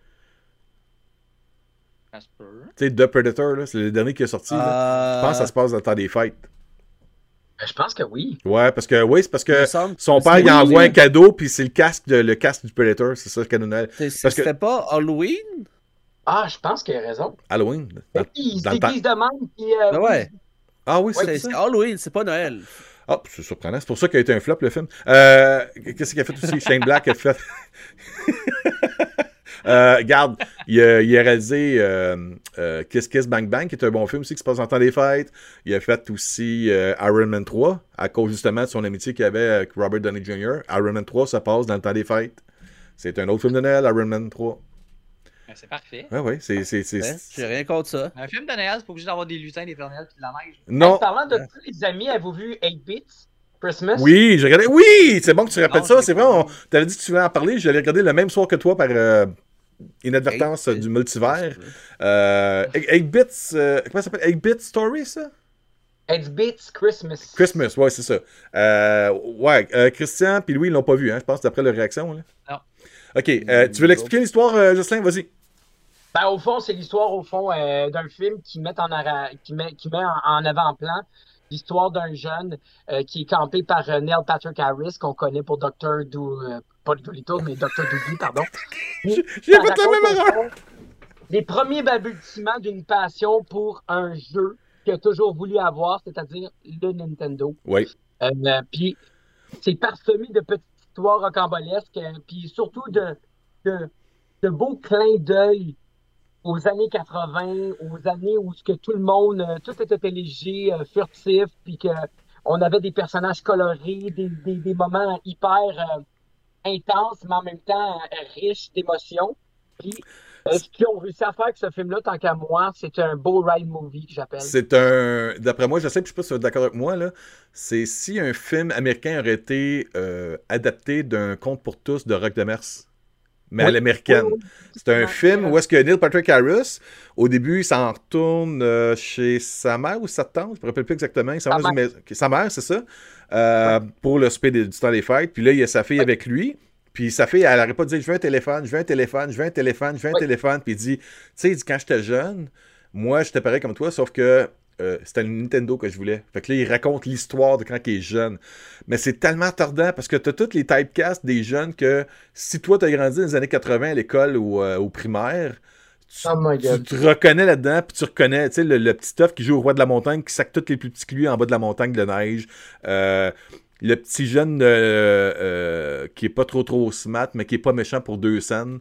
Tu sais, The Predator, là, c'est le dernier qui est sorti. Là. Je pense que ça se passe dans le temps des fêtes. Je pense que oui. Ouais, parce que son père, il envoie un cadeau, puis c'est le casque du Predator. C'est ça, le cadeau de Noël. C'était pas Halloween? Ah, je pense qu'il a raison. Halloween. Il se déguise de même, puis... ouais. Ah oui, c'est Halloween, c'est pas Noël. Ah, c'est surprenant. C'est pour ça qu'il a été un flop, le film. Qu'est-ce qu'il a fait aussi? Shane Black a fait... regarde, il a réalisé Kiss Kiss Bang Bang, qui est un bon film aussi, qui se passe en temps des fêtes. Il a fait aussi Iron Man 3, à cause justement de son amitié qu'il avait avec Robert Downey Jr. Iron Man 3, ça passe dans le temps des fêtes. C'est un autre film de Noël, Iron Man 3. C'est parfait. Ouais, c'est... J'ai rien contre ça. Un film de Noël, c'est pas obligé d'avoir des lutins, des Pères Noël et de la neige. Non. Parlant de ça, les amis, avez-vous vu 8 Bits? Christmas? Oui, j'ai regardé. Oui, c'est bon que tu rappelles Non, ça. je l'ai C'est pas vrai, vu. t'avais dit que tu voulais en parler. J'allais regarder le même soir que toi par inadvertance du multivers. 8 bits, comment ça s'appelle? 8-bit Story, ça? 8 Christmas. Christmas, ouais, c'est ça. Ouais, Christian puis Louis, ils l'ont pas vu, hein, je pense, d'après leur réaction. Là. Non. Ok, tu veux l'expliquer l'histoire, Jocelyn? Vas-y. Ben, au fond, c'est l'histoire d'un film qui met en avant-plan l'histoire d'un jeune qui est campé par Neil Patrick Harris, qu'on connaît pour pas Dolittle, mais Dr. Dooley, pardon. J'ai Puis, fait ça la raconte, même au erreur. fond, les premiers balbutiements d'une passion pour un jeu qu'il a toujours voulu avoir, c'est-à-dire le Nintendo. Oui. Puis c'est parsemé de petites histoires rocambolesques, puis surtout de beaux clins d'œil aux années 80, aux années où ce que tout le monde, tout était léger, furtif, puis que on avait des personnages colorés, des moments hyper intenses, mais en même temps riches d'émotions. Puis ce qu'ils ont réussi à faire avec ce film-là, tant qu'à moi, c'est un beau ride movie que j'appelle. C'est un. D'après moi, je sais, puis je sais pas si tu es d'accord avec moi, là. C'est si un film américain aurait été adapté d'un conte pour tous de Rock Demers, mais à Oui, l'américaine. oui, oui. C'est un film où est-ce que Neil Patrick Harris, au début, il s'en retourne chez sa mère ou sa tante, je ne me rappelle plus exactement. Il s'en va dans une maison. Sa mère, c'est ça, pour le souper du temps des fêtes. Puis là, il y a sa fille avec lui. Puis sa fille, elle n'arrête pas de dire, je veux un téléphone, je veux un téléphone, je veux un téléphone, je veux un téléphone. Puis il dit, tu sais, il dit, quand j'étais jeune, moi, j'étais pareil comme toi, sauf que c'était une Nintendo que je voulais. Fait que là, il raconte l'histoire de quand il est jeune. Mais c'est tellement tordant parce que t'as tous les typecasts des jeunes que si toi, t'as grandi dans les années 80 à l'école ou au primaire, tu, Oh my tu God. te reconnais là-dedans, puis tu reconnais, tu sais, le petit stuff qui joue au roi de la montagne, qui sac tous les plus petits que lui en bas de la montagne de neige. Le petit jeune qui est pas trop smart, mais qui est pas méchant pour 2 cents.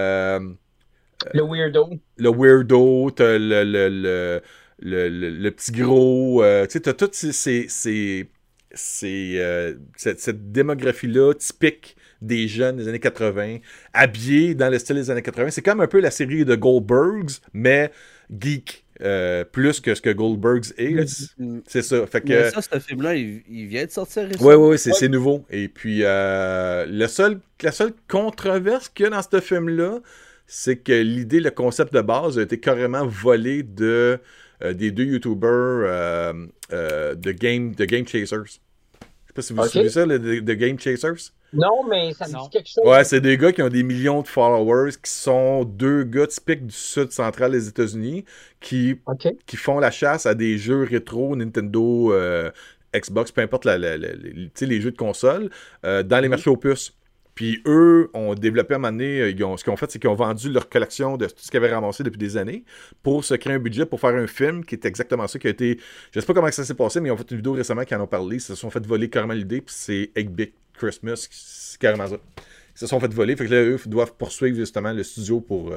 Le weirdo. Le weirdo, t'as le petit gros. Tu sais, t'as toutes cette démographie-là typique des jeunes des années 80, habillés dans le style des années 80. C'est comme un peu la série de Goldbergs, mais geek. Plus que ce que Goldbergs est. Là. C'est ça. Fait que, Mais ça, ce film-là, il vient de sortir récemment. ouais, c'est nouveau. Et puis, la seule controverse qu'il y a dans ce film-là, c'est que l'idée, le concept de base a été carrément volé des deux YouTubers de Game Chasers. Je sais pas si vous suivez ça, de Game Chasers. Non, mais ça me Non. dit quelque chose. Ouais, c'est des gars qui ont des millions de followers, qui sont deux gars typiques du sud central des États-Unis, qui font la chasse à des jeux rétro, Nintendo, Xbox, peu importe les jeux de console, dans les marchés aux puces. Puis eux ont développé à un moment donné, ce qu'ils ont fait, c'est qu'ils ont vendu leur collection de tout ce qu'ils avaient ramassé depuis des années pour se créer un budget pour faire un film qui est exactement ça, qui a été... Je sais pas comment ça s'est passé, mais ils ont fait une vidéo récemment qui en ont parlé. Ils se sont fait voler carrément l'idée, puis c'est 8-bit Christmas, c'est carrément ça. Ils se sont fait voler, fait que là, eux doivent poursuivre justement le studio pour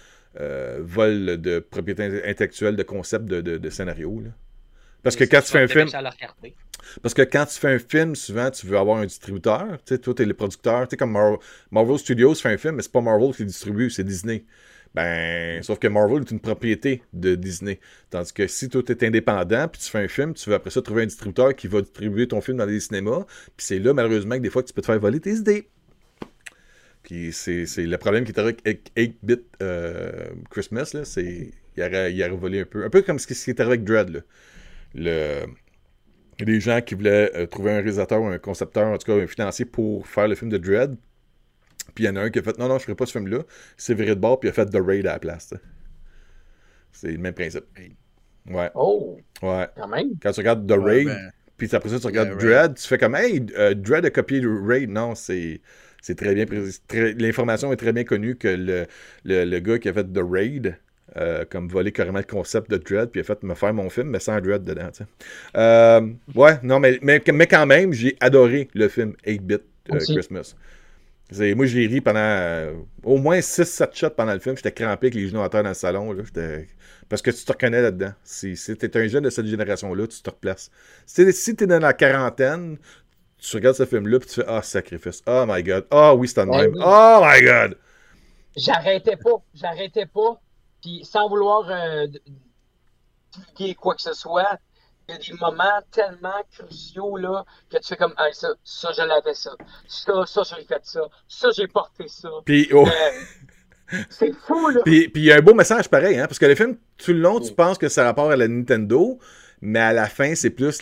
vol de propriété intellectuelle, de concept, de scénario. Là. Parce que quand tu fais un film... Parce que quand tu fais un film, souvent, tu veux avoir un distributeur. Tu sais, toi, t'es le producteur. Tu sais, comme Marvel Studios fait un film, mais c'est pas Marvel qui le distribue, c'est Disney. Ben, sauf que Marvel est une propriété de Disney. Tandis que si toi, t'es indépendant, puis tu fais un film, tu veux après ça trouver un distributeur qui va distribuer ton film dans les cinémas. Puis c'est là, malheureusement, que des fois, que tu peux te faire voler tes idées. Puis c'est le problème qui est avec 8-bit Christmas, là. Il aurait volé un peu. Un peu comme ce qui est arrivé avec Dread, là. Des gens qui voulaient trouver un réalisateur ou un concepteur, en tout cas un financier pour faire le film de Dread. Puis il y en a un qui a fait non, je ferai pas ce film-là. Il s'est viré de bord puis il a fait The Raid à la place. T'sais. C'est le même principe. Ouais. Oh! Ouais. Quand même. Quand tu regardes The Raid, puis après ça, tu regardes Dread, tu fais comme hey, Dread a copié Raid. Non, c'est très bien. L'information est très bien connue que le gars qui a fait The Raid. Comme voler carrément le concept de Dread, puis il a fait me faire mon film, mais sans Dread dedans. Ouais, non, mais quand même, j'ai adoré le film 8-bit Christmas. Moi, j'ai ri pendant au moins 6-7 shots pendant le film. J'étais crampé avec les genoux à terre dans le salon. Là, parce que tu te reconnais là-dedans. Si t'es un jeune de cette génération-là, tu te replaces. Si t'es dans la quarantaine, tu regardes ce film-là, puis tu fais « Ah, sacrifice. Oh my God. Ah oui, c'est un même. Oui. Oh my God. » J'arrêtais pas. Puis sans vouloir divulguer quoi que ce soit, il y a des moments tellement cruciaux là, que tu fais comme hey, ça, je l'avais ça. Ça, j'ai fait ça. Ça, j'ai porté ça. Puis, oh, C'est fou, là. puis il y a un beau message pareil, hein, parce que le film, tout le long, tu penses que ça a rapport à la Nintendo, mais à la fin, c'est plus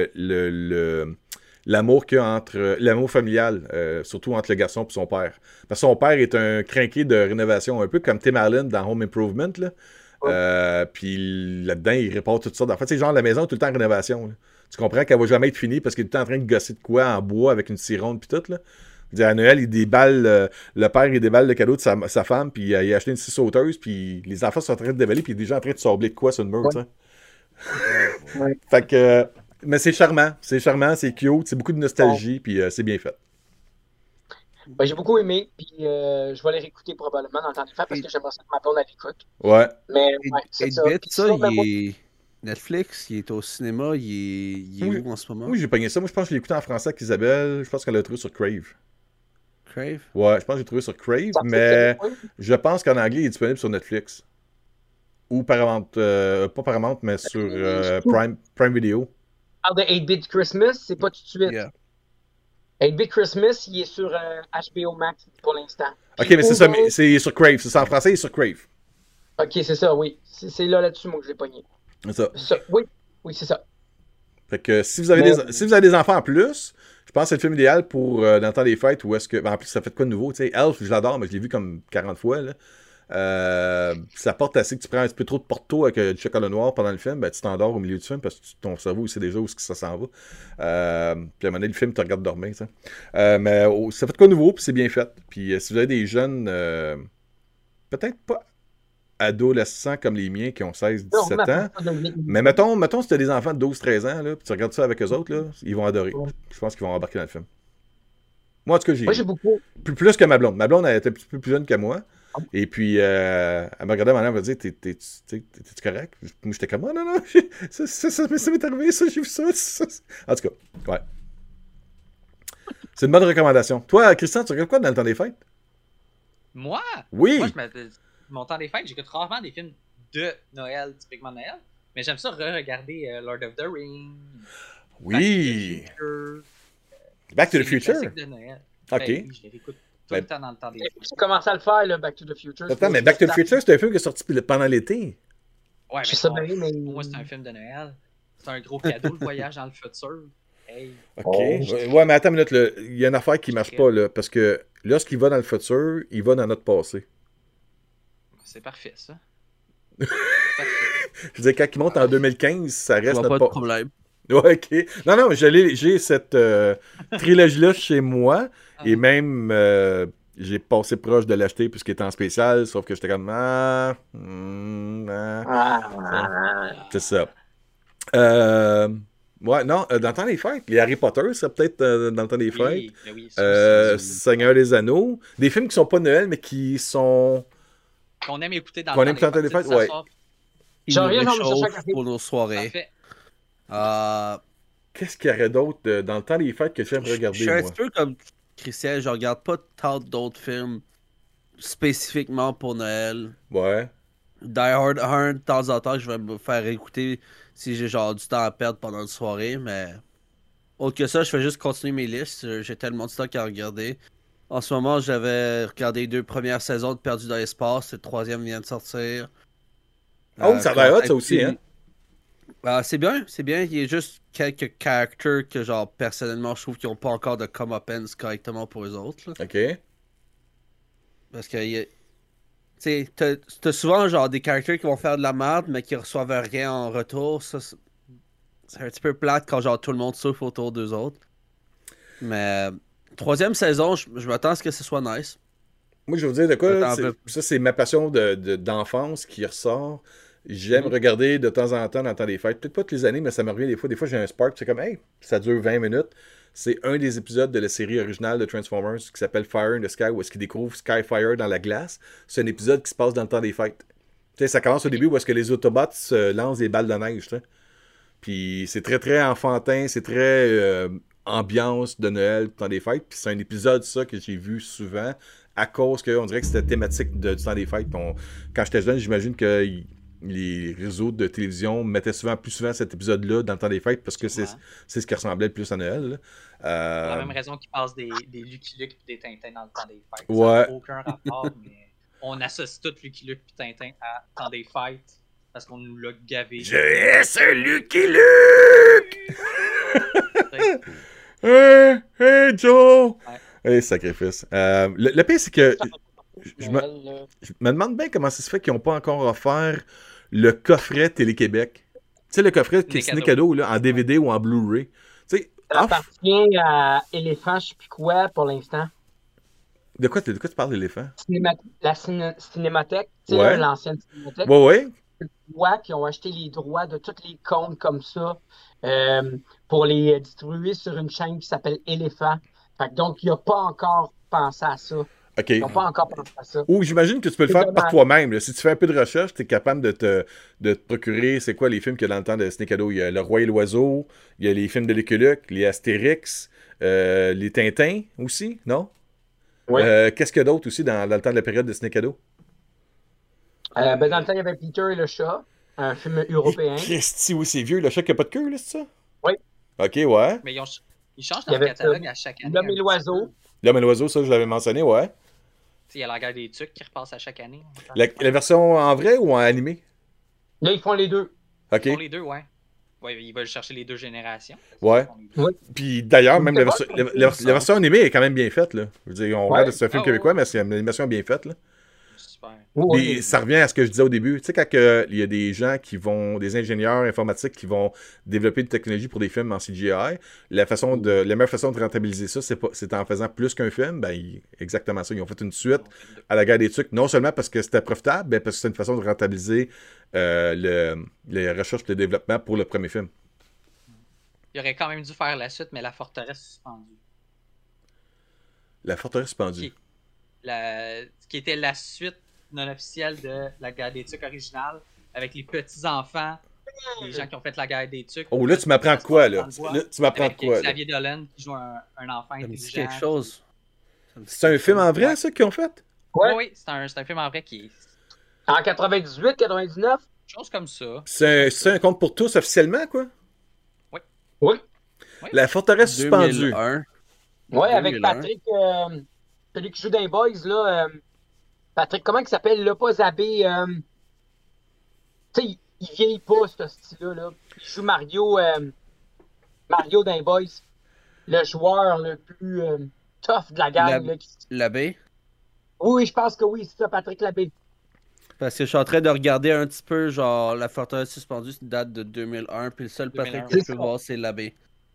l'amour qu'il y a entre l'amour familial, surtout entre le garçon et son père. Parce que son père est un crinqué de rénovation, un peu comme Tim Allen dans Home Improvement, là. Puis là-dedans, il répare toutes sortes. En fait, c'est genre la maison est tout le temps en rénovation. Là. Tu comprends qu'elle va jamais être finie parce qu'il est tout le temps en train de gosser de quoi en bois avec une scie ronde puis tout. Là. Je veux dire, à Noël, il déballe, le père, il déballe le cadeau de sa femme, puis il a acheté une scie sauteuse, puis les enfants sont en train de déballer, puis il est déjà en train de sabler de quoi sur le mur, tu sais. Fait que. Mais c'est charmant, c'est cute, c'est beaucoup de nostalgie, puis c'est bien fait. Ben, j'ai beaucoup aimé, puis je vais les réécouter probablement dans le temps des fêtes parce que j'aimerais ça que ma blonde elle l'écoute. Ouais. Mais ouais, c'est ça. Puis ça, ben, moi, il est Netflix, il est au cinéma, il est où en ce moment? Oui, j'ai pogné ça. Moi, je pense que je l'ai écouté en français avec Isabelle. Je pense qu'elle l'a trouvé sur Crave. Crave? Ouais, je pense que j'ai trouvé sur Crave, ça mais fait que- oui. je pense qu'en anglais, il est disponible sur Netflix. Ou Paramount, pas Paramount, mais sur Prime Video. Parle de 8-Bit Christmas, c'est pas tout de suite. Yeah. 8-Bit Christmas, il est sur HBO Max pour l'instant. Ok, Puis mais c'est ça, Hulu- mais c'est sur Crave. C'est ça en français, il est sur Crave. Ok, c'est ça, oui. C'est là-dessus, moi, que je l'ai pogné. C'est ça. Oui, c'est ça. Fait que si vous avez, si vous avez des enfants en plus, je pense que c'est le film idéal pour dans le temps des fêtes où est-ce que. Ben, en plus, ça fait de quoi de nouveau, tu sais. Elf, je l'adore, mais je l'ai vu comme 40 fois, là. Ça porte assez que tu prends un petit peu trop de porto avec du chocolat noir pendant le film, ben tu t'endors au milieu du film parce que ton cerveau il sait déjà où ça s'en va. Puis à un moment donné, le film te regarde dormir. Mais ça fait de quoi de nouveau, puis c'est bien fait. Puis si vous avez des jeunes, peut-être pas adolescents comme les miens qui ont 16-17 ans, mais mettons si tu as des enfants de 12-13 ans, là, puis tu regardes ça avec eux autres, là, ils vont adorer. Je pense qu'ils vont embarquer dans le film. Moi, en tout cas, Moi, j'ai beaucoup. plus que ma blonde. Ma blonde, elle était un petit peu plus jeune que moi. Et puis, elle m'a regardé, elle m'a dit, t'es-tu correct? Moi, j'étais comme, oh, non, ça m'est arrivé, ça, j'ai vu ça. En tout cas, ouais. C'est une bonne recommandation. Toi, Christian, tu regardes quoi dans le temps des fêtes? Moi? Oui! Moi, mon temps des fêtes, j'écoute rarement des films de Noël, typiquement Noël. Mais j'aime ça re-regarder Lord of the Rings. Oui! Back Back to the Future. to the Future? C'est des classiques de Noël. Ok. Ben oui, je les réécoute tout le temps dans le temps des fêtes. J'ai commencé à le faire, là, Back to the Future. Attends, mais Back to the Future, c'est un film qui est sorti pendant l'été. Ouais, Je mais sais pour bien, mais- moi, c'est un film de Noël. C'est un gros cadeau, le voyage dans le futur. Hey. OK. Oh. Ouais, mais attends une minute, là. Il y a une affaire qui marche pas, là. Parce que lorsqu'il va dans le futur, il va dans notre passé. C'est parfait, ça. Je veux dire, quand il monte en 2015, ça Je reste vois pas notre de problème. Ouais, ok. Non, j'ai cette trilogie-là chez moi. Et même, j'ai passé proche de l'acheter puisqu'il était en spécial. Sauf que j'étais comme, c'est ça. Ouais, non, dans le temps des fêtes, les Harry Potter, c'est peut-être dans le temps des fêtes. Oui, ben oui, ça aussi. Seigneur des Anneaux. Des films qui sont pas Noël, mais qui sont. Qu'on aime écouter dans Qu'on le aime temps dans des le temps fêtes. des fêtes, ouais. Il J'en nous reviens, non, mais réchauffe cherche un café. pour nos soirées. Parfait. Qu'est-ce qu'il y aurait d'autre dans le temps des fêtes que j'aime regarder, Je suis un moi? petit peu comme Christian, je regarde pas tant d'autres films spécifiquement pour Noël. Ouais. Die Hard 1, de temps en temps, je vais me faire écouter si j'ai genre du temps à perdre pendant une soirée, mais autre que ça, je fais juste continuer mes listes. J'ai tellement de stock à regarder. En ce moment, j'avais regardé les 2 premières saisons de Perdu dans l'espace, le 3e vient de sortir. Ah oui, ça a l'air hot, ça aussi, hein? C'est bien. Il y a juste quelques characters que, genre, personnellement, je trouve qu'ils n'ont pas encore de comeuppance correctement pour eux autres. Là. OK. Parce que, tu sais, t'as souvent, genre, des characters qui vont faire de la merde, mais qui reçoivent rien en retour. Ça, c'est un petit peu plate quand, genre, tout le monde souffre autour d'eux autres. Mais, 3e saison, je m'attends à ce que ce soit nice. Moi, je vais vous dire de quoi, là, Attends un peu. ça, c'est ma passion d'enfance qui ressort. J'aime regarder de temps en temps dans le temps des fêtes. Peut-être pas toutes les années, mais ça me revient des fois. Des fois, j'ai un spark, c'est comme, hey, ça dure 20 minutes. C'est un des épisodes de la série originale de Transformers qui s'appelle Fire in the Sky, où est-ce qu'ils découvrent Skyfire dans la glace. C'est un épisode qui se passe dans le temps des fêtes. Tu sais, ça commence au début où est-ce que les Autobots lancent des balles de neige, tu sais. Puis c'est très, très enfantin, c'est très ambiance de Noël, temps des fêtes. Puis c'est un épisode, ça, que j'ai vu souvent à cause qu'on dirait que c'était thématique du temps des fêtes. Quand j'étais jeune, j'imagine que les réseaux de télévision mettaient plus souvent cet épisode-là dans le temps des fêtes parce que c'est ce qui ressemblait le plus à Noël. Pour la même raison qu'ils passent des Lucky Luke et des Tintins dans le temps des fêtes. Ouais. Ça n'a aucun rapport, mais on associe tout Lucky Luke et Tintin à temps des fêtes parce qu'on nous l'a gavé. Je hais ce Lucky Luke! Hey Joe! Ouais. Hey, sacrifice. Le pire, c'est que je me demande bien comment ça se fait qu'ils n'ont pas encore offert le coffret Télé-Québec. Tu sais, le coffret qui est Ciné Cadeau là, en DVD ou en Blu-ray. Tu sais, ça appartient à Éléphant, je sais plus quoi, pour l'instant. De quoi tu parles, l'éléphant? La Cinémathèque, tu sais, l'ancienne Cinémathèque. Ouais. Qui ont acheté les droits de tous les comptes comme ça pour les distribuer sur une chaîne qui s'appelle Éléphant. Fait que donc, il n'a pas encore pensé à ça. OK. Ils n'ont pas encore pensé à ça. Ou j'imagine que tu peux le faire par toi-même. Là. Si tu fais un peu de recherche, tu es capable de te procurer, c'est quoi les films qu'il y a dans le temps de Ciné Cadeau? Il y a Le Roi et l'Oiseau, il y a les films de Lucky Luke, les Astérix, les Tintins aussi, non? Oui. Qu'est-ce qu'il y a d'autre aussi dans le temps de la période de Ciné Cadeau? Dans le temps, il y avait Peter et le chat, un film européen. Christy, oui, c'est vieux. Le chat qui n'a pas de queue, là, c'est ça? Oui. OK, ouais. Mais ils changent leur catalogue à chaque année. L'homme et l'oiseau. L'homme et l'oiseau, ça, je l'avais mentionné, ouais. Il y a la guerre des tucs qui repasse à chaque année. La version en vrai ou en animé? Là, ils font les deux. OK. Ils font les deux, ouais. Ouais, ils veulent chercher les deux générations. Ouais. Puis d'ailleurs, même la version animée est quand même bien faite, là. Je veux dire, on regarde c'est un film québécois, mais c'est une animation bien faite, là. Super. Puis ça revient à ce que je disais au début. Tu sais, quand il y a des gens des ingénieurs informatiques qui vont développer une technologie pour des films en CGI, la meilleure façon de rentabiliser ça, c'est en faisant plus qu'un film. Ben, exactement ça. Ils ont fait une suite à La Guerre des Tucs, non seulement parce que c'était profitable, mais parce que c'est une façon de rentabiliser les recherches et le développement pour le premier film. Il aurait quand même dû faire la suite, mais La Forteresse suspendue. La Forteresse suspendue. Qui était la suite non officielle de La Guerre des Tucs originale, avec les petits-enfants, les gens qui ont fait La Guerre des Tucs. Oh, là, tu m'apprends de quoi, là? Tu m'apprends de quoi, Xavier Dolan qui joue un enfant intelligent. quelque chose. C'est un film en vrai, ça, qu'ils ont fait? Oui, c'est un film en vrai qui est... En 98, 99? Chose comme ça. C'est un conte pour tous, officiellement, quoi? Oui. La Forteresse suspendue. 2001. Oui, avec Patrick... celui qui joue dans les Boys, là... Patrick, comment il s'appelle, là? Pas Zabé... Tu sais, il vieillit pas, ce style-là, là. Il joue Mario dans les Boys. Le joueur le plus tough de la gang. Labbé? Oui, je pense que oui, c'est ça, Patrick Labbé. Parce que je suis en train de regarder un petit peu, genre, La Forteresse suspendue, c'est une date de 2001, puis le seul Patrick que je peux voir, c'est Labbé.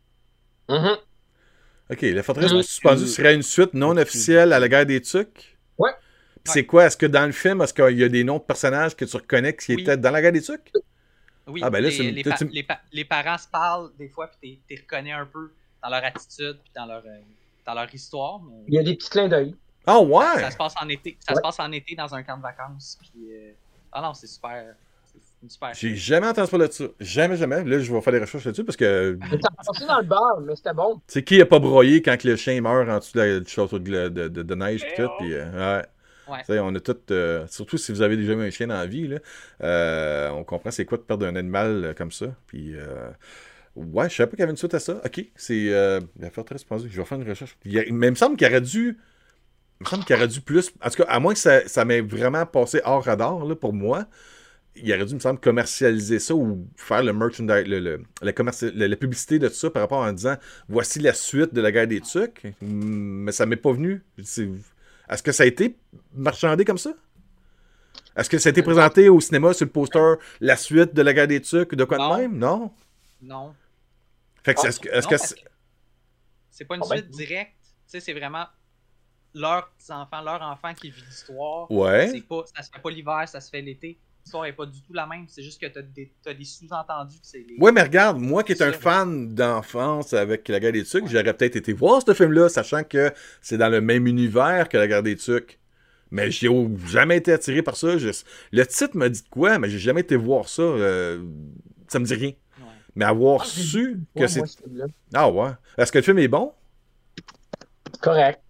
OK, La Forteresse suspendue serait une suite non officielle à La Guerre des Tucs? Ouais. C'est quoi? Est-ce que dans le film, est-ce qu'il y a des noms de personnages que tu reconnais qui étaient dans La Guerre des Tucs? Oui, ah, ben là, les parents se parlent des fois, puis tu reconnais un peu dans leur attitude, puis dans leur histoire. Mais... Il y a des petits clins d'œil. Ah ouais! Ça se passe en été. Ça se passe en été dans un camp de vacances. Puis, ah non, c'est super. C'est super. J'ai jamais entendu parler de ça. Jamais. Là, je vais faire des recherches là-dessus parce que. Ça passé dans le bar, mais c'était bon. Tu sais, qui a pas broyé quand le chien meurt en dessous du château de neige et tout? Puis, ouais. On a tout. Surtout si vous avez déjà eu un chien dans la vie, là, on comprend c'est quoi de perdre un animal comme ça. Puis. Ouais, je savais pas qu'il y avait une suite à ça. Ok, c'est la Forteresse suspendue. Je vais faire une recherche. Mais il me semble qu'il aurait dû. Il me semble qu'il aurait dû plus. En tout cas, à moins que ça m'ait vraiment passé hors radar là, pour moi, il aurait dû, me semble, commercialiser ça ou faire le merchandise, la publicité de tout ça par rapport en disant voici la suite de La Guerre des Tucs. Mais ça m'est pas venu. Est-ce que ça a été marchandé comme ça? Est-ce que ça a été présenté au cinéma sur le poster la suite de La Guerre des Tucs ou de quoi de même? Non. Non. Fait que c'est pas une suite directe. Tu sais, c'est vraiment leurs petits-enfants, leur enfant qui vit l'histoire. Ouais. Ça se fait pas l'hiver, ça se fait l'été. L'histoire est pas du tout la même. C'est juste que t'as des sous-entendus. Ouais, mais regarde, moi qui est un fan d'enfance avec La Guerre des Tucs, j'aurais peut-être été voir ce film-là, sachant que c'est dans le même univers que La Guerre des Tucs. Mais j'ai jamais été attiré par ça. Le titre me dit de quoi, mais j'ai jamais été voir ça. Ça me dit rien. Ouais. Mais avoir su que c'est... Ah ouais. Est-ce que le film est bon? Correct.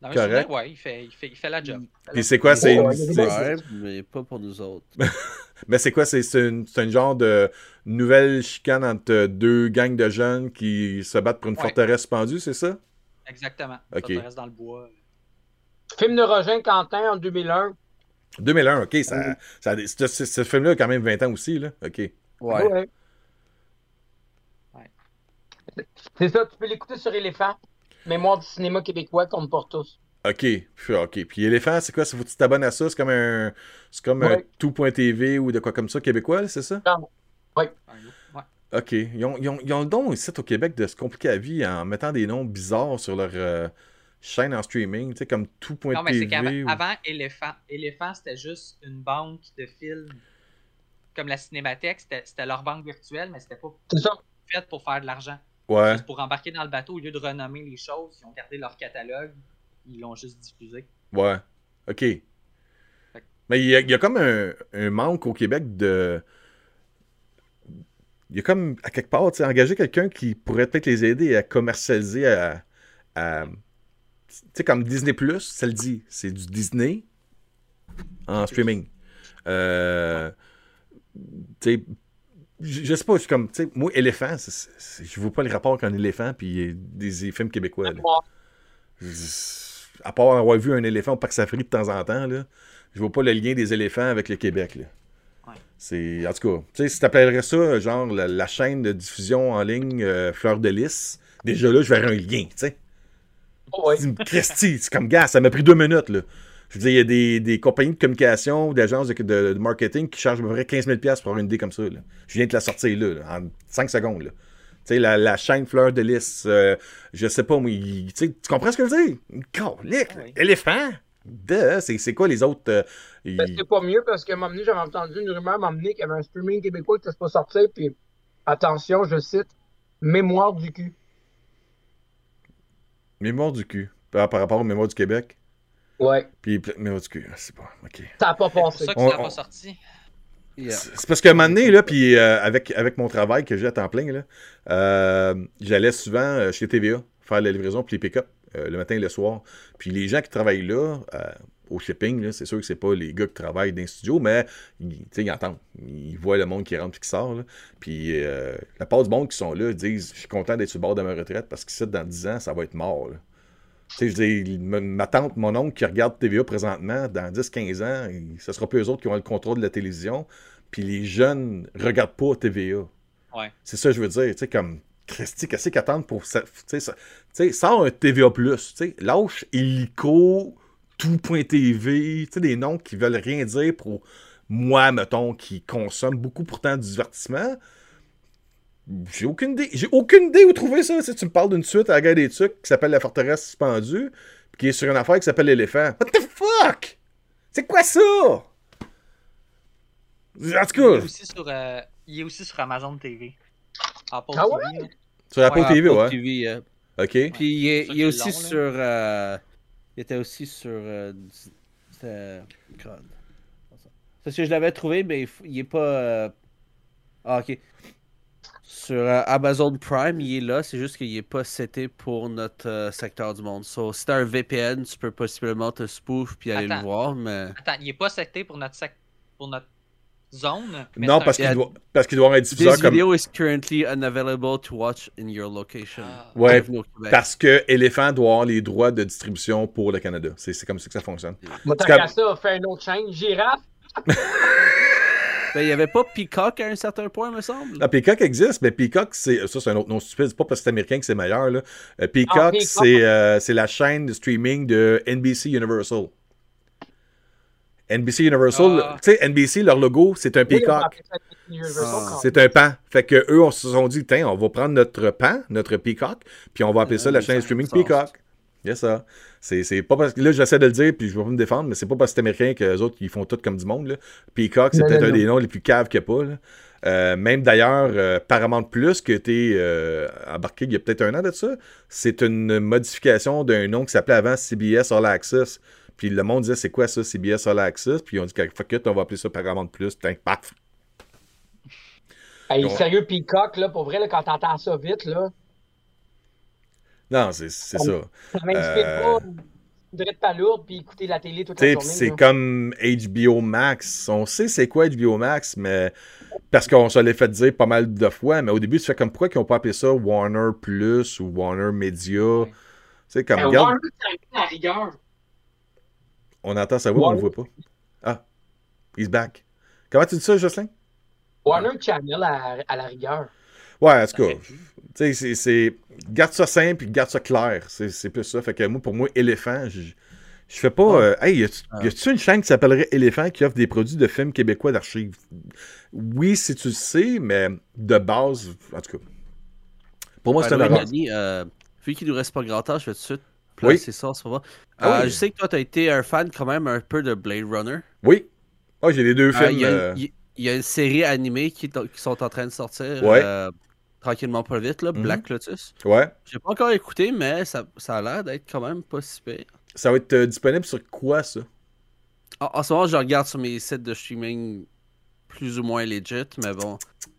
Dans mes Correct. souvenirs, ouais, il fait la job. Puis c'est quoi? Ouais, Ouais, mais pas pour nous autres. Mais c'est quoi? C'est un genre de nouvelle chicane entre deux gangs de jeunes qui se battent pour une Ouais. forteresse suspendue, c'est ça? Exactement. Ok. Ça reste dans le bois. Film de Roger Quentin en 2001. 2001, ok. Ce film-là a quand même 20 ans aussi, là. Ok. Ouais. Ouais. Ouais. C'est ça, tu peux l'écouter sur Éléphant. Mémoire du cinéma québécois qu'on porte tous. Ok. Puis Éléphant, c'est quoi? Faut que tu t'abonnes à ça? C'est comme un Ouais. tout.tv ou de quoi comme ça, québécois, là, c'est ça? Ouais. Ok. Ils ont le don ici au Québec de se compliquer la vie en mettant des noms bizarres sur leur chaîne en streaming, tu sais, comme tout.tv. Non, mais c'est qu'avant ou... avant Éléphant, c'était juste une banque de films. Comme la Cinémathèque, c'était leur banque virtuelle, mais c'était pas C'est ça. fait pour faire de l'argent. Ouais. Juste pour embarquer dans le bateau, au lieu de renommer les choses, ils ont gardé leur catalogue, ils l'ont juste diffusé. Ouais. OK. Mais il y a comme un manque au Québec de... Il y a comme, à quelque part, tu sais, engager quelqu'un qui pourrait peut-être les aider à commercialiser tu sais, comme Disney+, ça le dit, c'est du Disney en streaming. Tu sais, je sais pas, je suis comme, tu sais, moi, éléphant, je vois pas le rapport qu'un éléphant puis des films québécois, là. À part avoir vu un éléphant au Parc Safari de temps en temps, là, je vois pas le lien des éléphants avec le Québec, là. Ouais. C'est, en tout cas, tu sais, si t'appellerais ça, genre, la chaîne de diffusion en ligne Fleur de Lys, déjà là, je verrais un lien, tu sais. Oh, ouais. Christy, c'est comme, gars, ça m'a pris 2 minutes, là. Je veux dire, il y a des compagnies de communication ou d'agences de marketing qui chargent à peu près 15 000$ pour avoir une idée comme ça, là. Je viens de la sortir là, en 5 secondes, là. Tu sais, la chaîne Fleur de Lys, je sais pas, moi, tu comprends ce que je veux dire? Colique, Oui. éléphant! C'est quoi les autres? C'est pas mieux parce que m'amener, j'avais entendu une rumeur m'amener qu'il y avait un streaming québécois qui ne pas sortir, puis attention, je cite, mémoire du cul. Mémoire du cul. Par rapport au Mémoire du Québec. Ouais, Puis Mémoire du cul, c'est pas. OK. ça n'a pas C'est pour passé. ça que On- ça n'a on- pas sorti. Yeah. C'est parce qu'à un moment donné, là, puis avec mon travail que j'ai à temps plein, là, j'allais souvent chez TVA faire la livraison puis les pick-up le matin et le soir. Puis les gens qui travaillent là, au shipping, là, c'est sûr que c'est pas les gars qui travaillent dans les studios, mais ils entendent. Ils voient le monde qui rentre et qui sort. Là. Puis la part du monde qui sont là ils disent « Je suis content d'être sur le bord de ma retraite parce qu'ici, dans 10 ans, ça va être mort. » Tu sais, je dis, ma tante, mon oncle qui regarde TVA présentement, dans 10-15 ans, ce sera plus eux autres qui auront le contrôle de la télévision. Puis les jeunes regardent pas TVA. Ouais. C'est ça que je veux dire. Tu sais, comme, Christy, qu'est-ce qu'ils attendent pour ça? Tu sais, sors un TVA+. Tu sais, lâche Illico, tout.tv, tu sais, des noms qui veulent rien dire pour moi, mettons, qui consomme beaucoup pourtant du divertissement. J'ai aucune idée où trouver ça. Tu sais, tu me parles d'une suite à la guerre des Tucs qui s'appelle La Forteresse Suspendue, puis qui est sur une affaire qui s'appelle L'éléphant. What the fuck? C'est quoi ça? En tout Il est cas, aussi sur Amazon TV. Apple Ah TV, là. sur Apple Ouais, TV, Apple ouais. TV, OK. Puis il est, Ça, il est c'est aussi long, là. sur. Il était aussi sur. God. Parce que je l'avais trouvé, mais il est pas. Ah, ok. Sur Amazon Prime, il est là, c'est juste qu'il est pas seté pour notre secteur du monde. So, si t'as un VPN, tu peux possiblement te spoof puis aller Attends. le voir, mais. Attends, il n'est pas secté pour notre zone. Mais Non, c'est parce un- qu'il doit avoir un diffuseur This comme. video is currently unavailable to watch in your location. Ah. Ouais, Bienvenue au Québec. parce que Elephant doit avoir les droits de distribution pour le Canada. C'est comme ça que ça fonctionne. Moi, tant C'est qu'à ça, fais une autre chaîne. Girafe. Ben, il y avait pas Peacock à un certain point, me semble. La Peacock existe, mais Peacock, c'est un autre nom stupide. C'est pas parce que c'est américain que c'est meilleur. Là. Peacock, Ah, Peacock. c'est la chaîne de streaming de NBC Universal. NBC Universal, Ah. tu sais, NBC, leur logo, c'est un Oui, on va Peacock. appeler ça Universal Ah. quand- C'est un pan. Fait que eux, on se sont dit, tiens, on va prendre notre pan, notre Peacock, puis on va appeler ça la oui, chaîne de ça streaming fait sens. Peacock. Yes, ça. C'est pas parce que là, j'essaie de le dire, puis je vais pas me défendre, mais c'est pas parce que c'est américain que les autres, ils font tout comme du monde. Là. Peacock, c'est Non, peut-être non, un non. des noms les plus caves qu'il n'y a pas. Là. Même d'ailleurs, Paramount Plus, qui a été embarqué il y a peut-être un an de ça, c'est une modification d'un nom qui s'appelait avant CBS All Access. Puis le monde disait, c'est quoi ça, CBS All Access? Puis on dit, fuck it, on va appeler ça Paramount Plus. Tain, paf! Hey, Ouais. sérieux, Peacock, là, pour vrai, là, quand t'entends ça vite, là, Non, c'est ça. ça m'inspire Euh, pas. de palourde puis écouter la télé toute Tu la sais, journée. c'est là. comme HBO Max. On sait c'est quoi HBO Max, mais parce qu'on se l'est fait dire pas mal de fois, mais au début, tu fais comme pourquoi ils n'ont pas appelé ça Warner Plus ou Warner Media. Ouais. Tu sais, comme, regarde, Warner Channel, à la rigueur. on entend sa voix, mais on le voit pas. Ah, he's back. Comment tu dis ça, Jocelyn? Warner Channel à la rigueur. Ouais, en tout Ça cas, fait plus. tu sais, c'est garde ça simple et garde ça clair. C'est plus ça. Fait que moi, pour moi, éléphant, je fais pas. Hey, y a-tu une chaîne qui s'appellerait Éléphant qui offre des produits de films québécois d'archives? Oui, si tu le sais, mais de base, en tout cas. Pour moi, c'est un Louis, erreur. Denis, vu qu'il nous reste pas grand temps, je vais tout de suite Oui. placer ça en ce moment. Ah oui. Je sais que toi, tu as été un fan quand même un peu de Blade Runner. Oui. Ah, j'ai les deux Il films. y a une série animée qui sont en train de sortir Ouais. tranquillement pas vite, là, Black Lotus. Ouais. J'ai pas encore écouté, mais ça a l'air d'être quand même pas si pire. Ça va être disponible sur quoi, ça? En ce moment, je regarde sur mes sites de streaming plus ou moins legit, mais bon.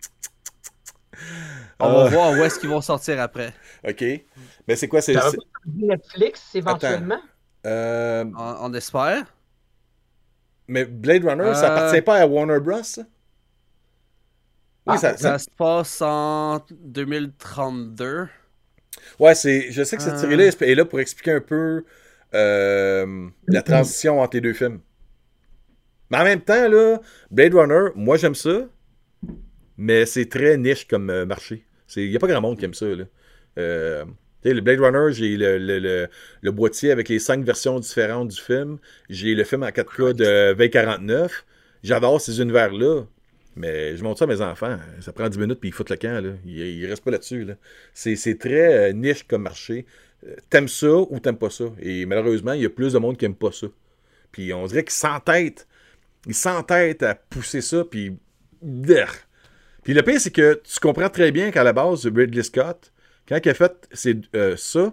On va voir où est-ce qu'ils vont sortir après. OK. Mais c'est quoi? Ça va pas sur Netflix, éventuellement? On espère. Mais Blade Runner, ça appartient pas à Warner Bros, ça? Oui, Ça se passe en 2032. Ouais, je sais que cette série-là est là pour expliquer un peu la transition entre les deux films. Mais en même temps, là, Blade Runner, moi j'aime ça, mais c'est très niche comme marché. Il n'y a pas grand monde qui aime ça. Là. Tu sais, le Blade Runner, j'ai le boîtier avec les 5 versions différentes du film. J'ai le film en 4K de 2049. J'adore ces univers-là. Mais je montre ça à mes enfants. Ça prend 10 minutes puis ils foutent le camp. Là. Ils restent pas là-dessus. Là. C'est très niche comme marché. T'aimes ça ou t'aimes pas ça. Et malheureusement, il y a plus de monde qui aime pas ça. Puis on dirait qu'ils s'entêtent. Ils s'entêtent à pousser ça. Puis le pire, c'est que tu comprends très bien qu'à la base, Ridley Scott, quand il a fait ça,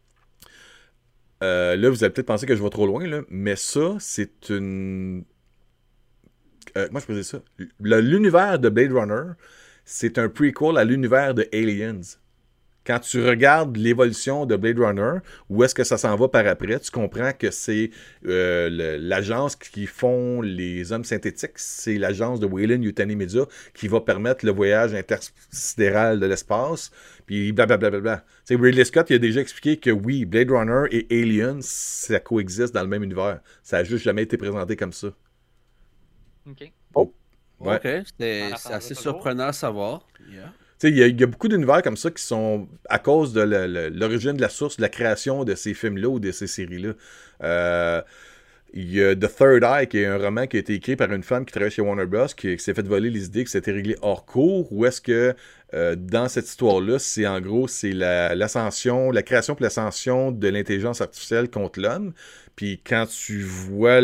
là, vous allez peut-être penser que je vais trop loin, là, mais ça, c'est une... comment je peux dire ça? L'univers de Blade Runner, c'est un prequel à l'univers de Aliens. Quand tu regardes l'évolution de Blade Runner, où est-ce que ça s'en va par après, tu comprends que c'est l'agence qui font les hommes synthétiques, c'est l'agence de Weyland Yutani Media qui va permettre le voyage intersidéral de l'espace, puis blablabla. Tu sais, Ridley Scott il a déjà expliqué que oui, Blade Runner et Aliens, ça coexiste dans le même univers. Ça n'a juste jamais été présenté comme ça. Ok. Oh. Ouais. Ok, c'est assez surprenant à savoir. Yeah. Il y a beaucoup d'univers comme ça qui sont à cause de l'origine de la source, de la création de ces films-là ou de ces séries-là. Il y a The Third Eye, qui est un roman qui a été écrit par une femme qui travaille chez Warner Bros., qui s'est fait voler les idées, qui s'était réglé hors cours, ou est-ce que dans cette histoire-là, c'est en gros, c'est l'ascension, la création et l'ascension de l'intelligence artificielle contre l'homme. Puis quand tu vois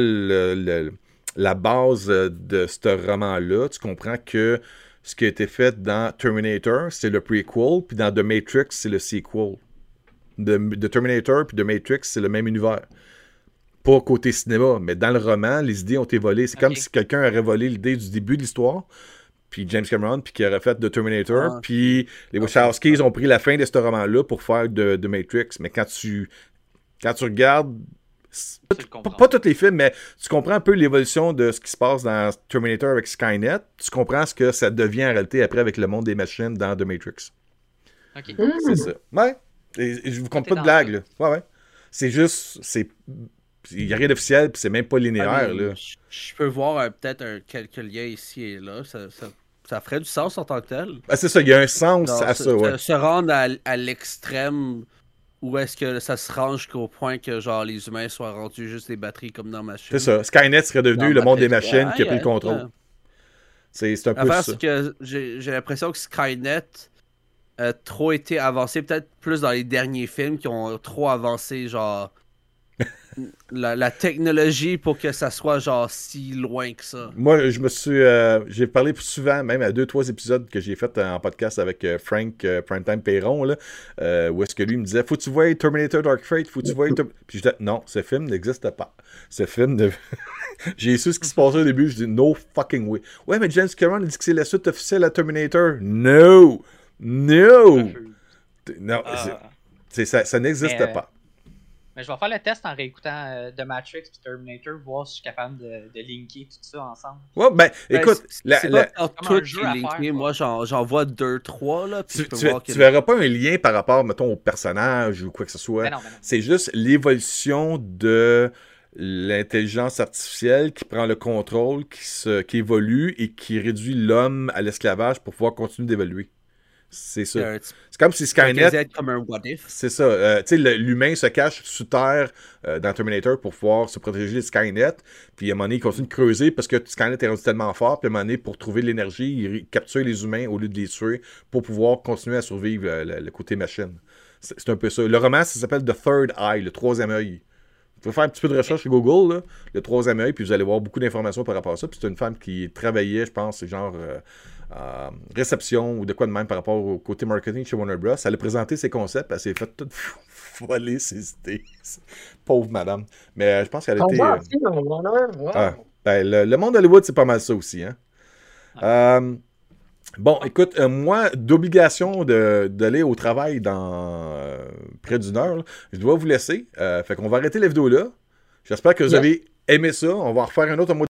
la base de ce roman-là, tu comprends que ce qui a été fait dans Terminator, c'est le prequel, puis dans The Matrix, c'est le sequel. De Terminator puis The Matrix, c'est le même univers. Pas côté cinéma, mais dans le roman, les idées ont été volées. C'est comme si quelqu'un aurait volé l'idée du début de l'histoire, puis James Cameron, puis qui aurait fait The Terminator, puis les Wachowskis ont pris la fin de ce roman-là pour faire The Matrix. Mais quand tu regardes... Pas tous les films, mais tu comprends un peu l'évolution de ce qui se passe dans Terminator avec Skynet. Tu comprends ce que ça devient en réalité après avec le monde des machines dans The Matrix. Ok. C'est ça. Ouais. Et je vous compte pas de blague, là. Ouais. C'est juste... Il n'y a rien d'officiel, puis c'est même pas linéaire, là. Je peux voir peut-être quelques liens ici et là. Ça ferait du sens en tant que tel. Ben, c'est ça, il y a un sens à ça, ouais. Se rendre à l'extrême... Ou est-ce que ça se range jusqu'au point que genre les humains soient rendus juste des batteries comme dans Machine? C'est ça. Skynet serait devenu le monde des machines qui a pris le contrôle. C'est un peu ça. C'est que j'ai l'impression que Skynet a trop été avancé, peut-être plus dans les derniers films qui ont trop avancé genre la technologie pour que ça soit genre si loin que ça. Moi, j'ai parlé souvent, même à 2-3 épisodes que j'ai fait en podcast avec Frank Primetime Perron, là, où est-ce que lui me disait, faut que tu vois Terminator Dark Fate, faut que tu vois... Puis je disais, non, ce film n'existe pas. Ce film ne... J'ai su ce qui se passait au début, je dis, no fucking way. Ouais, mais James Cameron a dit que c'est la suite officielle à Terminator. No! Non, ça n'existe pas. Mais je vais faire le test en réécoutant The Matrix et Terminator, voir si je suis capable de linker tout ça ensemble. Ouais, ben, écoute, c'est pas comme tout un qui jeu est à linké. faire, Moi, j'en vois 2-3, là, puis je peux voir tu verras pas un lien par rapport, mettons, au personnage ou quoi que ce soit. Mais non. C'est juste l'évolution de l'intelligence artificielle qui prend le contrôle, qui évolue et qui réduit l'homme à l'esclavage pour pouvoir continuer d'évoluer. C'est ça. C'est comme si Skynet... comme un what if. C'est ça. Tu sais, l'humain se cache sous terre dans Terminator pour pouvoir se protéger de Skynet. Puis à un moment donné, il continue de creuser parce que Skynet est rendu tellement fort. Puis à un moment donné, pour trouver de l'énergie, il capture les humains au lieu de les tuer pour pouvoir continuer à survivre le côté machine. C'est un peu ça. Le roman, ça s'appelle The Third Eye, le troisième œil. Vous pouvez faire un petit peu de recherche sur Google, là, le troisième œil, puis vous allez voir beaucoup d'informations par rapport à ça. Puis c'est une femme qui travaillait, je pense, c'est genre réception ou de quoi de même par rapport au côté marketing chez Warner Bros. Elle a présenté ses concepts, elle s'est fait tout voler ses idées. Pauvre madame. Mais je pense qu'elle a été... le monde d'Hollywood, c'est pas mal ça aussi. Hein? Bon, écoute, moi, d'obligation d'aller au travail dans près d'une heure, là, je dois vous laisser. Fait qu'on va arrêter la vidéo là. J'espère que vous avez aimé ça. On va en refaire un autre au mois